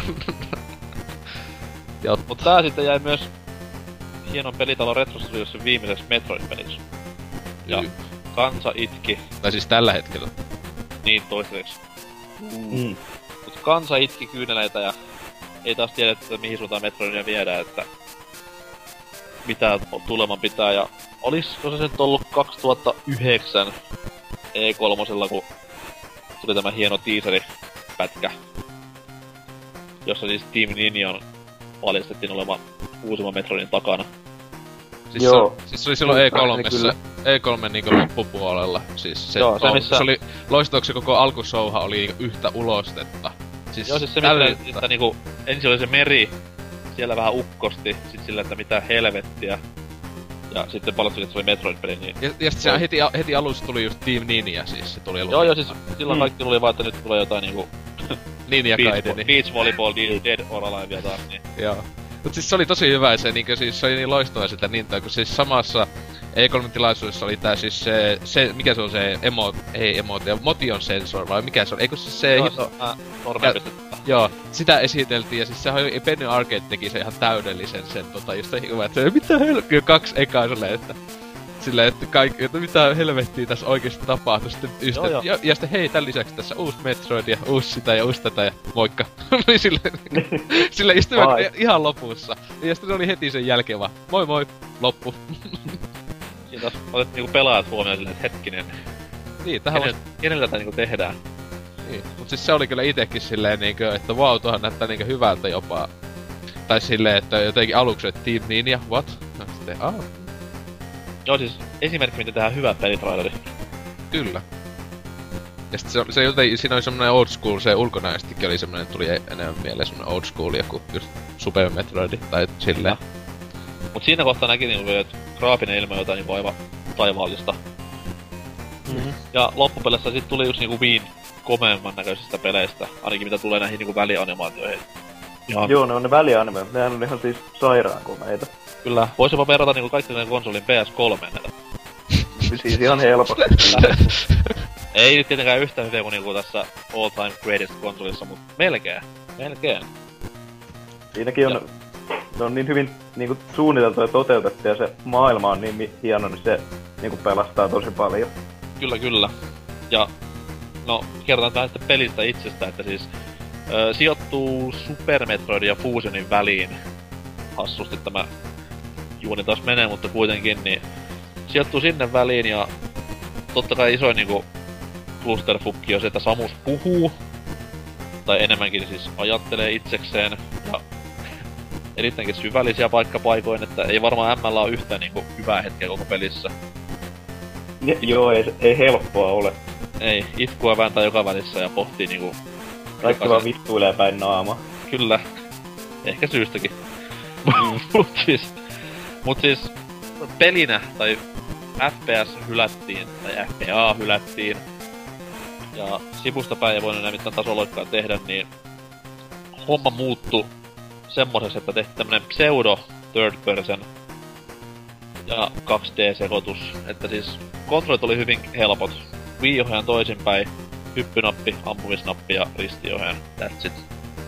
Mut tää sitten jäi myös hienon pelitalon Retro Studiosin viimeiseksi Metroid-peliksi. Ja kansa itki. Tai siis tällä hetkellä. Niin, toistaiseksi. Mut kansa itki kyyneleitä ja ei taas tiedä, että mihin suuntaan Metroidia viedään, että mitä tuleman pitää. Ja olisiko se nyt ollut 2009 E3, kun tuli tämä hieno teaseripätkä, jossa siis Team Ninjan paljastettiin olevan uusimman Metroidin takana. Siis joo. Siis se oli silloin E3 niinku loppupuolella. Siis se, joo, se oli loistavaksi koko alkusouha oli niinku yhtä ulostetta. Siis joo, siis se että niinku ensin oli se meri, siellä vähän ukkosti, sit sillä että mitä helvettiä. Ja sitten paljastui, että se oli Metroid-peli, niin... Ja sit se heti alussa tuli just Team Ninja, siis se tuli joo, siis silloin kaikki tuli vaan, että nyt tulee jotain niinku... Ninja Gaideni. Beach Volleyball, Dead or Alive taas, niin... Joo. Mut siis se oli tosi hyvä se niinkö siis se oli niin loistava sitä Nintoa, kun siis samassa E3-tilaisuudessa oli tää siis se mikä se on se motion sensor vai mikä se on? Eikö siis se... Joo, sitä esiteltiin ja siis sehän oli Penny Arcade teki se ihan täydellisen sen just hyvä, että mitä helvettiä 2 ekaa silleen, että kaikki, että mitä helvettiä tässä oikeesti tapahtuu sitten ja sitten hei, tän lisäksi tässä uusi Metroid ja uusi sitä ja uusi tätä ja moikka. Niin silleen istuivat ihan lopussa. Ja sitten oli heti sen jälkeen vaan moi moi, loppu. Siinä taas otettiin niinku pelaajat huomioon silleen, että hetkinen. Niin, tähän kenellä tätä niinku tehdään? Niin, mut siis se oli kyllä itekin silleen niinkö, että vau, tuohan näyttää niinkö hyvältä jopa. Tai silleen, että jotenkin aluksi, että Team Ninja, what? No sitten, joo, siis esimerkki, miten tehdään hyvä pelitraileri. Kyllä. Ja sit se jotenkin, siinä oli semmonen old school, se ulkonäöstikin oli semmonen, tuli enemmän mieleen semmonen old school joku just Super Metroid tai silleen. Mut siinä kohtaa näki niinku, että graafinen ilme on jotain niinku aivan taivaallista. Ja loppupeleissä sit tuli just niinku Wiin komeemman näköisistä peleistä, ainakin mitä tulee näihin niinku välianimaatioihin. Joo, ne on ne välianimeet, nehän on ihan siis sairaan komeita. Kyllä, vois jopa verrata niinku kaikki konsolin PS3 näitä. Siis ihan helposti. Ei nyt tietenkään yhtä hyviä kuin niinku tässä All Time Greatest konsolissa, mut melkein. Melkein. Siinäkin on, se on niin hyvin niinku suunniteltu ja toteutettu ja se maailma on niin hieno, niin se niinku pelastaa tosi paljon. Kyllä, kyllä. Ja no, kerrotaan vähän sitten pelistä itsestä, että siis sijoittuu Super Metroidin ja Fusionin väliin. Hassusti tämä juoni taas menee, mutta kuitenkin, niin sijoittuu sinne väliin ja totta kai isoin niinku clusterfukki on se, että Samus puhuu. Tai enemmänkin siis ajattelee itsekseen ja erittäinkin syvällisiä paikkapaikoin, että ei varmaan ML ole yhtään niinku hyvää hetkeä koko pelissä. Joo, ei helppoa ole. Ei, itkua vääntää joka välissä ja pohtii niinku... Kaikki vaan vittuilee päin naama. Kyllä. Ehkä syystäkin. Mut siis pelinä tai FPS hylättiin, tai FPA hylättiin. Ja sivusta päin ei voinut enää mitään tasoloikkaa tehdä, niin homma muuttui semmoisessa, että tehtiin tämmönen pseudo third person ja 2D-sekoitus. Että siis kontrollit oli hyvin helpot. Wii-ohjaan toisinpäin, hyppynappi, ampumisnappi ja ristiohjaan. That's it.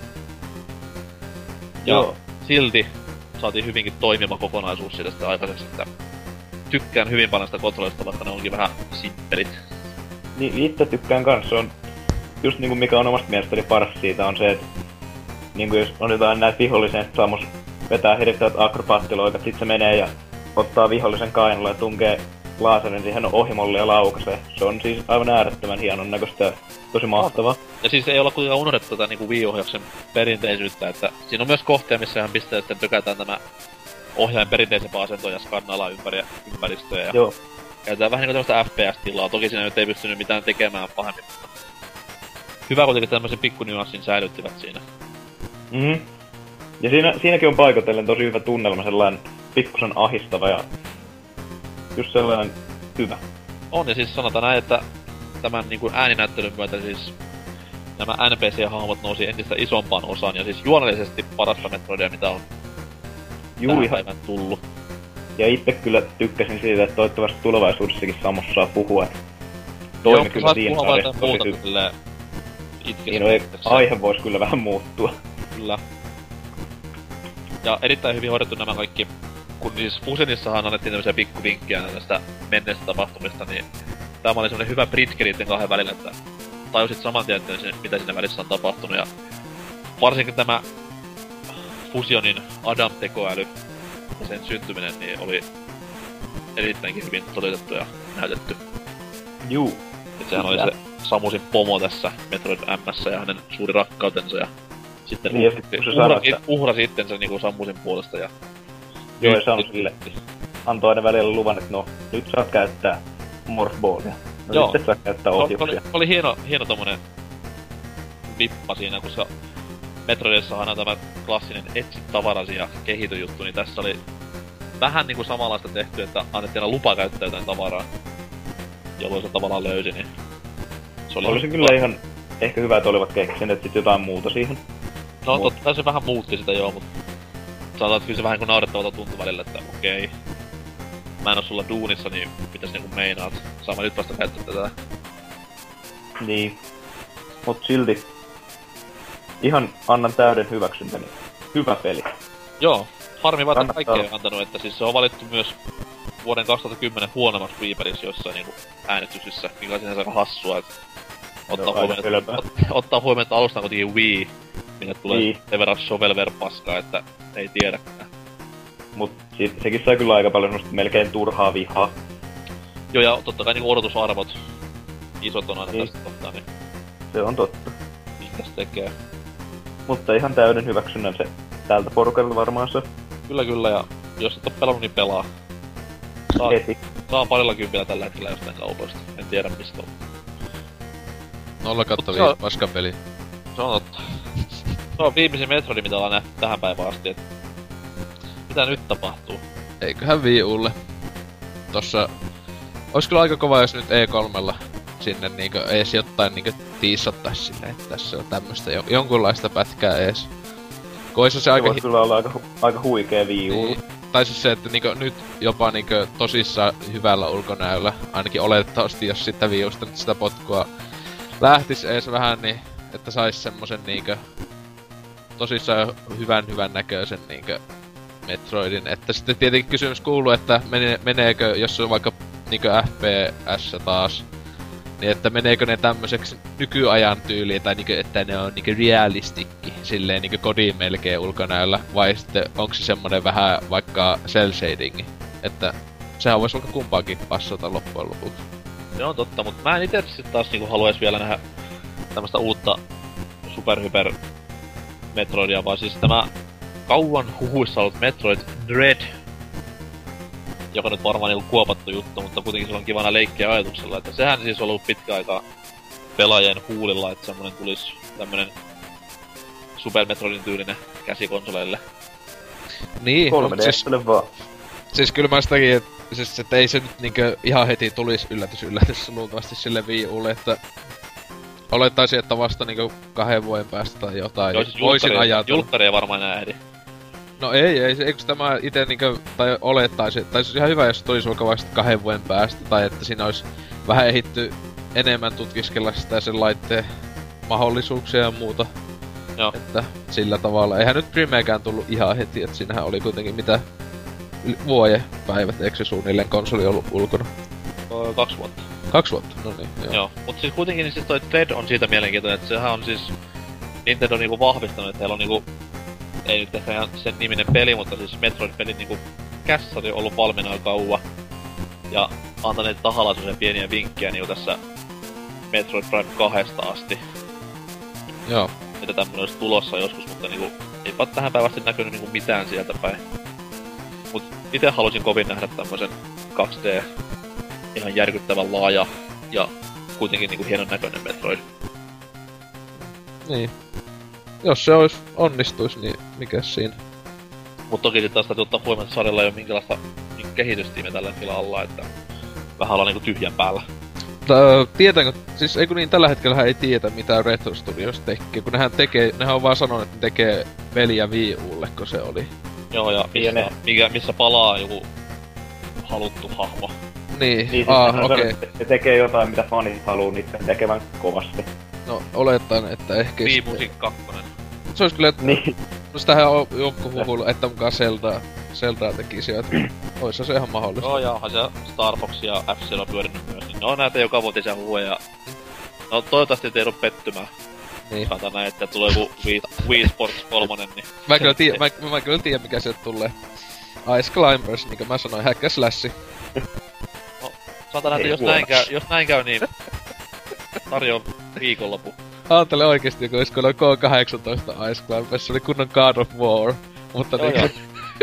Ja joo, silti saatiin hyvinkin toimiva kokonaisuus siitä sitten aikaiseksi, että tykkään hyvin paljon sitä kontrollista, vaikka ne onkin vähän simppelit. Niin, itse tykkään kanssa. On just niinku mikä on omasta mielestäni paras siitä on se, että niinku jos on jotain näitä vihollisia, että Samus vetää hirvittävät akrobaattiloikat, sit se menee ja ottaa vihollisen kainalla ja tunkee laaserin siihen ohimolle ja laukaisee. Se on siis aivan äärettömän hienon näköistä ja tosi mahtavaa. Ja siis ei olla kuitenkaan unohdettu tätä niinku Wii-ohjauksen perinteisyyttä, että siinä on myös kohtia, missä ihan pistää, että tökätään tämä ohjaajan perinteisempää asentoa ja skannaillaan ympäristöä ja joo, käytetään vähän niinku tämmöstä FPS-tilaa. Toki siinä nyt ei pystynyt mitään tekemään pahemmin, mutta hyvä kuitenkin tämmösen pikkunyanssin säilyttivät siinä. Mhm. Ja siinäkin on paikotellen tosi hyvä tunnelma, sellainen pikkusen ahistava ja just sellainen hyvä. On, ja siis sanotaan näin, että tämän niin kuin ääninäyttelyn myötä siis nämä NPC-hahmot nousi entistä isompaan osaan, ja siis juonellisesti parasta Metroidia, mitä on tähän päivän tullut. Ja itse kyllä tykkäsin siitä, että toivottavasti tulevaisuudessakin Samus saa puhua. Toimi kyllä siinä sarjassa tosi hyvin. Niin aihe vois kyllä vähän muuttua. Kyllä. Ja erittäin hyvin hoidettu nämä kaikki. Kun siis Fusionissahan annettiin tämmösiä pikkuvinkkejä tästä menneistä tapahtumista, niin tämä oli semmonen hyvä bridge niiden kahden välillä, että tajusit saman tien, että mitä siinä välissä on tapahtunut. Ja varsinkin tämä Fusionin Adam-tekoäly ja sen syntyminen niin oli erittäinkin hyvin toteutettu ja näytetty. Juu. Et sehän oli se Samusin pomo tässä Metroid M:ssä ja hänen suuri rakkautensa ja sitten niin, uhrasi itsensä niinku Samusin puolesta ja... Joo, ja Samus sille antoi aina välillä luvan, että no, nyt saat käyttää Morphballia. No joo, nyt saat käyttää ohjuksia. Oli hieno tommonen vippa siinä, kun se Metroidissahan on tämä klassinen etsit tavarasi ja kehityjuttu, niin tässä oli vähän niinku samanlaista tehty, että annettiin aina lupa käyttää jotain tavaraa, jolloin se tavallaan löysi, niin... Se oli kyllä ihan ehkä hyvä, että olivat keksineet sit jotain muuta siihen. No totta kai se vähän muutti sitä joo, mut... Sanotaan, että kyllä se vähän niinku naurettavalta tuntui välillä, että okei. Mä en oo sulla duunissa, niin mitäs niinku meinaat? Saan mä nyt vasta käyttää tätä. Niin. Mut silti... Ihan annan täyden hyväksyntäni. Hyvä peli. Joo. Harmi vaan, että kaikki ei antanut, että siis se on valittu myös vuoden 2010 huonommaksi Wii-pelissä jossain niinku äänestyksissä, mikä on sinänsä aika hassua, että ottaa huomioon, että alusta on kuitenkin Wii, minne tulee sen verran shovelware-paskaa, että ei tiedäkään. Mut sekin sai kyllä aika paljon semmoista melkein turhaa vihaa. Joo, ja totta kai niinku odotusarvot isot on aina tästä kohtaa, niin... Se on totta. Mitäs tekee? Mutta ihan täyden hyväksynnän se tältä porukalta varmaan se. Kyllä, ja jos et oo pelannut, niin pelaa. Saa parilla kympillä tällä hetkellä jostain kaupoista. En tiedä mistä on. 0/5 paskapeli. Se on totta. Se on viimeisin Metroid, mitä ollaan nähty tähän päivään asti, et... Mitä nyt tapahtuu? Eiköhän Wii Ulle. Tossa... Ois kyllä aika kova, jos nyt E3:lla sinne niinkö ees jotain niinkö tiissattais silleen, että tässä on tämmöstä jonkunlaista pätkää ees. Koissa se aika... voisi kyllä olla aika huikee Wii U. tai siis se, että niinku nyt jopa niinku tosissaan hyvällä ulkonäöllä, ainakin oletettavasti, jos sitä viusta nyt sitä potkua lähtis ees vähän, niin että sais semmosen niinkö tosissaan hyvän näköisen niinkö Metroidin. Että sitten tietenkin kysymys kuuluu, että meneekö, jos on vaikka niinkö FPS taas, niin että meneekö ne tämmöiseksi nykyajan tyyliin, tai niinkö, että ne on niinkö realistikki, silleen niinkö kodin melkein ulkonäöllä, vai sitten onko se semmonen vähän vaikka cel shadingi, että sehän vois vaikka kumpaakin passata loppujen lopuksi. Se on totta, mutta mä en ite sit taas niinku haluais vielä nähdä tämmöstä uutta superhyper Metroidia, vaan siis tämä kauan huhuissa ollut Metroid Dread, joka nyt varmaan niinku kuopattu juttu, mutta kuitenkin se on kivana leikkiä ajatuksella, että sehän siis on ollut pitkä aikaa pelaajien huulilla, että semmonen tulis tämmönen Super Metroidin tyylinen käsikonsoleille. Niin, 3D vaan. Siis kyllä mä sitäkin, että ei se nyt niinkö ihan heti tulis yllätys luultavasti sille Wii Ulle, että olettaisin, että vasta niinkö 2 vuoden päästä tai jotain. Joo, siis voisin ajatella. julkkari ei varmaan enää ehdi. No ei, eikö tämä ite niinkö, tai olettaisin, tai siis ihan hyvä, jos tulisi vaikka vasta 2 vuoden päästä, tai että siinä olisi vähän ehitty enemmän tutkiskella sitä sen laitteen mahdollisuuksia ja muuta. Joo. Että sillä tavalla. Eihän nyt Primekään tullut ihan heti, että siinähän oli kuitenkin mitä vuoden päivät, eikö se suunnilleen konsoli ollut ulkona? 2 vuotta. 2 vuotta, no niin, Joo. Mut siis kuitenkin niin siis toi Dread on siitä mielenkiintoinen, että sehän on siis Nintendo niinku vahvistanut, että heillä on niinku ei nyt ehkä ihan sen niminen peli, mutta siis Metroid-pelin niinku kässäri on ollut valmiina aika kauan. Ja antaneet tahalla semmosia pieniä vinkkejä niinku tässä Metroid Prime 2 asti. Joo. Että tämmönen olisi tulossa joskus, mutta niinku eipä tähän päivästi näkynyt niinku mitään sieltä päin. Mut ite halusin kovin nähdä tämmösen 2D ihan järkyttävän laaja ja kuitenkin niinku hienon näköinen Metroid. Niin. Jos se onnistuis, niin mikäs siinä? Mut toki sit taas täytyy ottaa huomioon, että sarjalla ei oo minkälaista niinku kehitystiimiä tällä hetkellä alla, että vähän ollaan niinku tyhjän päällä. Tietäänkö, siis eikö niin tällä hetkellä ei tiedä mitä Retro Studios tekee, kun nehän on vaan sanonut, että ne tekee peliä Wii Ulle, kun se oli. Joo, ja missä palaa joku haluttu hahmo. Niin, Niin okei. Se tekee jotain, mitä fanit haluu niitten tekevän kovasti. No, oletan, että ehkä Wii Music 2. Se ois kyllä, Niin. no sitähän on jonkun huhuillut, että mukaan Zeldaa tekisi, että ois se ihan mahdollista. Joo, ja onhan se Star Fox ja F-Zero pyörinyt myös, niin ne on näitä jokavuotisia huhuja. No toivottavasti et joudu pettymään. Niin. Sanotaan näin, että tulee joku Wii Sports 3, niin... Mä kyllä tiedän mikä sieltä tulee. Ice Climbers, niinkö mä sanoin, hack and slash. No, sanotaan näin, että jos näin käy, niin tarjoan viikonloppu. Ajattele oikeesti, kun oisko noin K18 Ice Climbers, se oli kunnon God of War. Mutta Joo, niinkö...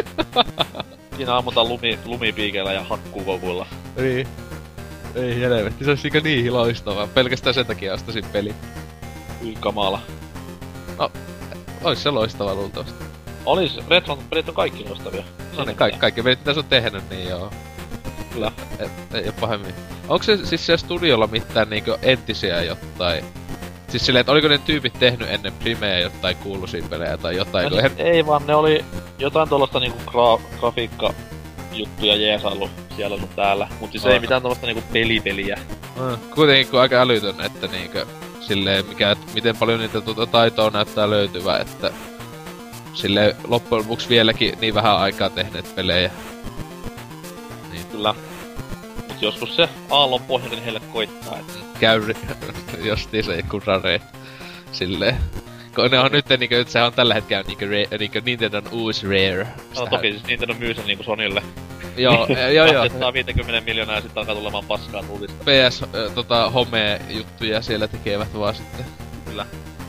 Siinä ammutaan lumipiikeillä ja hakkuukovuilla. Niin. Ei helvetti, se ois niinkö niin loistavaa. Pelkästään sen takia ostasin peli. Kamala. No, ois se loistava luultavasti. Olis, Retron pelit on kaikki loistavia. No niin, kaikki pelit mitä se on tehnyt, niin joo. Kyllä. Ei oo pahemmin. Onko se siis se studiolla mitään niinkö entisiä jotain? Siis silleen, että oliko ne tyypit tehnyt ennen Primea jotain kuuluisia pelejä tai jotain? No, ei vaan, ne oli jotain tuollaista niinku grafiikka-juttuja jeesailu siellä sun täällä. Mut siis ei mitään tuollaista niinku pelipeliä. Kuitenkin kun aika älytön, että niinkö silleen miten paljon niitä taitoa näyttää löytyvä, että silleen loppujen lopuksi vieläkin niin vähän aikaa tehneet pelejä. Niin. Kyllä. Mut joskus se aallon pohjakin heille koittaa, että... Käy jostiin se joku rare. Silleen. Kun ne on nyt niinkö, nyt sehän on tällä hetkellä niinkö Nintendon uusi Rare. No toki siis Nintendo myy sen niinku Sonylle. Joo. 250 miljoonaa ja sit alkaa tulemaan paskaa uutista. PS home-juttuja siellä tekevät vaan sitten. Kyllä.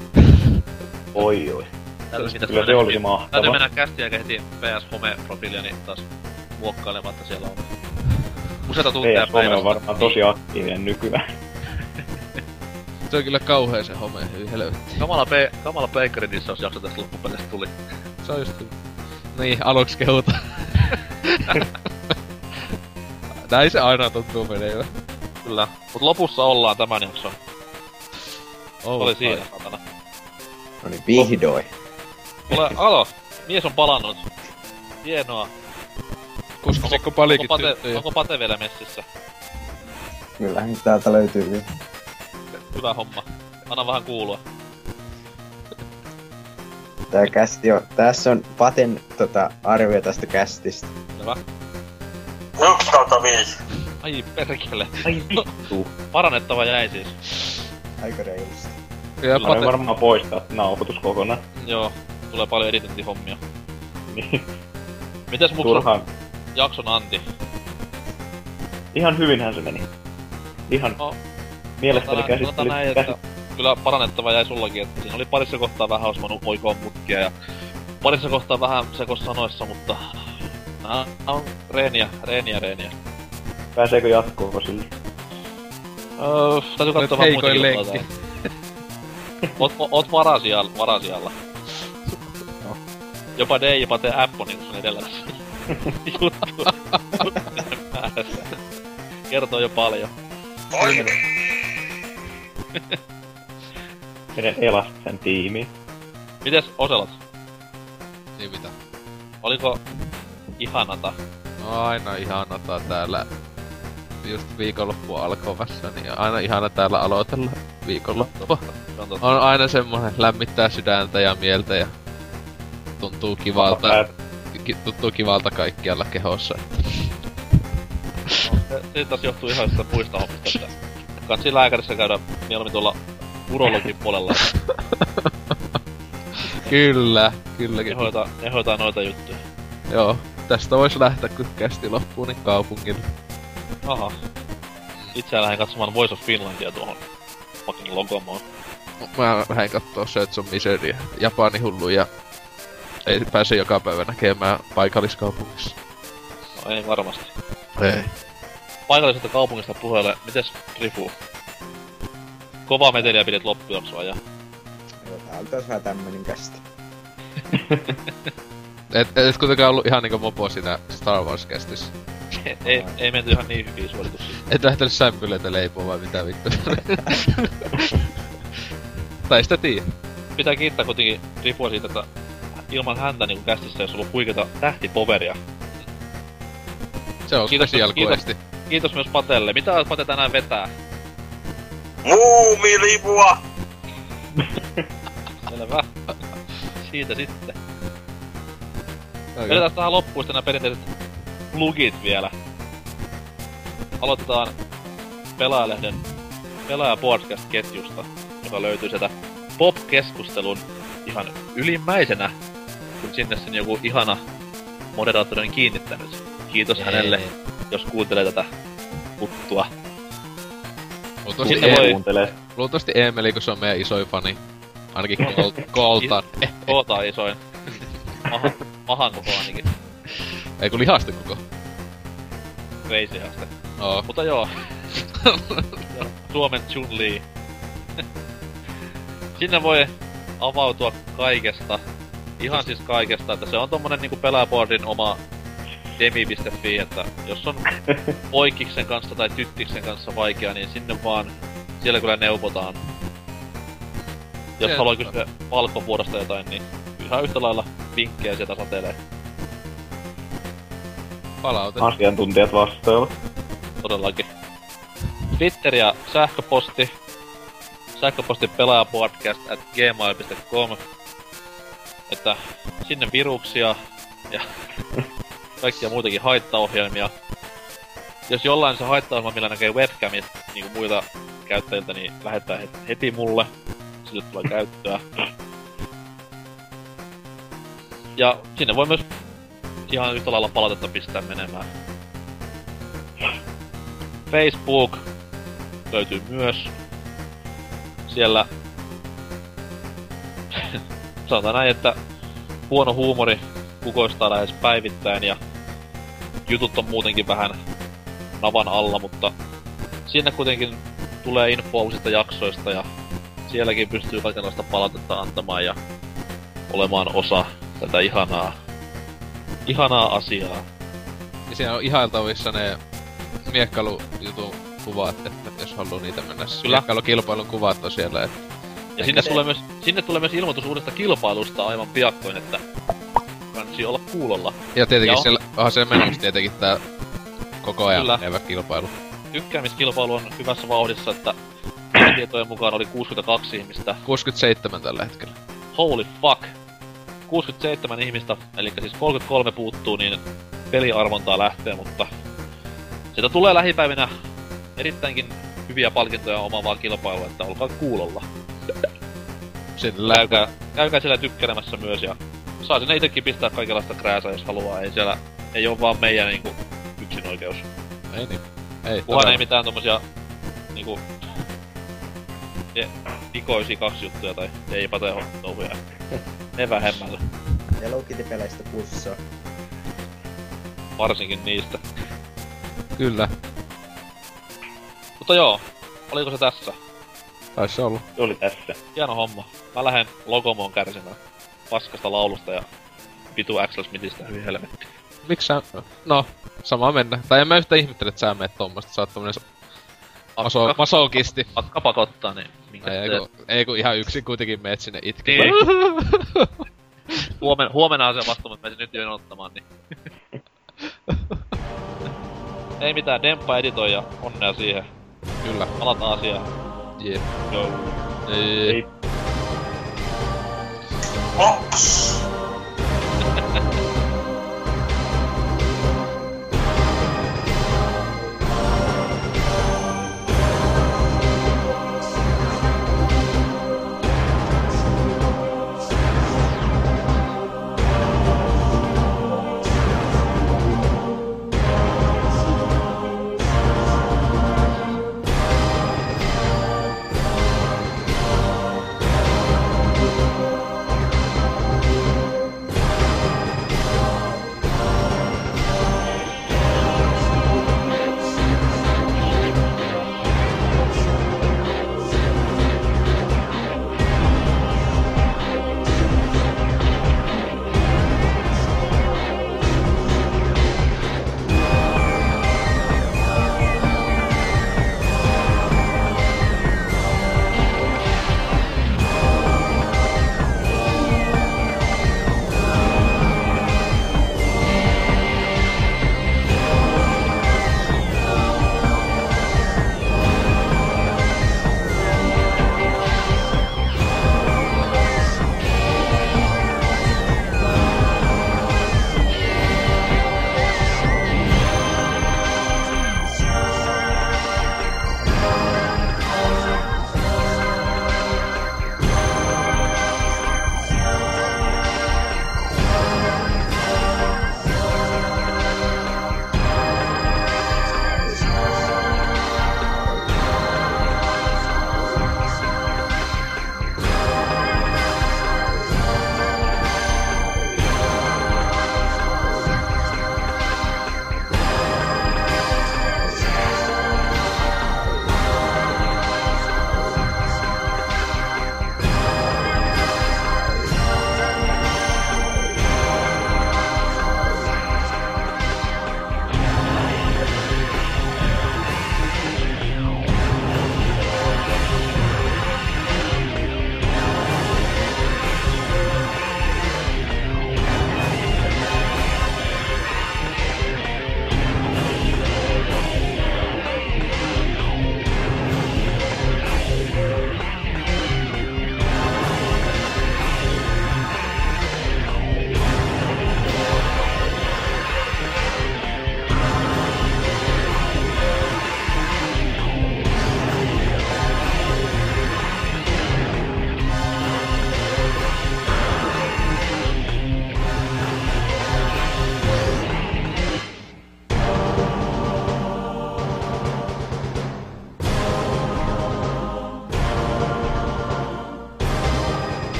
Oi. Kyllä se olisi mahtavaa. Täytyy mennä kästiä eikä heti PS Home-profiilia niin taas muokkailemaan, että siellä on useita tunteja PS päivässä. Home on varmaan tosi aktiivinen nykyään. Se on kyllä kauhea se home, hyvin helvetti. Kamala Bakery jos jakso tästä loppupelistä tuli. Se on just... Niin, aluksi kehuta. Näin se aina tuntuu menevä. Kyllä. Mut lopussa ollaan tämän jakson. Oli siinä, satana. No niin, vihdoin. Alo, mies on palannut. Hienoa. Kuskisikko palikin tyttöjä? Onko Pate vielä messissä? Kyllähän täältä löytyy vielä. Hyvä homma. Anna vähän kuulua. Tää kästi on... Tässä on Paten arvio tästä kästistä. Hyvä. 1/5. Ai perkele. Ai vittu. Parannettava jäi siis. Aika reilusti. Ja Mä voin varmaan poistaa nauhoitus kokonaan. Joo. Tulee paljon editointihommia. Niin. Mites muksu Turhaan. jakson anti? Ihan hyvinhän se meni. Ihan mielestäni Sanotaan näin, että kyllä parannettava jäi sullakin, että siinä oli parissa kohtaa vähän osmanut oikoon mutkia ja parissa kohtaa vähän sekos sanoissa, mutta nää on reeniä. Pääseekö jatkoon sille? Täytyy katsoa vähän muitakin leikki. Oot varasijalla. No. Jopa D ja Pate App on niinku sun edellä tässä. Juttu. Kertoo jo paljon. Menen Elastisen tiimiin. Mites Oselot? Niin mitä? Oliko ihanata? No aina ihanata täällä. Just viikonloppu alkovassa, niin aina ihana täällä aloitella viikonloppua. On aina semmonen lämmittää sydäntä ja mieltä ja tuntuu kivalta kaikkialla kehossa. Se taas johtuu ihan sitä muista hommista, että kansi lääkärissä käydä mieluummin tuolla urologin puolella. Kylläkin. Ne hoitaa noita juttuja. Joo, tästä vois lähteä kun kästi loppuu niin kaupungille. Aha. Itse lähden katsomaan Voice of Finlandia tuohon fucking Logomoon. Mä lähden kattoo Search of Misery, Japani hullu ja ei pääse joka päivä näkemään paikalliskaupungissa. No ei varmasti. Ei. Paikallisesta kaupungista puheelle, mites Rifu? Kovaa meteliä pidit loppujaksoa ja... Joo, täältä olisi vähän tämmönen kästi. Et kuitenkaan ollut ihan niinku mopo siinä Star Wars-kästissä. ei menty ihan niin hyviä suorituksia. Et lähtenyt sämpyleitä leipoa vai mitä vittu? Tai sitä tiiä. Pitää kiittää kuitenkin Rifua siitä, että ilman häntä niinku kästissä olisi ollut huikeeta tähtipoveria. Se on special questi. Kiitos myös Patelle. Mitä Pate tänään vetää? Muumilipua! Selvä. Siitä sitten. Vedetään tähän loppuun sitten nää perinteiset plugit vielä. Aloitetaan Pelaajalehden Pelaaja-podcast-ketjusta, joka löytyy sieltä Pop-keskustelun ihan ylimmäisenä, kun sinne sen joku ihana moderaattori on kiinnittänyt. Kiitos hänelle, jos kuuntelee tätä juttua. Luultavasti Eemeli, kun se on meidän isoin fani. Ainakin kooltaan. Kooltaan isoin. Mahan koko ainakin. Ei kun lihasten koko. Crazy-haste. Oo. Mutta joo. Suomen Chun-Li. Sinne voi avautua kaikesta. Ihan siis kaikesta, että se on tommonen niinku Pelaajaboardin oma demi.fi, että jos on poikiksen kanssa tai tyttiksen kanssa vaikea, niin sinne vaan, siellä kyllä neuvotaan. Jos haluaa kysyä Valkovuorosta jotain, niin ihan yhtä lailla vinkkejä sieltä satelee. Palaute. Asiantuntijat vastailla. Todellakin. Twitter ja sähköposti. Sähköposti pelaajapodcast@gmail.com. Että sinne viruksia ja kaikkia muitakin haittaohjelmia. Jos jollain se haittaohjelma, millä näkee webcamit niinku muilta käyttäjiltä, niin lähettää heti mulle. Sille tulee käyttöä. Ja sinne voi myös ihan yhtä lailla palautetta pistää menemään. Facebook löytyy myös. Siellä sanotaan näin, että huono huumori kukoistaa lähes päivittäin ja jutut on muutenkin vähän navan alla, mutta sinne kuitenkin tulee infoa uusista jaksoista ja sielläkin pystyy kaikenlaista palautetta antamaan ja olemaan osa tätä ihanaa asiaa. Ja siellä on ihailtavissa ne miekkailujutun kuvat, että jos haluaa niitä mennä. Miekkailukilpailun kuvat on siellä. Että ja sinne tulee myös ilmoitus uudesta kilpailusta aivan piakkoin, että kansi olla kuulolla. Ja tietenkin onhan se menossa tietenkin tää koko ajan Kyllä. menevä kilpailu. Tykkäämiskilpailu on hyvässä vauhdissa, että tietojen mukaan oli 62 ihmistä. 67 tällä hetkellä. Holy fuck! 67 ihmistä, eli siis 33 puuttuu, niin peliarvontaa lähtee, mutta sieltä tulee lähipäivinä erittäinkin hyviä palkintoja omaavaa kilpailua, että olkaa kuulolla. Sinne Käykää siellä tykkälemässä myös ja saa sinne itekin pistää kaikenlaista krääsää, jos haluaa. Ei oo vaan meidän niinku yksinoikeus. Ei niin. Ei. Kuhan ei mitään tommosia niinku ikoisia kaksi juttuja tai ei pateho touhuja. Ne vähemmällä. Hello Kitty-peleistä pussaa. Varsinkin niistä. Kyllä. Mutta joo, oliko se tässä? Taisi se ollut. Se oli tässä. Hieno homma. Mä lähden Logomoon kärsimään paskasta laulusta ja vitu Axel Smithistä, hyvin helvetti. Miks sä... No, sama mennä. Tai en mä yhtä ihmettele, että sä meet tommoista. Sä oot tommonen masokisti. Akka pakottaa, niin minkä Ei kun ihan yksin kuitenkin meet sinne itkeen. Niin. Huomenna se vasta, mutta mä nyt jo ottamaan, niin... Ei mitään, Demppa editoi ja onnea siihen. Kyllä. Palataan asiaan. Jee. Joo. Ei. Box!